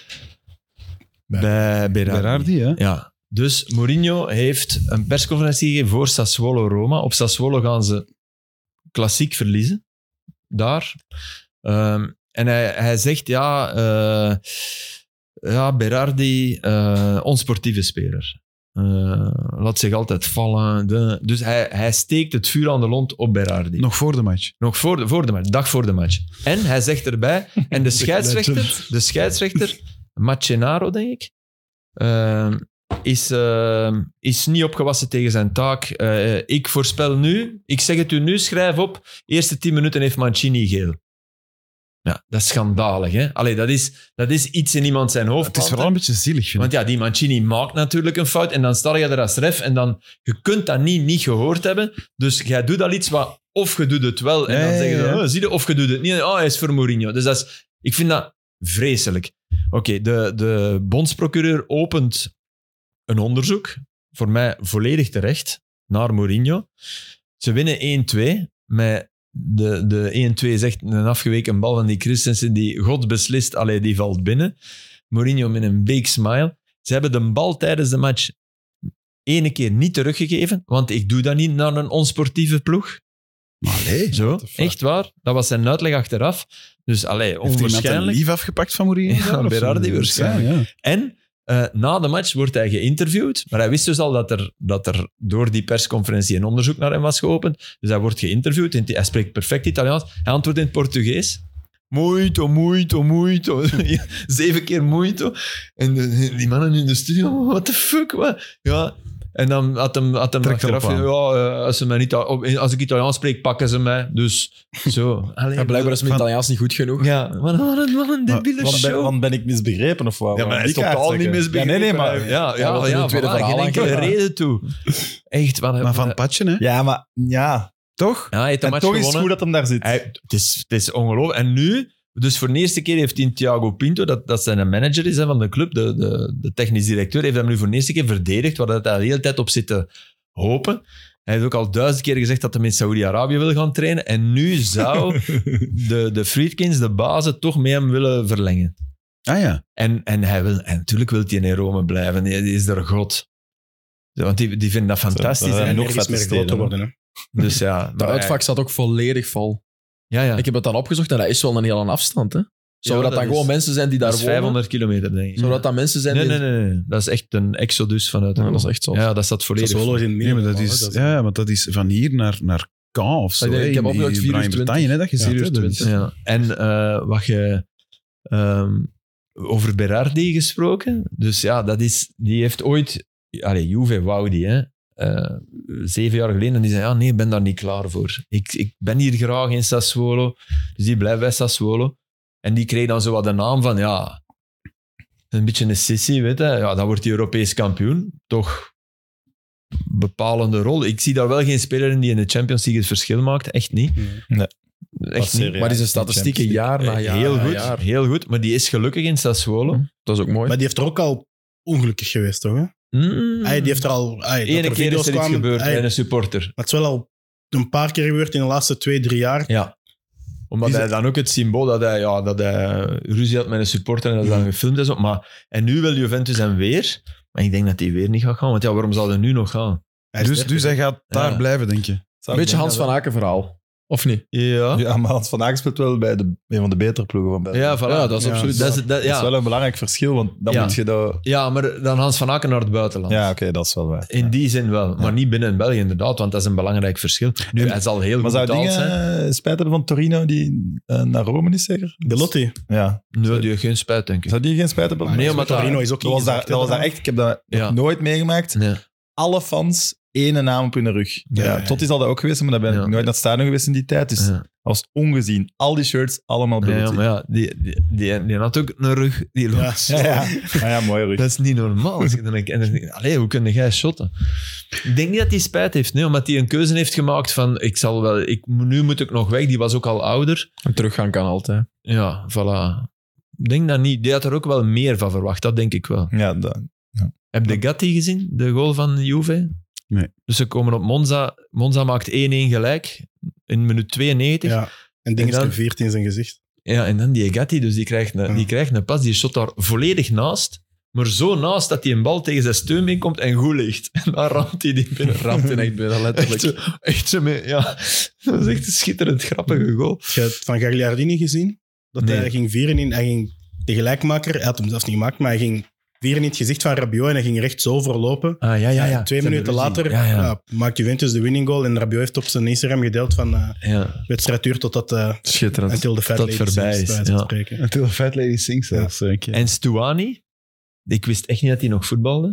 bij, Berardi. Berardi, hè? Ja, dus Mourinho heeft een persconferentie gegeven voor Sassuolo-Roma. Op Sassuolo gaan ze klassiek verliezen. Daar. Ehm, en hij, hij zegt, ja, eh, ja Berardi, eh onsportieve speler. Eh, laat zich altijd vallen. De, dus hij, hij steekt het vuur aan de lont op Berardi. Nog voor de match. Nog voor de, voor de match, dag voor de match. En hij zegt erbij, en de scheidsrechter, de scheidsrechter, Macennaro, denk ik, uh, is, uh, is niet opgewassen tegen zijn taak. Uh, ik voorspel nu, ik zeg het u nu, schrijf op, eerste tien minuten heeft Mancini geel. Ja, dat is schandalig, hè? Allee, dat is, dat is iets in iemand zijn hoofd. Het is vooral een beetje zielig, vind Want ik. ja, die Mancini maakt natuurlijk een fout en dan sta je er als ref en dan, je kunt dat niet, niet gehoord hebben. Dus jij doet al iets wat, of je doet het wel en Ja, dan ja, zeggen ze, ja. oh, zie je, of je doet het niet. Oh, hij is voor Mourinho. Dus dat is, ik vind dat vreselijk. Oké, okay, de, de bondsprocureur opent een onderzoek, voor mij volledig terecht, naar Mourinho. Ze winnen één twee met... De, de één twee zegt een afgeweken bal van die Christensen die God beslist, allee, die valt binnen. Mourinho met een big smile. Ze hebben de bal tijdens de match ene keer niet teruggegeven, want ik doe dat niet naar een onsportieve ploeg. Maar allee, Zo, echt waar. Dat was zijn uitleg achteraf. Dus allee, heeft iemand een onwaarschijnlijk. lief afgepakt van Mourinho? Ja, daar, of zo? Berardi waarschijnlijk. Ja, ja. En uh, na de match wordt hij geïnterviewd, maar hij wist dus al dat er, dat er door die persconferentie een onderzoek naar hem was geopend. Dus hij wordt geïnterviewd. In, hij spreekt perfect Italiaans. Hij antwoordt in het Portugees. Muito, muito, muito. Zeven keer muito. En de- die mannen in de studio, what the fuck, wat? Ja. En dan had hem, had hem Trekt achteraf, erop ja, eh, als, ze mij niet, als ik Italiaans spreek, pakken ze mij. Dus zo. Allee, Ja, blijkbaar is mijn Van- Italiaans niet goed genoeg. Ja, wat wat een, wat een debiele Want ben, show. want ben ik misbegrepen of wat? Ja, maar Waarom hij is die kaart totaal niet trekken? misbegrepen. Ja, nee, nee, maar... Ja, ja, wat ja, een ja tweede voilà, verhaal geen enkele aangegaan. reden toe. Echt, wat Maar van Patje, hè? Ja, maar... Ja. Toch? Ja, hij heeft de En match toch is het gewonnen. goed dat hem daar zit. Hij, het, is, het is ongelooflijk. En nu, dus voor de eerste keer heeft hij Thiago Pinto, dat, dat zijn manager is hè, van de club, de, de, de technisch directeur, heeft hem nu voor de eerste keer verdedigd, waar hij de hele tijd op zit te hopen. Hij heeft ook al duizend keer gezegd dat hij in Saoedi-Arabië wil gaan trainen. En nu zou de, de Friedkins, de bazen, toch met hem willen verlengen. Ah ja. En, en, hij wil, en natuurlijk wil hij in Rome blijven. Die, die is er god. Want die, die vinden dat fantastisch. dat- hè. En nog nergens vette meer groot te steden, worden. Hè. Dus ja. De uitvak staat ook volledig vol. Ja, ja. Ik heb het dan opgezocht en dat is wel een hele afstand. Hè? Zou Ja, dat dan dat gewoon is- mensen zijn die daar Dat is wonen? vijfhonderd kilometer, denk ik. Zou dat dan mensen zijn Nee, die... nee, nee, nee. Dat is echt een exodus vanuit Ja, Rome. dat is echt zo. Ja, dat staat volledig. Sassuolo is in het Nee, midden. maar dat van, is, hè. ja, want dat is van hier naar, naar Caen of zo. Ik denk- hè, ik heb in- opgezocht in vier uur twintig. Bretagne, hè, dat je Ja, ziet. vier hè, uur dat twintig. is- Ja. En eh, wat je... ehm, over Berardi gesproken. Dus ja, dat is, die heeft ooit... Allee, Juve wou die, hè. Eh, zeven jaar geleden. En die zei, ja, nee, ik ben daar niet klaar voor. Ik, ik ben hier graag in Sassuolo. Dus die blijft bij Sassuolo. En die kreeg dan zo wat de naam van, ja... Een beetje een sissy, weet je. Ja, dan wordt hij Europees kampioen. Toch bepalende rol. Ik zie daar wel geen speler in die in de Champions League het verschil maakt. Echt niet. Nee. Echt niet. Maar die zijn statistieken jaar na jaar heel na goed, jaar. heel goed. Maar die is gelukkig in Sassuolo. Dat is ook mooi. Maar die heeft er ook al ongelukkig geweest, toch? Hè? Mm. Hij, die heeft er al... Hij, dat Ene er keer video's is er iets kwamen, gebeurd hij- bij een supporter. Maar het is wel al een paar keer gebeurd in de laatste twee, drie jaar. Ja. Omdat Is hij het- dan ook het symbool dat hij, ja, dat hij ruzie had met een supporter en dat dan gefilmd is. Op. Maar, en nu wil Juventus hem weer. Maar ik denk dat hij weer niet gaat gaan. Want ja, waarom zou hij nu nog gaan? Hij is Dus, dertig. dus hij gaat daar Ja. blijven, denk je? Een beetje Hans van Aken verhaal. Of niet? Ja. Ja, maar Hans van Aken speelt wel bij de, een van de betere ploegen van België. Ja, voilà. Ja, dat is Ja, absoluut... Dat is, dat, Dat is ja. wel een belangrijk verschil, want dan Ja. moet je dat... ja, maar dan Hans van Aken naar het buitenland. Ja, oké, dat is wel waar. In die zin wel. Maar Ja. niet binnen België, inderdaad. Want dat is een belangrijk verschil. Nu, hij zal heel Maar goed zou betaald dingen zijn. uh, spijten van Torino die uh, naar Rome is, zeker? Belotti. Ja. Nee, die heeft geen spijt, denk ik. Zou die geen spijt hebben? Maar Nee, nee, maar Torino is ook dat was, daar, ingezakt, dat was hè, daar echt... Ik heb dat Ja. nog nooit meegemaakt. Nee. Alle fans één naam op hun rug. Ja, Ja, ja. Tot is al dat ook geweest, maar dan ben ik Ja. nooit naar het stadion geweest in die tijd. Dus Ja. dat was ongezien. Al die shirts, allemaal Ja, Belotti. maar ja, die, die, die, die had ook een rug. Die loopt Ja. zo. Ja, ja. Ah, ja, mooie rug. Dat is niet normaal. Als ik dan denk, en dan denk ik, allee, hoe kun jij shotten? Ik denk niet dat hij spijt heeft, nee, omdat hij een keuze heeft gemaakt van, ik zal wel, ik, nu moet ik nog weg. Die was ook al ouder. En teruggaan kan altijd. Ja, voilà. Ik denk dat niet. Die had er ook wel meer van verwacht, dat denk ik wel. Ja, dat, Heb je Gatti gezien, de goal van Juve? Nee. Dus ze komen op Monza. Monza maakt één-één gelijk in minuut tweeënnegentig. Ja. Ja. En ding En is dan- een veertien in zijn gezicht. en dan die Gatti, dus die krijgt, een, Ja. die krijgt een pas. Die shot daar volledig naast. Maar zo naast dat hij een bal tegen zijn steunbeen komt en goed ligt. En dan ramt hij die binnen. Ramt hij echt binnen, letterlijk. Echt zo, echt zo mee, ja. Dat is echt een schitterend grappige goal. Heb je het van Gagliardini gezien? Dat Nee. hij ging vieren in... Hij ging de gelijkmaker... Hij had hem zelfs niet gemaakt, maar hij ging vieren in het gezicht van Rabiot en hij ging recht zo overlopen. Ah, ja, ja, ja. Twee Ze hebben minuten ruzie. later Ja, ja. ja, maakt Juventus de winning goal en Rabiot heeft op zijn Instagram gedeeld van uh, ja. wedstrijd duurt totdat uh, Schitterend. until the fat Dat lady voorbij sings, is, bij wijze van ja. spreken. Until the Fat Lady Sings zelfs. Ja. En Stuani, ik wist echt niet dat hij nog voetbalde.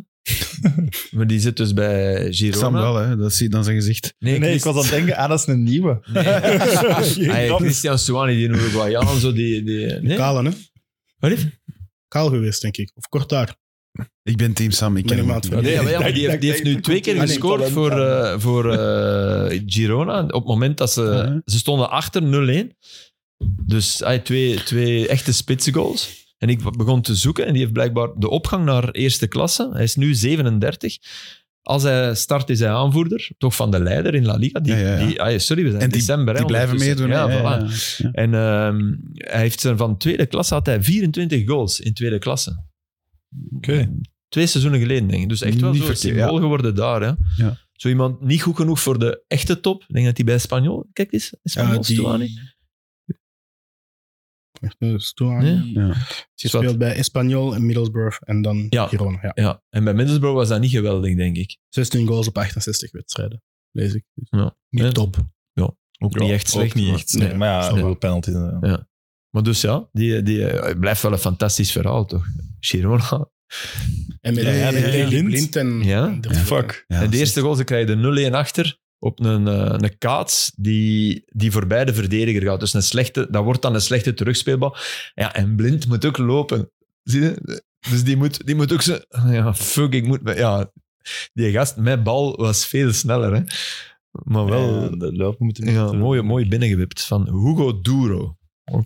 Maar die zit dus bij Girona. Sam wel, hè. Dat zie je dan zijn gezicht. Nee, nee, ik Christ- was aan het denken, ah, dat is een nieuwe. Nee. Ah, Christian Stuani, die Uruguayaan, zo die... die nee? Kalen, hè? Wat is? Kaal geweest, denk ik. Of kort daar. Ik ben team Sam, ik Ben ken ik hem maar ook aan het niet. Nee, maar ja, maar die, Ik heeft, die dacht- heeft nu twee keer Ah, nee, gescoord talent voor, aan. eh, voor eh, Girona. Op het moment dat ze... Ja. Ze stonden achter nul-één. Dus ah, twee, twee echte spitsengoals. En ik begon te zoeken en die heeft blijkbaar de opgang naar eerste klasse. Hij is nu zevenendertig. Als hij start, is hij aanvoerder. Toch van de leider in La Liga. Die, Ja, ja, ja. Die, ah, sorry, we zijn En in die, december. hè, die blijven ondertussen. meedoen. Ja, hè. voilà. Ja, ja. En ehm, hij heeft zijn, van tweede klasse had hij vierentwintig goals in tweede klasse. Oké. Twee seizoenen geleden, denk ik. Dus echt wel Niet zo'n verkeerd, symbool ja. geworden daar. Hè. Ja. Zo iemand niet goed genoeg voor de echte top. Ik denk dat hij bij Espanyol... Kijk eens, Espanyol, Ja, die- Stuani. Uh, Stuani. Ja. Je speelt bij Espanyol en Middlesbrough en dan Ja. Girona. Ja. Ja, en bij Middlesbrough was dat niet geweldig, denk ik. zestien goals op achtenzestig wedstrijden, lees ik. Dus Ja. niet Ja. top. Ook niet echt slecht. Ook niet maar- echt slecht. nee, maar ja, snap wel wel. penalties. eh. Ja. Maar dus ja, die, die eh, blijft wel een fantastisch verhaal, toch? Girona. En met Ja, ja, met ja, ja. Blind. Blind en... Ja. en de- Fuck. Ja, en de dat eerste is- goal, ze krijgen de nul-een achter op een, eh, een kaats die, die voorbij de verdediger gaat. Dus een slechte, dat wordt dan een slechte terugspeelbal. Ja, en Blind moet ook lopen. Zie je? Dus die moet, die moet ook zo... Ja, fuck, ik moet... Ja, die gast met bal was veel sneller, hè. Maar wel... Ja, de lopen moeten niet Ja, te- mooi, mooi binnengewipt van Hugo Duro.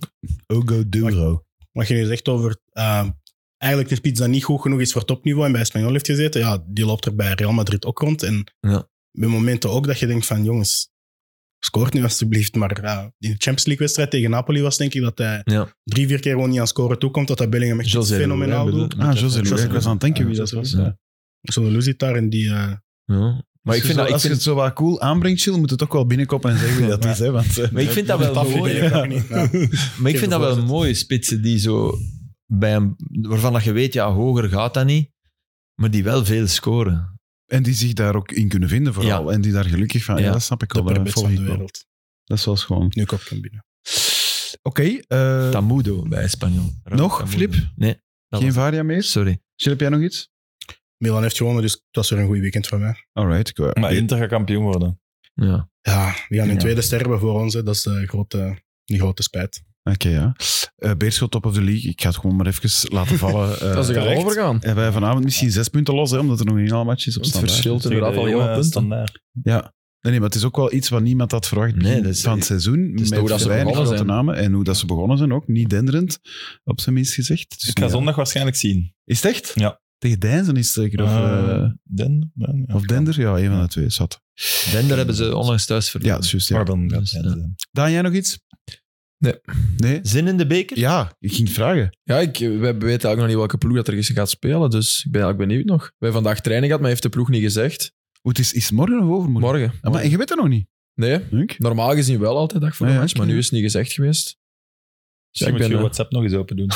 Ogo Duro. Wat je nu zegt over... Uh, eigenlijk een spits dat niet goed genoeg is voor topniveau en bij Espanyol heeft gezeten, ja, die loopt er bij Real Madrid ook rond. En Ja. bij momenten ook dat je denkt van, jongens, scoort nu alsjeblieft. Maar uh, in de Champions League-wedstrijd tegen Napoli was denk ik dat hij Ja. drie, vier keer gewoon niet aan scoren toekomt, dat hij Bellingham echt José Lou, fenomenaal hè, doet. bedoel- Ah, José Lou. José Ik was aan het denken wie Ja, dat was. José Ja. Zo'n Lou zit daar en die... uh, Ja. Maar ik vind dat... Ik als je het vind, zo wat cool aanbrengt, Chill, moet het ook wel binnenkoppen en zeggen wie dat is. Hè, want, eh, maar ik vind dat wel dat mooi. vind ik ook niet. Ja. Maar ik vind dat wel voorzet. mooie spitsen die zo bij een, waarvan dat je weet, ja, hoger gaat dat niet, maar die wel veel scoren. En die zich daar ook in kunnen vinden vooral. Ja. En die daar gelukkig van... Ja, Ja. dat snap ik De wel. Dat perbets volg van ik de wel. wereld. Dat is wel schoon. Nu kop kan binnen. Oké, eh, Tamudo bij Espanyol. Nog, Tamudo. Flip? Nee. dat geen was- Varia meer? Sorry. Chill, heb jij nog iets? Milan heeft gewonnen, dus het was weer een goed weekend van mij. Alright. Ik wou- Maar Inter gaat kampioen worden. Ja. Ja, die gaan in Ja. tweede sterven voor ons. Hè. Dat is de grote, die grote spijt. Oké, ja. Uh, Beerschot top of the league. Ik ga het gewoon maar even laten vallen. Uh, Dat is er terecht. al overgaan. en wij vanavond misschien zes punten los, hè, omdat er nog een hele match is op Het standaard. verschilt Tegen inderdaad de al heel jonge wat punten. Standaard. Ja. Nee, nee, maar het is ook wel iets wat niemand had verwacht Nee, begin dat is- van het seizoen. is met hoe dat ze weinig begonnen grote zijn. namen. En hoe dat ze begonnen zijn ook. Niet denderend, op zijn minst gezegd. Dus Ik ga ja. zondag waarschijnlijk zien. Is het echt? Ja. Tegen Deinzen is het zeker? Of, Eh, eh, Den, Den, ja. of Dender? Ja, een van de twee. Zat. Dender hebben ze onlangs thuis Ja, verloren. dat is juist. Ja. Pardon, gaat Dus, Den ja. zijn. Daan, jij nog iets? Nee. Nee? Zin in de beker? Ja, ik ging vragen. Ja, ik, we weten eigenlijk nog niet welke ploeg dat er gaat spelen, dus ik ben eigenlijk benieuwd nog. We hebben vandaag training gehad, maar heeft de ploeg niet gezegd. Hoe, het is, is het morgen of overmorgen? Morgen. Ah, maar je weet het nog niet. Nee, Denk? normaal gezien wel altijd dag voor de Ja, ja, match, maar oké. nu is het niet gezegd geweest. Dus Misschien ik moet ben, je eh, WhatsApp nog eens open doen.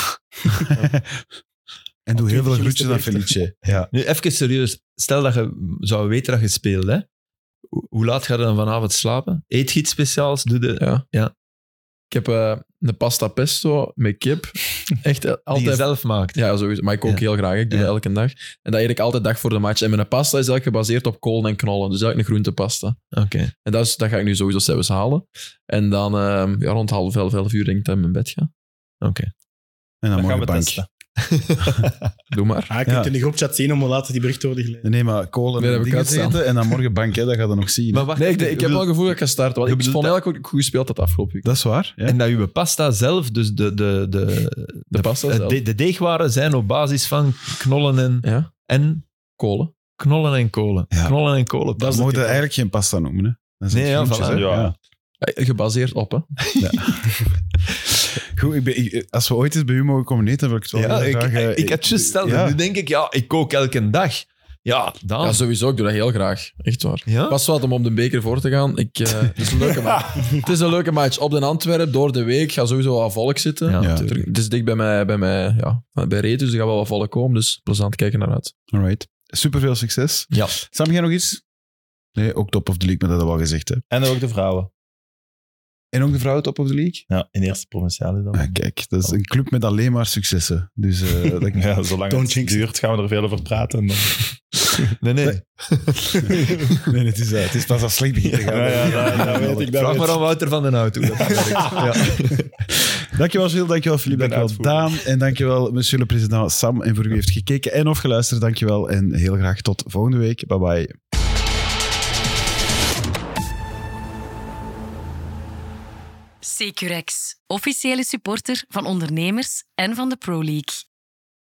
En doe heel veel twintig groetjes aan gemiste Felice. Ja. Nu, even serieus. Stel dat je zou weten dat je speelt, hè? Hoe- Hoe laat ga je dan vanavond slapen? Eet je iets speciaals? Doe de... ja. Ja. Ik heb eh, een pasta pesto met kip. Echt eh, Die je altijd... zelf maakt. Ja, sowieso. Maar ik ook Ja. heel graag. Ik doe Ja. dat elke dag. En dat eet ik altijd dag voor de match. En mijn pasta is eigenlijk gebaseerd op kool en knollen. Dus eigenlijk een groentepasta. Oké. En dat, is, dat ga ik nu sowieso zelfs halen. En dan eh, ja, rond half elf, elf uur denk ik dat ik in mijn bed ga. Oké. En dan Dat gaan morgen we bank. testen. Doe maar. Ah, je kunt Ja. in de groepchat zien om hoe laat die berichten worden gelezen. Nee, maar kolen Nee, en dat heb ik dingen uitstaan. eten en dan morgen bank, hè, dat ga je nog zien. Maar wacht, Nee, ik, ik heb wil- wel het gevoel dat ik ga starten. Want Je ik vond bedoelt eigenlijk ook goed gespeeld dat afgelopen week. Dat is waar. Ja. En dat uw pasta zelf, dus de, de, de, De pasta de, zelf. de, de deegwaren zijn op basis van knollen en, Ja, en kolen. knollen en kolen. Ja. Knollen en kolen. Dat mogen eigenlijk geen pasta noemen. Hè. Dat is Nee, echt ja, groentjes, voilà. hè. Ja. Ja, gebaseerd op, hè. Goed, ik ben, ik- als we ooit eens bij u mogen komen eten, wil ik het wel Ja, heel ik, graag... eh, ik, ik had juist stelde. ja. Nu denk ik, ja, ik kook elke dag. Ja, dan. Ja, sowieso. Ik doe dat heel graag. Echt waar. Ja? Pas wat om op de beker voor te gaan. Ik, eh, het, is een leuke match. Het is een leuke match. Op de Antwerpen, door de week, gaat sowieso wat volk zitten. Ja, Ja. natuurlijk. Het is dicht bij mij, bij, mij ja, bij Reet, dus er gaat wel wat volk komen. Dus plezant kijken naar uit. Alright. Super veel succes. Ja. Sam, jij nog iets? Nee, ook top of the league, maar dat hadden we al gezegd. Hè. En ook de vrouwen. En ook de vrouwen top of the league? Ja, in eerste provinciale dan. Ah, kijk, dat is een club met alleen maar successen. Dus eh, dat Ja, zolang Don't het jinx it. duurt, gaan we er veel over praten. En dan... Nee, nee. nee, het is, uh, het is pas als slecht begint te gaan. Ja, ja, ja, dat weet ik, dat Vraag weet maar ik. aan Wouter van den Hout hoe dat werkt. Ja. Dankjewel, Gilles. Dankjewel, Philippe. Ik ben Dankjewel, uitvoerend. Daan. En dankjewel, monsieur le président Sam. En voor wie heeft gekeken en of geluisterd, dankjewel. En heel graag tot volgende week. Bye bye. Securex, officiële supporter van ondernemers en van de Pro League.